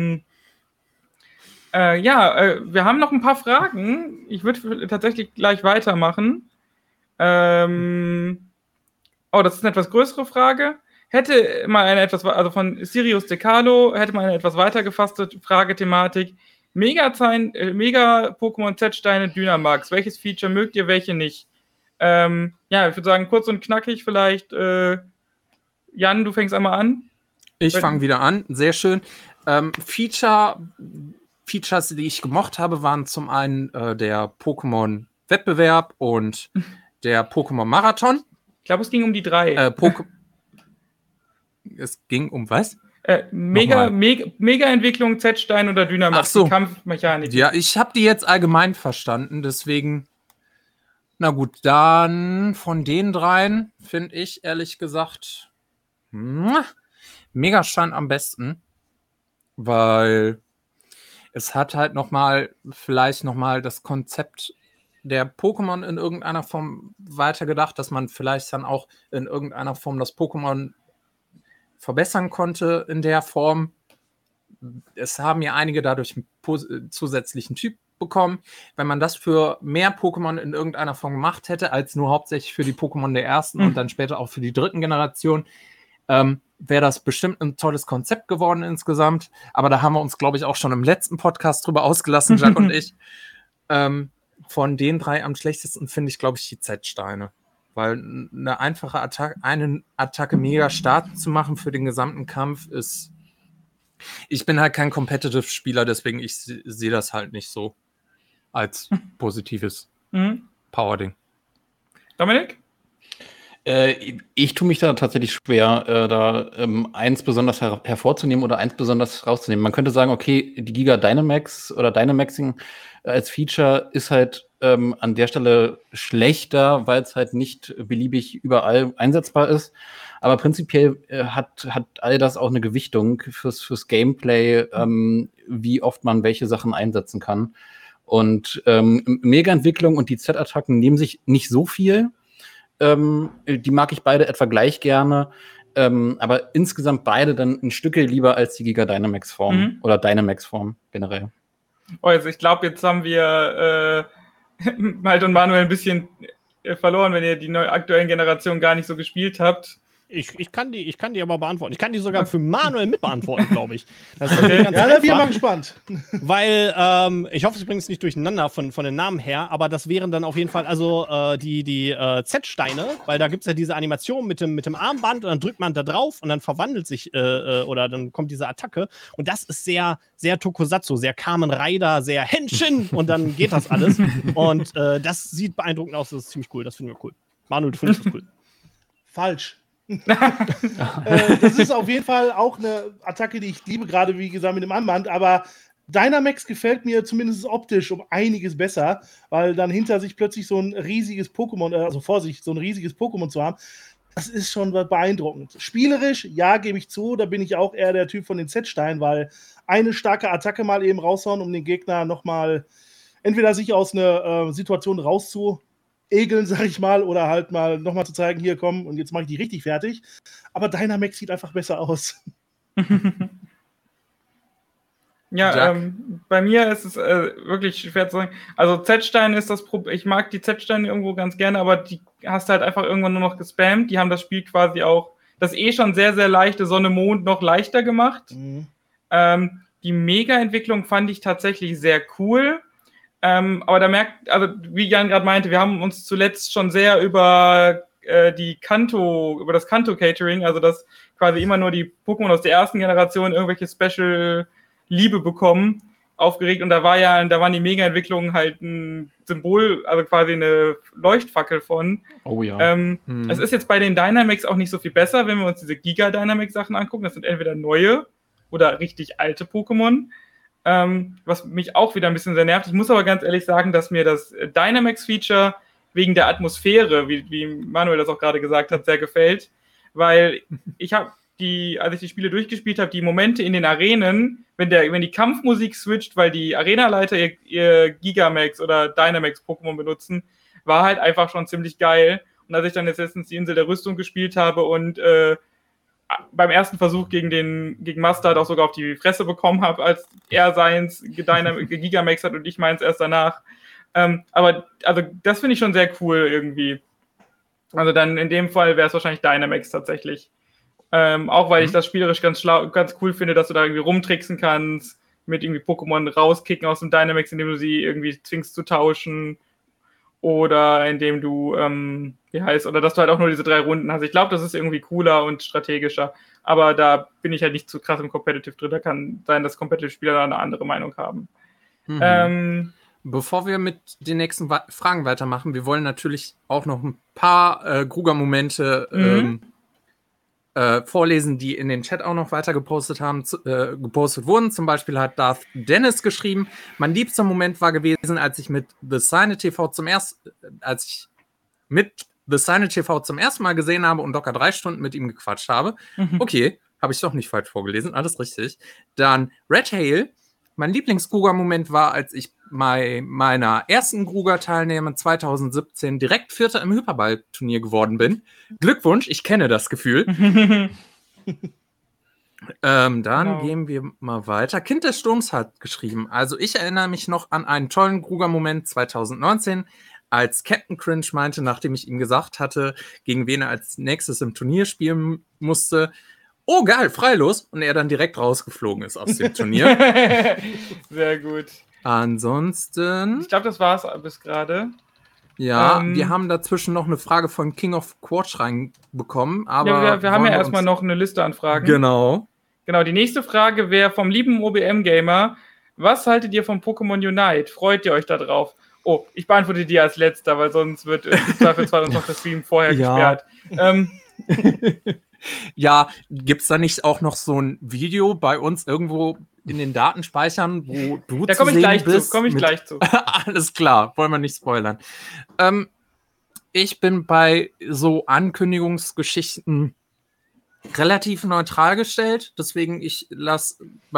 Wir haben noch ein paar Fragen. Ich würde tatsächlich gleich weitermachen. Das ist eine etwas größere Frage. Hätte mal von Sirius Decalo, hätte mal eine etwas weiter gefasste Fragethematik. Mega-Pokémon Z-Steine Dynamax. Welches Feature mögt ihr, welche nicht? Ich würde sagen, kurz und knackig vielleicht. Jan, du fängst einmal an. Ich fange wieder an. Sehr schön. Features, die ich gemocht habe, waren zum einen der Pokémon-Wettbewerb und der Pokémon-Marathon. Ich glaube, es ging um die 3. Es ging um was? Mega-Entwicklung, Z-Stein oder Dynamax, so. Die Kampfmechanik. Ja, ich habe die jetzt allgemein verstanden, deswegen. Na gut, dann von den 3 finde ich ehrlich gesagt Megastein am besten, weil es hat halt vielleicht nochmal das Konzept der Pokémon in irgendeiner Form weitergedacht, dass man vielleicht dann auch in irgendeiner Form das Pokémon verbessern konnte in der Form. Es haben ja einige dadurch einen zusätzlichen Typ bekommen, wenn man das für mehr Pokémon in irgendeiner Form gemacht hätte, als nur hauptsächlich für die Pokémon der ersten und dann später auch für die dritten Generation, wäre das bestimmt ein tolles Konzept geworden insgesamt. Aber da haben wir uns, glaube ich, auch schon im letzten Podcast drüber ausgelassen, Jack und ich. Von den 3 am schlechtesten finde ich, glaube ich, die Z-Steine. Weil eine einfache Attacke mega stark zu machen für den gesamten Kampf ist. Ich bin halt kein Competitive-Spieler, deswegen ich sehe das halt nicht so als positives Power-Ding. Dominik? Ich tue mich da tatsächlich schwer, da eins besonders hervorzunehmen oder eins besonders rauszunehmen. Man könnte sagen, okay, die Giga Dynamax oder Dynamaxing als Feature ist halt an der Stelle schlechter, weil es halt nicht beliebig überall einsetzbar ist. Aber prinzipiell hat all das auch eine Gewichtung fürs Gameplay, wie oft man welche Sachen einsetzen kann. Und Mega-Entwicklung und die Z-Attacken nehmen sich nicht so viel. Die mag ich beide etwa gleich gerne, aber insgesamt beide dann ein Stücke lieber als die Giga Dynamax-Form oder Dynamax-Form generell. Oh, also ich glaube, jetzt haben wir Malte und Manuel ein bisschen verloren, wenn ihr die aktuellen Generationen gar nicht so gespielt habt. Ich kann die aber beantworten. Ich kann die sogar für Manuel mitbeantworten, glaube ich. Das ist Okay. ganz Ja, da bin ich einfach, mal gespannt. weil, ich hoffe, es bringt es nicht durcheinander von den Namen her, aber das wären dann auf jeden Fall also die Z-Steine, weil da gibt es ja diese Animation mit dem Armband und dann drückt man da drauf und dann verwandelt sich oder dann kommt diese Attacke und das ist sehr, sehr Tokusatsu, sehr Kamen Rider, sehr Henshin und dann geht das alles und das sieht beeindruckend aus, das ist ziemlich cool, das finden wir cool. Manuel, du findest das cool. Falsch. Das ist auf jeden Fall auch eine Attacke, die ich liebe, gerade wie gesagt mit dem Armband, aber Dynamax gefällt mir zumindest optisch um einiges besser, weil dann hinter sich plötzlich so ein riesiges Pokémon, also vor sich so ein riesiges Pokémon zu haben, das ist schon beeindruckend. Spielerisch, ja, gebe ich zu, da bin ich auch eher der Typ von den Z-Steinen, weil eine starke Attacke mal eben raushauen, um den Gegner nochmal entweder sich aus einer Situation rauszuegeln, sag ich mal, oder halt mal nochmal zu zeigen, hier komm, und jetzt mache ich die richtig fertig. Aber Dynamax sieht einfach besser aus. Ja, bei mir ist es wirklich schwer zu sagen. Also Z-Stein ist das Problem. Ich mag die Z-Steine irgendwo ganz gerne, aber die hast du halt einfach irgendwann nur noch gespammt. Die haben das Spiel quasi auch, das schon sehr, sehr leichte Sonne-Mond noch leichter gemacht. Die Mega-Entwicklung fand ich tatsächlich sehr cool. Aber da also wie Jan gerade meinte, wir haben uns zuletzt schon sehr über das Kanto-Catering, also dass quasi immer nur die Pokémon aus der ersten Generation irgendwelche Special-Liebe bekommen, aufgeregt. Und da waren die Mega-Entwicklungen halt ein Symbol, also quasi eine Leuchtfackel von. Oh ja. Es ist jetzt bei den Dynamax auch nicht so viel besser, wenn wir uns diese Giga-Dynamax-Sachen angucken. Das sind entweder neue oder richtig alte Pokémon. Was mich auch wieder ein bisschen sehr nervt. Ich muss aber ganz ehrlich sagen, dass mir das Dynamax-Feature wegen der Atmosphäre, wie Manuel das auch gerade gesagt hat, sehr gefällt. Weil ich habe als ich die Spiele durchgespielt habe, die Momente in den Arenen, wenn die Kampfmusik switcht, weil die Arenaleiter ihr Gigamax oder Dynamax-Pokémon benutzen, war halt einfach schon ziemlich geil. Und als ich dann jetzt letztens die Insel der Rüstung gespielt habe und beim ersten Versuch gegen Mustard auch sogar auf die Fresse bekommen habe, als er seins Gigamax hat und ich meins erst danach. Aber also das finde ich schon sehr cool irgendwie. Also dann in dem Fall wäre es wahrscheinlich Dynamax tatsächlich. Auch weil ich das spielerisch ganz cool finde, dass du da irgendwie rumtricksen kannst, mit irgendwie Pokémon rauskicken aus dem Dynamax, indem du sie irgendwie zwingst zu tauschen. Oder indem du, oder dass du halt auch nur diese 3 Runden hast. Ich glaube, das ist irgendwie cooler und strategischer. Aber da bin ich halt nicht zu krass im Competitive drin. Da kann sein, dass Competitive-Spieler da eine andere Meinung haben. Bevor wir mit den nächsten Fragen weitermachen, wir wollen natürlich auch noch ein paar Gruger-Momente vorlesen, die in den Chat auch noch weiter gepostet wurden. Zum Beispiel hat Darth Dennis geschrieben, mein liebster Moment war gewesen, als ich mit The Signet TV zum ersten Mal gesehen habe und locker 3 Stunden mit ihm gequatscht habe. Okay, habe ich doch nicht falsch vorgelesen, alles richtig. Dann Red Hail, mein Lieblings-Gruger-Moment war, als ich bei meiner ersten Gruger-Teilnahme 2017 direkt Vierter im Hyperball-Turnier geworden bin. Glückwunsch, ich kenne das Gefühl. Dann Genau. gehen wir mal weiter. Kind des Sturms hat geschrieben. Also ich erinnere mich noch an einen tollen Kruger-Moment 2019, als Captain Cringe meinte, nachdem ich ihm gesagt hatte, gegen wen er als nächstes im Turnier spielen musste, oh geil, freilos, und er dann direkt rausgeflogen ist aus dem Turnier. Sehr gut. Ansonsten, Ich glaube, das war's bis gerade. ja, wir haben dazwischen noch eine Frage von King of Quatsch reinbekommen, aber Ja, wir haben wollen ja wir erstmal uns- noch eine Liste an Fragen. Genau. Genau, die nächste Frage wäre vom lieben OBM-Gamer. Was haltet ihr von Pokémon Unite? Freut ihr euch da drauf? Oh, ich beantworte die als letzter, weil sonst wird im Zweifelsfall uns noch das Stream vorher Ja. gesperrt. Ja, gibt's da nicht auch noch so ein Video bei uns irgendwo in den Datenspeichern, wo du Da zu komme ich sehen gleich zu. bist? Komme ich mit- gleich zu. Alles klar, wollen wir nicht spoilern. Ich bin bei so Ankündigungsgeschichten relativ neutral gestellt, deswegen ich lasse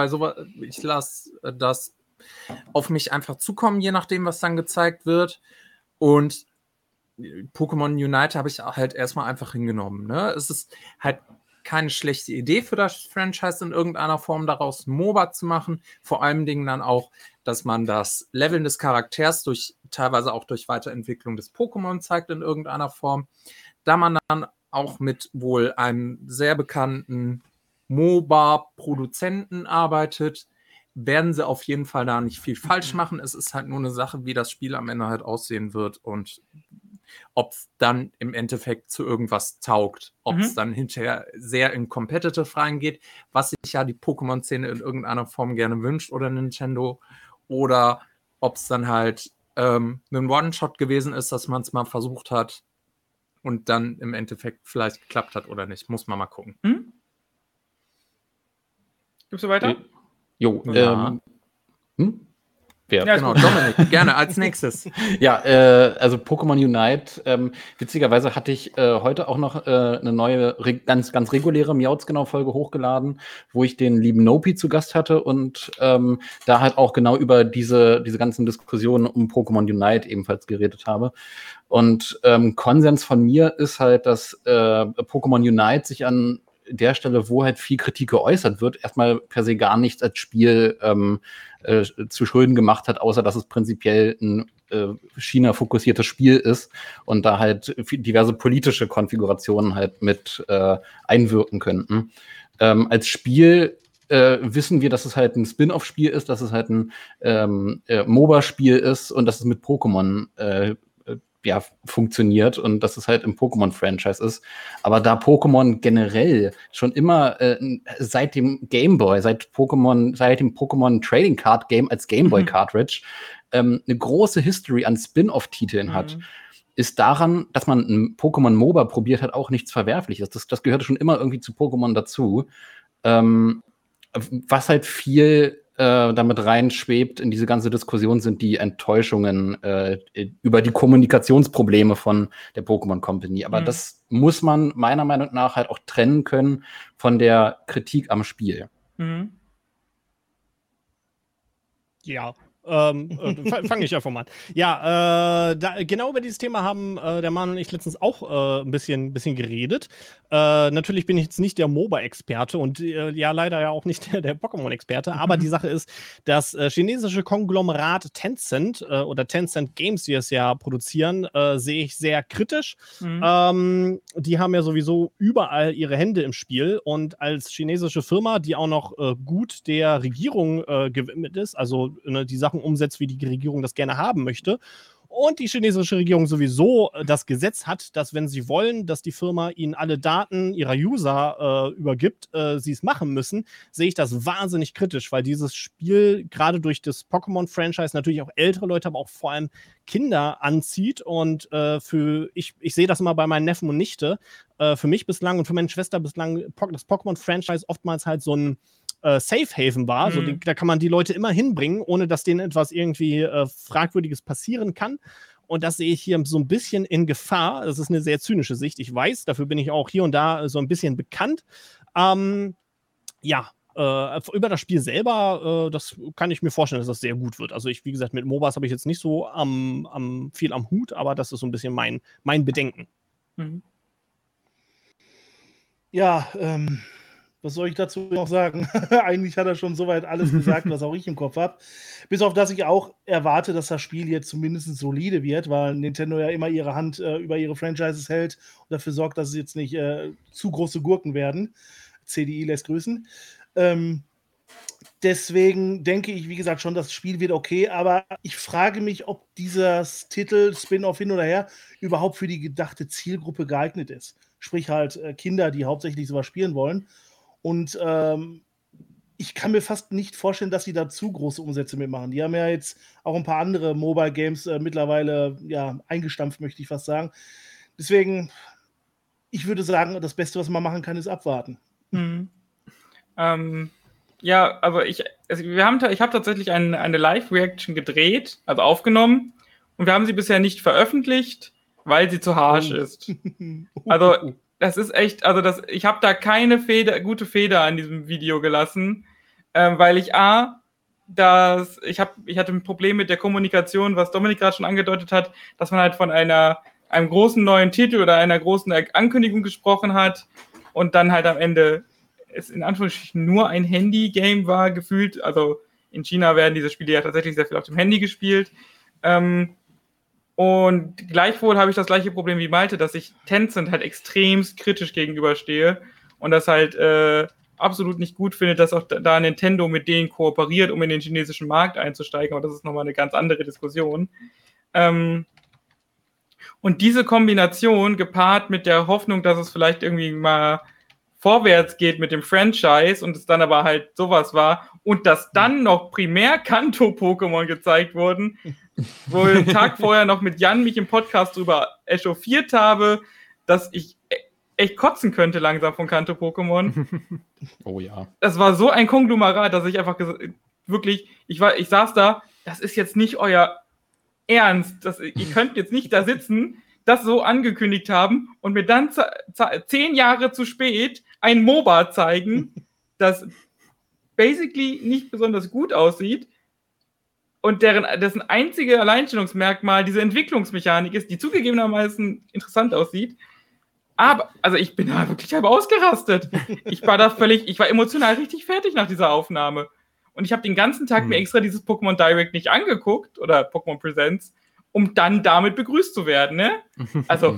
das auf mich einfach zukommen, je nachdem, was dann gezeigt wird. Und Pokémon Unite habe ich halt erstmal einfach hingenommen. Ne? Es ist halt keine schlechte Idee für das Franchise in irgendeiner Form daraus ein MOBA zu machen. Vor allem Dingen dann auch, dass man das Leveln des Charakters teilweise auch durch Weiterentwicklung des Pokémon zeigt in irgendeiner Form. Da man dann auch mit wohl einem sehr bekannten MOBA-Produzenten arbeitet, werden sie auf jeden Fall da nicht viel falsch machen. Es ist halt nur eine Sache, wie das Spiel am Ende halt aussehen wird und ob es dann im Endeffekt zu irgendwas taugt. Ob es dann hinterher sehr in Competitive reingeht, was sich ja die Pokémon-Szene in irgendeiner Form gerne wünscht oder Nintendo. Oder ob es dann halt ein One-Shot gewesen ist, dass man es mal versucht hat und dann im Endeffekt vielleicht geklappt hat oder nicht. Muss man mal gucken. Gibst du weiter? Jo, Ja. Wer? Ja, ist Genau, gut. Dominik, gerne als nächstes. Ja, also Pokémon Unite, witzigerweise hatte ich heute auch noch eine neue, ganz reguläre Miauts-Genau-Folge hochgeladen, wo ich den lieben Nopi zu Gast hatte und da halt auch genau über diese ganzen Diskussionen um Pokémon Unite ebenfalls geredet habe. Und Konsens von mir ist halt, dass Pokémon Unite sich an der Stelle, wo halt viel Kritik geäußert wird, erstmal per se gar nichts als Spiel zu Schulden gemacht hat, außer dass es prinzipiell ein China-fokussiertes Spiel ist und da halt diverse politische Konfigurationen halt mit einwirken könnten. Als Spiel wissen wir, dass es halt ein Spin-off-Spiel ist, dass es halt ein MOBA-Spiel ist und dass es mit Pokémon funktioniert und dass es halt im Pokémon-Franchise ist. Aber da Pokémon generell schon immer seit dem Game Boy, seit dem Pokémon Trading Card Game als Game Boy Cartridge eine große History an Spin-off-Titeln hat, ist daran, dass man ein Pokémon MOBA probiert hat, auch nichts Verwerfliches. Das gehörte schon immer irgendwie zu Pokémon dazu. Was halt viel damit reinschwebt in diese ganze Diskussion, sind die Enttäuschungen über die Kommunikationsprobleme von der Pokémon Company. Aber das muss man meiner Meinung nach halt auch trennen können von der Kritik am Spiel. Ja. Fange ich einfach mal an. Ja, genau über dieses Thema haben der Mann und ich letztens auch ein bisschen geredet. Natürlich bin ich jetzt nicht der MOBA-Experte und ja, leider ja auch nicht der Pokémon-Experte, aber die Sache ist, das chinesische Konglomerat Tencent oder Tencent Games, die es ja produzieren, sehe ich sehr kritisch. Die haben ja sowieso überall ihre Hände im Spiel und als chinesische Firma, die auch noch gut der Regierung gewidmet ist, also die Sachen umsetzt, wie die Regierung das gerne haben möchte. Und die chinesische Regierung sowieso das Gesetz hat, dass wenn sie wollen, dass die Firma ihnen alle Daten ihrer User übergibt, sie es machen müssen, sehe ich das wahnsinnig kritisch, weil dieses Spiel gerade durch das Pokémon-Franchise natürlich auch ältere Leute, aber auch vor allem Kinder anzieht. Und ich sehe das immer bei meinen Neffen und Nichte. Für mich bislang und für meine Schwester bislang das Pokémon-Franchise oftmals halt so ein Safe Haven war. So, da kann man die Leute immer hinbringen, ohne dass denen etwas irgendwie Fragwürdiges passieren kann. Und das sehe ich hier so ein bisschen in Gefahr. Das ist eine sehr zynische Sicht. Ich weiß, dafür bin ich auch hier und da so ein bisschen bekannt. Über das Spiel selber, das kann ich mir vorstellen, dass das sehr gut wird. Also wie gesagt, mit MOBAs habe ich jetzt nicht so viel am Hut, aber das ist so ein bisschen mein Bedenken. Ja, Was soll ich dazu noch sagen? Eigentlich hat er schon soweit alles gesagt, was auch ich im Kopf habe. Bis auf, dass ich auch erwarte, dass das Spiel jetzt zumindest solide wird, weil Nintendo ja immer ihre Hand über ihre Franchises hält und dafür sorgt, dass es jetzt nicht zu große Gurken werden. CDI lässt grüßen. Deswegen denke ich, wie gesagt, schon, das Spiel wird okay, aber ich frage mich, ob dieser Titel, Spin-off hin oder her, überhaupt für die gedachte Zielgruppe geeignet ist. Sprich halt Kinder, die hauptsächlich sowas spielen wollen. Und ich kann mir fast nicht vorstellen, dass sie da zu große Umsätze mitmachen. Die haben ja jetzt auch ein paar andere Mobile Games mittlerweile eingestampft, möchte ich fast sagen. Deswegen, ich würde sagen, das Beste, was man machen kann, ist abwarten. Ja, aber ich habe tatsächlich eine Live-Reaction gedreht, also aufgenommen, und wir haben sie bisher nicht veröffentlicht, weil sie zu harsch ist. Also das ist echt, ich habe da keine gute Feder an diesem Video gelassen, weil ich hatte ein Problem mit der Kommunikation, was Dominik gerade schon angedeutet hat, dass man halt von einem großen neuen Titel oder einer großen Ankündigung gesprochen hat und dann halt am Ende es in Anführungsstrichen nur ein Handy-Game war, gefühlt. Also in China werden diese Spiele ja tatsächlich sehr viel auf dem Handy gespielt. Und gleichwohl habe ich das gleiche Problem wie Malte, dass ich Tencent halt extremst kritisch gegenüberstehe und das halt absolut nicht gut finde, dass auch da Nintendo mit denen kooperiert, um in den chinesischen Markt einzusteigen. Aber das ist nochmal eine ganz andere Diskussion. Und diese Kombination gepaart mit der Hoffnung, dass es vielleicht irgendwie mal vorwärts geht mit dem Franchise und es dann aber halt sowas war und dass dann noch primär Kanto-Pokémon gezeigt wurden, wo ich einen Tag vorher noch mit Jan mich im Podcast drüber echauffiert habe, dass ich echt kotzen könnte langsam von Kanto-Pokémon. Oh ja. Das war so ein Konglomerat, dass ich einfach wirklich, ich saß da, das ist jetzt nicht euer Ernst, ihr könnt jetzt nicht da sitzen, das so angekündigt haben und mir dann 10 Jahre zu spät ein MOBA zeigen, das basically nicht besonders gut aussieht und dessen einzige Alleinstellungsmerkmal diese Entwicklungsmechanik ist, die zugegebenermaßen interessant aussieht. Aber, also ich bin da wirklich halb ausgerastet. Ich war emotional richtig fertig nach dieser Aufnahme. Und ich habe den ganzen Tag mir extra dieses Pokémon Direct nicht angeguckt oder Pokémon Presents, um dann damit begrüßt zu werden, ne? Also,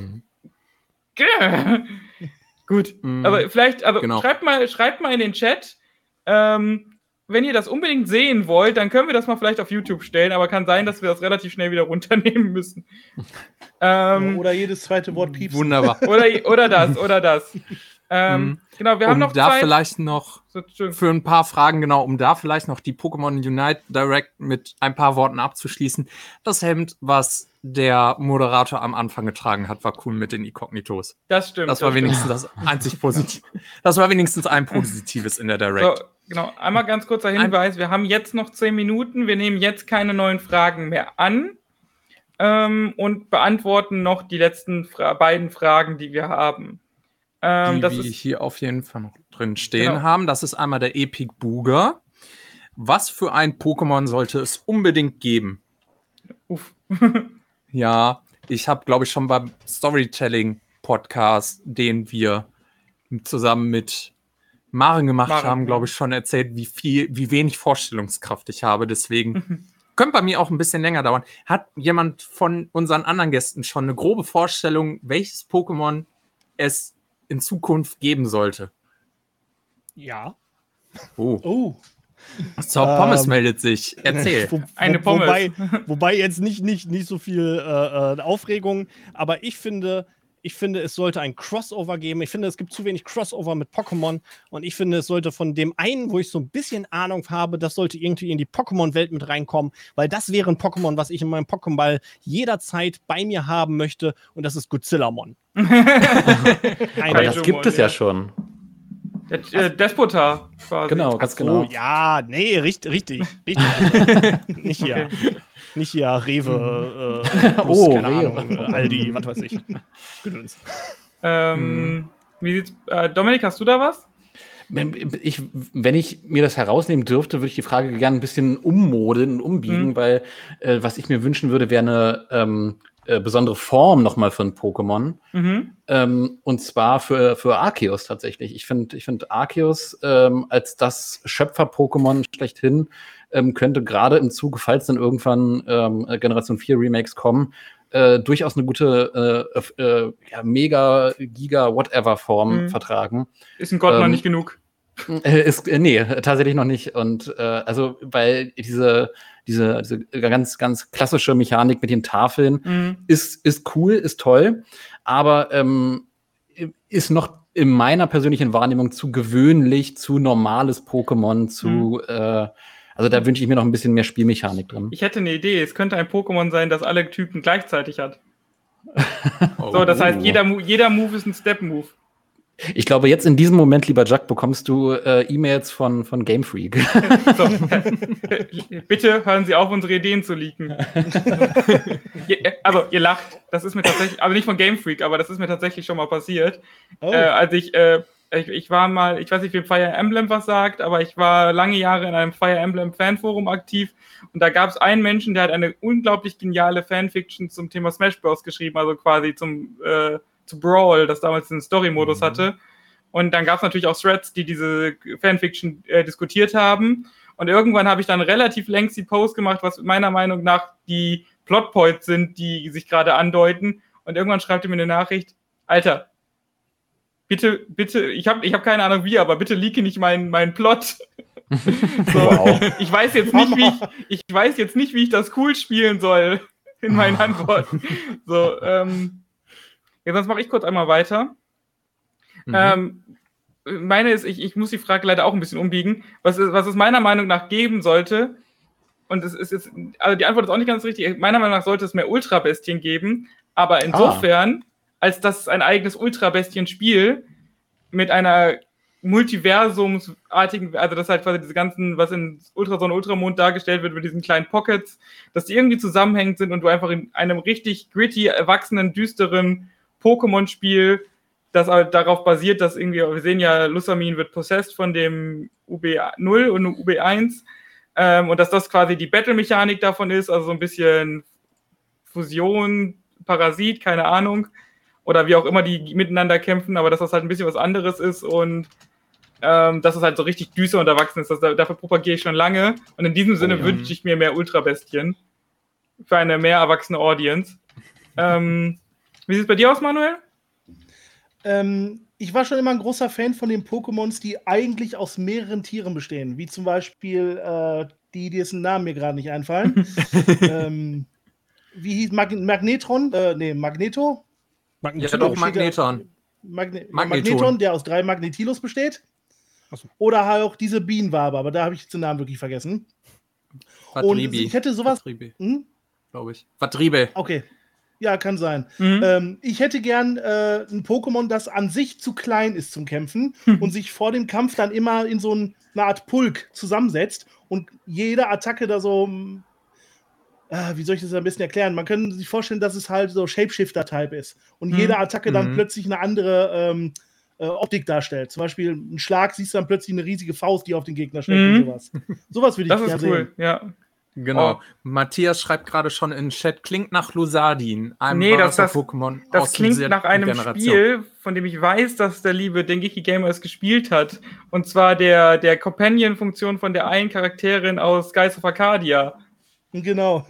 gut. Aber vielleicht, genau. Schreibt mal in den Chat, wenn ihr das unbedingt sehen wollt, dann können wir das mal vielleicht auf YouTube stellen, aber kann sein, dass wir das relativ schnell wieder runternehmen müssen. Oder jedes zweite Wort piepsen. Wunderbar. Oder das. Genau, wir haben noch da Zeit. Vielleicht noch für ein paar Fragen, genau, um da vielleicht noch die Pokémon Unite Direct mit ein paar Worten abzuschließen. Das Hemd, was der Moderator am Anfang getragen hat, war cool mit den Inkognitos. Das stimmt. Das war wenigstens das einzig Positive. Das war wenigstens ein Positives in der Direct. So, genau, einmal ganz kurzer Hinweis. Wir haben jetzt noch 10 Minuten. Wir nehmen jetzt keine neuen Fragen mehr an und beantworten noch die letzten beiden Fragen, die wir haben. Die wir hier auf jeden Fall noch drin stehen haben. Das ist einmal der Epic Booger. Was für ein Pokémon sollte es unbedingt geben? Uff. Ja, ich habe, glaube ich, schon beim Storytelling-Podcast, den wir zusammen mit Maren gemacht haben, glaube ich, schon erzählt, wie wenig Vorstellungskraft ich habe. Deswegen könnte bei mir auch ein bisschen länger dauern. Hat jemand von unseren anderen Gästen schon eine grobe Vorstellung, welches Pokémon es in Zukunft geben sollte? Ja. Oh. So, Pommes meldet sich. Erzähl. Eine Pommes. Wobei jetzt nicht so viel Aufregung, aber ich finde, es sollte ein Crossover geben. Ich finde, es gibt zu wenig Crossover mit Pokémon und ich finde, es sollte von dem einen, wo ich so ein bisschen Ahnung habe, das sollte irgendwie in die Pokémon-Welt mit reinkommen, weil das wäre ein Pokémon, was ich in meinem Pokémon-Ball jederzeit bei mir haben möchte und das ist Godzillamon. Aber das gibt es ja schon. Despotar quasi. Genau, ganz genau. Ja, nee, richtig. Nicht hier. Nicht hier Rewe, keine Ahnung, Aldi, was weiß ich. Gedöns. Wie sieht's, Dominik, hast du da was? Wenn ich mir das herausnehmen dürfte, würde ich die Frage gerne ein bisschen ummodeln und umbiegen, weil was ich mir wünschen würde, wäre eine besondere Form nochmal von Pokémon. Und zwar für Arceus tatsächlich. Ich find Arceus als das Schöpfer-Pokémon schlechthin könnte gerade im Zuge, falls dann irgendwann Generation 4 Remakes kommen, durchaus eine gute Mega, Giga, Whatever-Form vertragen. Ist ein Gott noch nicht genug? Nee, tatsächlich noch nicht. Und also, weil diese ganz, ganz klassische Mechanik mit den Tafeln ist cool, ist toll, aber ist noch in meiner persönlichen Wahrnehmung zu gewöhnlich, zu normales Pokémon, also da wünsche ich mir noch ein bisschen mehr Spielmechanik drin. Ich hätte eine Idee, es könnte ein Pokémon sein, das alle Typen gleichzeitig hat. So, das heißt, jeder Move ist ein Step-Move. Ich glaube, jetzt in diesem Moment, lieber Jack, bekommst du E-Mails von Game Freak. So, bitte hören Sie auf, unsere Ideen zu leaken. Also, ihr lacht. Das ist mir tatsächlich, also nicht von Game Freak, aber das ist mir tatsächlich schon mal passiert. Als ich war mal, ich weiß nicht, wie Fire Emblem was sagt, aber ich war lange Jahre in einem Fire Emblem Fanforum aktiv und da gab es einen Menschen, der hat eine unglaublich geniale Fanfiction zum Thema Smash Bros. Geschrieben, also quasi zu Brawl, das damals einen Story-Modus hatte. Und dann gab es natürlich auch Threads, die diese Fanfiction diskutiert haben. Und irgendwann habe ich dann relativ längst die Post gemacht, was meiner Meinung nach die Plotpoints sind, die sich gerade andeuten. Und irgendwann schreibt er mir eine Nachricht, Alter, bitte, ich hab keine Ahnung wie, aber bitte leake nicht meinen Plot. So, wow. Ich weiß jetzt nicht, wie ich das cool spielen soll in meinen Antworten. So, sonst mache ich kurz einmal weiter. Meine ist, ich muss die Frage leider auch ein bisschen umbiegen, was es meiner Meinung nach geben sollte, und es ist jetzt, also die Antwort ist auch nicht ganz richtig, meiner Meinung nach sollte es mehr Ultrabestien geben, aber insofern, als dass es ein eigenes Ultrabestien-Spiel mit einer multiversumsartigen, also das halt quasi diese ganzen, was in Ultrasonne, Ultramond dargestellt wird, mit diesen kleinen Pockets, dass die irgendwie zusammenhängend sind und du einfach in einem richtig gritty, erwachsenen, düsteren Pokémon-Spiel, das halt darauf basiert, dass irgendwie, wir sehen ja, Lusamin wird possessed von dem UB0 und UB1 und dass das quasi die Battle-Mechanik davon ist, also so ein bisschen Fusion, Parasit, keine Ahnung, oder wie auch immer die miteinander kämpfen, aber dass das halt ein bisschen was anderes ist und dass es halt so richtig düster und erwachsen ist. Dafür propagiere ich schon lange und in diesem Sinne wünsche ich mir mehr Ultrabestien für eine mehr erwachsene Audience. Wie sieht es bei dir aus, Manuel? Ich war schon immer ein großer Fan von den Pokémons, die eigentlich aus mehreren Tieren bestehen, wie zum Beispiel die dessen Namen mir gerade nicht einfallen. Wie hieß Magnetron? Magneto? Ja, doch, Magneton. Magneton, der aus 3 Magnetilos besteht. So. Oder halt auch diese Bienenwabe, aber da habe ich den Namen wirklich vergessen. Vatribi. Und ich hätte sowas. Glaube ich. Vatribe. Okay. Ja, kann sein. Ich hätte gern ein Pokémon, das an sich zu klein ist zum Kämpfen und sich vor dem Kampf dann immer in so eine Art Pulk zusammensetzt und jede Attacke da so. Wie soll ich das am besten erklären? Man kann sich vorstellen, dass es halt so Shapeshifter-Type ist und jede Attacke dann plötzlich eine andere Optik darstellt. Zum Beispiel ein Schlag, siehst du dann plötzlich eine riesige Faust, die auf den Gegner schlägt und sowas. Sowas würde ich gerne sehen. Das ist cool, ja. Genau. Matthias schreibt gerade schon in den Chat, klingt nach Lusadin, einem Pokémon. Das klingt nach einem Spiel, von dem ich weiß, dass der liebe Dengeki Gamer es gespielt hat. Und zwar der Companion-Funktion von der einen Charakterin aus Skies of Arcadia. Genau.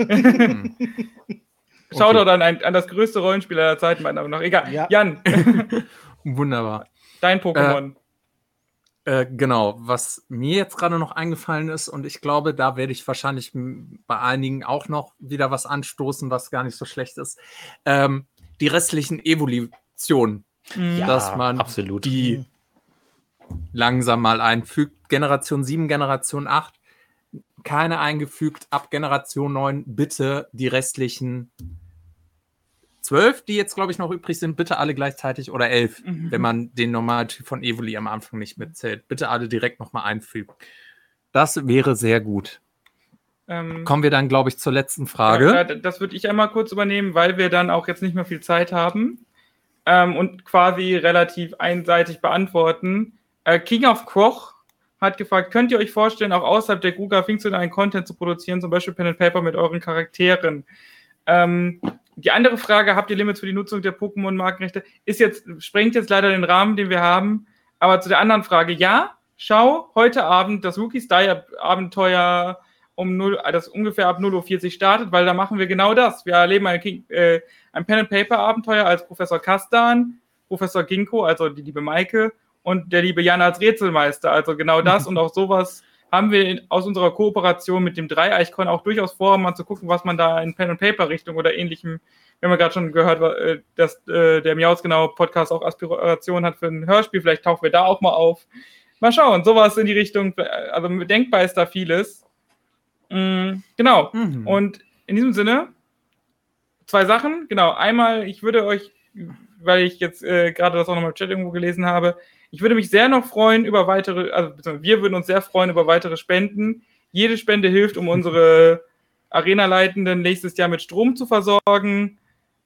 Shoutout an das größte Rollenspiel aller Zeiten, meiner Meinung nach. Egal. Ja. Jan. Wunderbar. Dein Pokémon. Genau, was mir jetzt gerade noch eingefallen ist, und ich glaube, da werde ich wahrscheinlich bei einigen auch noch wieder was anstoßen, was gar nicht so schlecht ist. Die restlichen Evolutionen, dass man die langsam mal einfügt. Generation 7, Generation 8, keine eingefügt. Ab Generation 9 bitte die restlichen 12, die jetzt, glaube ich, noch übrig sind, bitte alle gleichzeitig, oder 11, wenn man den Normaltyp von Evoli am Anfang nicht mitzählt. Bitte alle direkt nochmal einfügen. Das wäre sehr gut. Kommen wir dann, glaube ich, zur letzten Frage. Ja, das würde ich einmal kurz übernehmen, weil wir dann auch jetzt nicht mehr viel Zeit haben und quasi relativ einseitig beantworten. King of Quoch hat gefragt, könnt ihr euch vorstellen, auch außerhalb der GUGA funktionalen Content zu produzieren, zum Beispiel Pen and Paper mit euren Charakteren? Die andere Frage, habt ihr Limits für die Nutzung der Pokémon-Markenrechte? Sprengt jetzt leider den Rahmen, den wir haben. Aber zu der anderen Frage, ja, schau heute Abend das Rookies Die-Abenteuer das ungefähr ab 0:40 Uhr startet, weil da machen wir genau das. Wir erleben ein Pen-and-Paper-Abenteuer als Professor Kastan, Professor Ginkgo, also die liebe Maike, und der liebe Jan als Rätselmeister. Also genau das und auch sowas haben wir aus unserer Kooperation mit dem Dreieichkorn auch durchaus vor, mal zu gucken, was man da in Pen-and-Paper-Richtung oder ähnlichem, wir haben ja gerade schon gehört, dass der Miauzgenau-Podcast auch Aspiration hat für ein Hörspiel, vielleicht tauchen wir da auch mal auf. Mal schauen, sowas in die Richtung, also denkbar ist da vieles. Genau. Und in diesem Sinne 2 Sachen. Genau. Einmal, ich würde euch, weil ich jetzt gerade das auch nochmal im Chat irgendwo gelesen habe, ich würde mich sehr noch freuen über weitere, also wir würden uns sehr freuen über weitere Spenden. Jede Spende hilft, um unsere Arena-Leitenden nächstes Jahr mit Strom zu versorgen.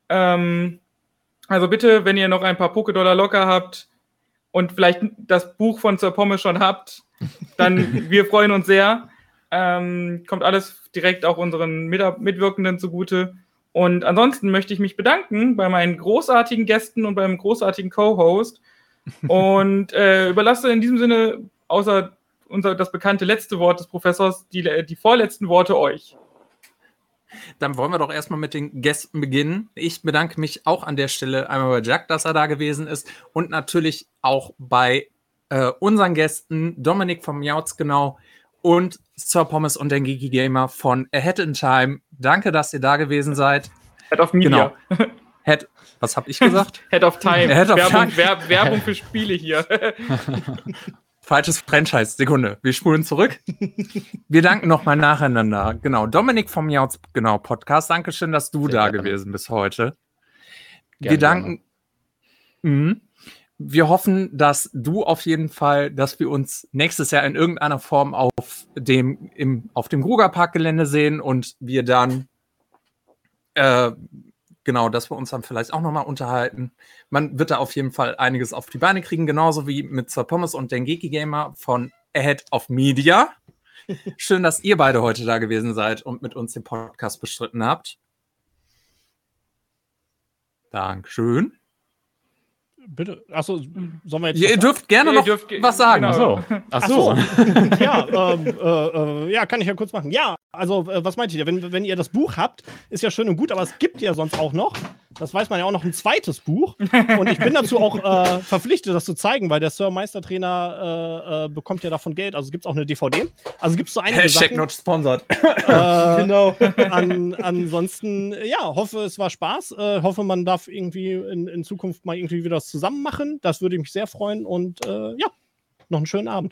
Also bitte, wenn ihr noch ein paar Poké-Dollar locker habt und vielleicht das Buch von Sir Pommes schon habt, dann wir freuen uns sehr. Kommt alles direkt auch unseren Mitwirkenden zugute. Und ansonsten möchte ich mich bedanken bei meinen großartigen Gästen und beim großartigen Co-Host und überlasse in diesem Sinne, außer das bekannte letzte Wort des Professors, die vorletzten Worte euch. Dann wollen wir doch erstmal mit den Gästen beginnen. Ich bedanke mich auch an der Stelle einmal bei Jack, dass er da gewesen ist und natürlich auch bei unseren Gästen Dominik vom Miauzgenau und Sir Pommes und der Geeky Gamer von Ahead in Time. Danke, dass ihr da gewesen seid. Head of Media. Genau. Was habe ich gesagt? Head of Time. Werbung für Spiele hier. Falsches Franchise. Sekunde. Wir spulen zurück. Wir danken nochmal nacheinander. Genau. Dominik vom Miauzgenau Podcast. Dankeschön, dass du da gewesen bist heute. Wir danken. Wir hoffen, dass du auf jeden Fall, dass wir uns nächstes Jahr in irgendeiner Form auf dem Grugerpark-Gelände sehen und wir dann, dass wir uns dann vielleicht auch nochmal unterhalten. Man wird da auf jeden Fall einiges auf die Beine kriegen, genauso wie mit Sir Pommes und den Geeky Gamer von Ahead of Media. Schön, dass ihr beide heute da gewesen seid und mit uns den Podcast bestritten habt. Dankeschön. Bitte. Achso, sollen wir jetzt. Ihr dürft gerne noch was sagen. Genau. Achso. Ja, kann ich ja kurz machen. Ja, also, was meint ihr? Wenn ihr das Buch habt, ist ja schön und gut, aber es gibt ja sonst auch noch, das weiß man ja auch noch, ein zweites Buch. Und ich bin dazu auch verpflichtet, das zu zeigen, weil der Sir Meistertrainer bekommt ja davon Geld. Also es gibt auch eine DVD. Also gibt es so einige Hashtag Sachen. not sponsored. Genau. Ansonsten, ja, hoffe, es war Spaß. Hoffe, man darf irgendwie in Zukunft mal irgendwie wieder was zusammen machen. Das würde mich sehr freuen. Und ja, noch einen schönen Abend.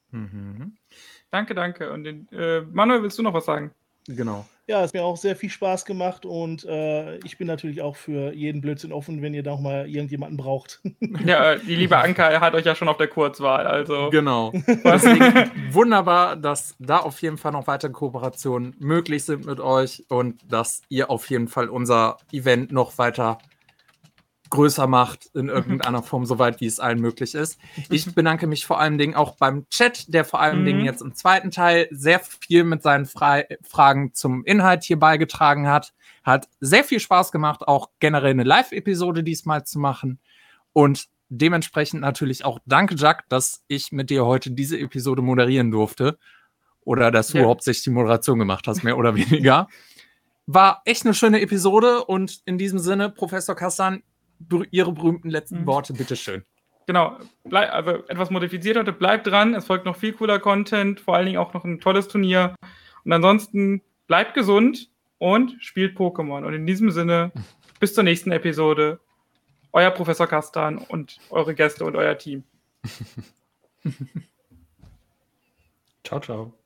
Danke. Und Manuel, willst du noch was sagen? Genau. Ja, es hat mir auch sehr viel Spaß gemacht und ich bin natürlich auch für jeden Blödsinn offen, wenn ihr da auch mal irgendjemanden braucht. Ja, die liebe Anka hat euch ja schon auf der Kurzwahl, also. Genau. Deswegen wunderbar, dass da auf jeden Fall noch weitere Kooperationen möglich sind mit euch und dass ihr auf jeden Fall unser Event noch weiter größer macht in irgendeiner Form, soweit wie es allen möglich ist. Ich bedanke mich vor allen Dingen auch beim Chat, der vor allen Dingen jetzt im zweiten Teil sehr viel mit seinen Fragen zum Inhalt hier beigetragen hat. Hat sehr viel Spaß gemacht, auch generell eine Live-Episode diesmal zu machen. Und dementsprechend natürlich auch danke, Jack, dass ich mit dir heute diese Episode moderieren durfte. Oder dass du hauptsächlich die Moderation gemacht hast, mehr oder weniger. War echt eine schöne Episode und in diesem Sinne, Professor Kastan, Ihre berühmten letzten Worte, bitteschön. Genau, also etwas modifiziert heute, bleibt dran, es folgt noch viel cooler Content, vor allen Dingen auch noch ein tolles Turnier. Und ansonsten bleibt gesund und spielt Pokémon. Und in diesem Sinne, bis zur nächsten Episode. Euer Professor Kastan und eure Gäste und euer Team. Ciao, ciao.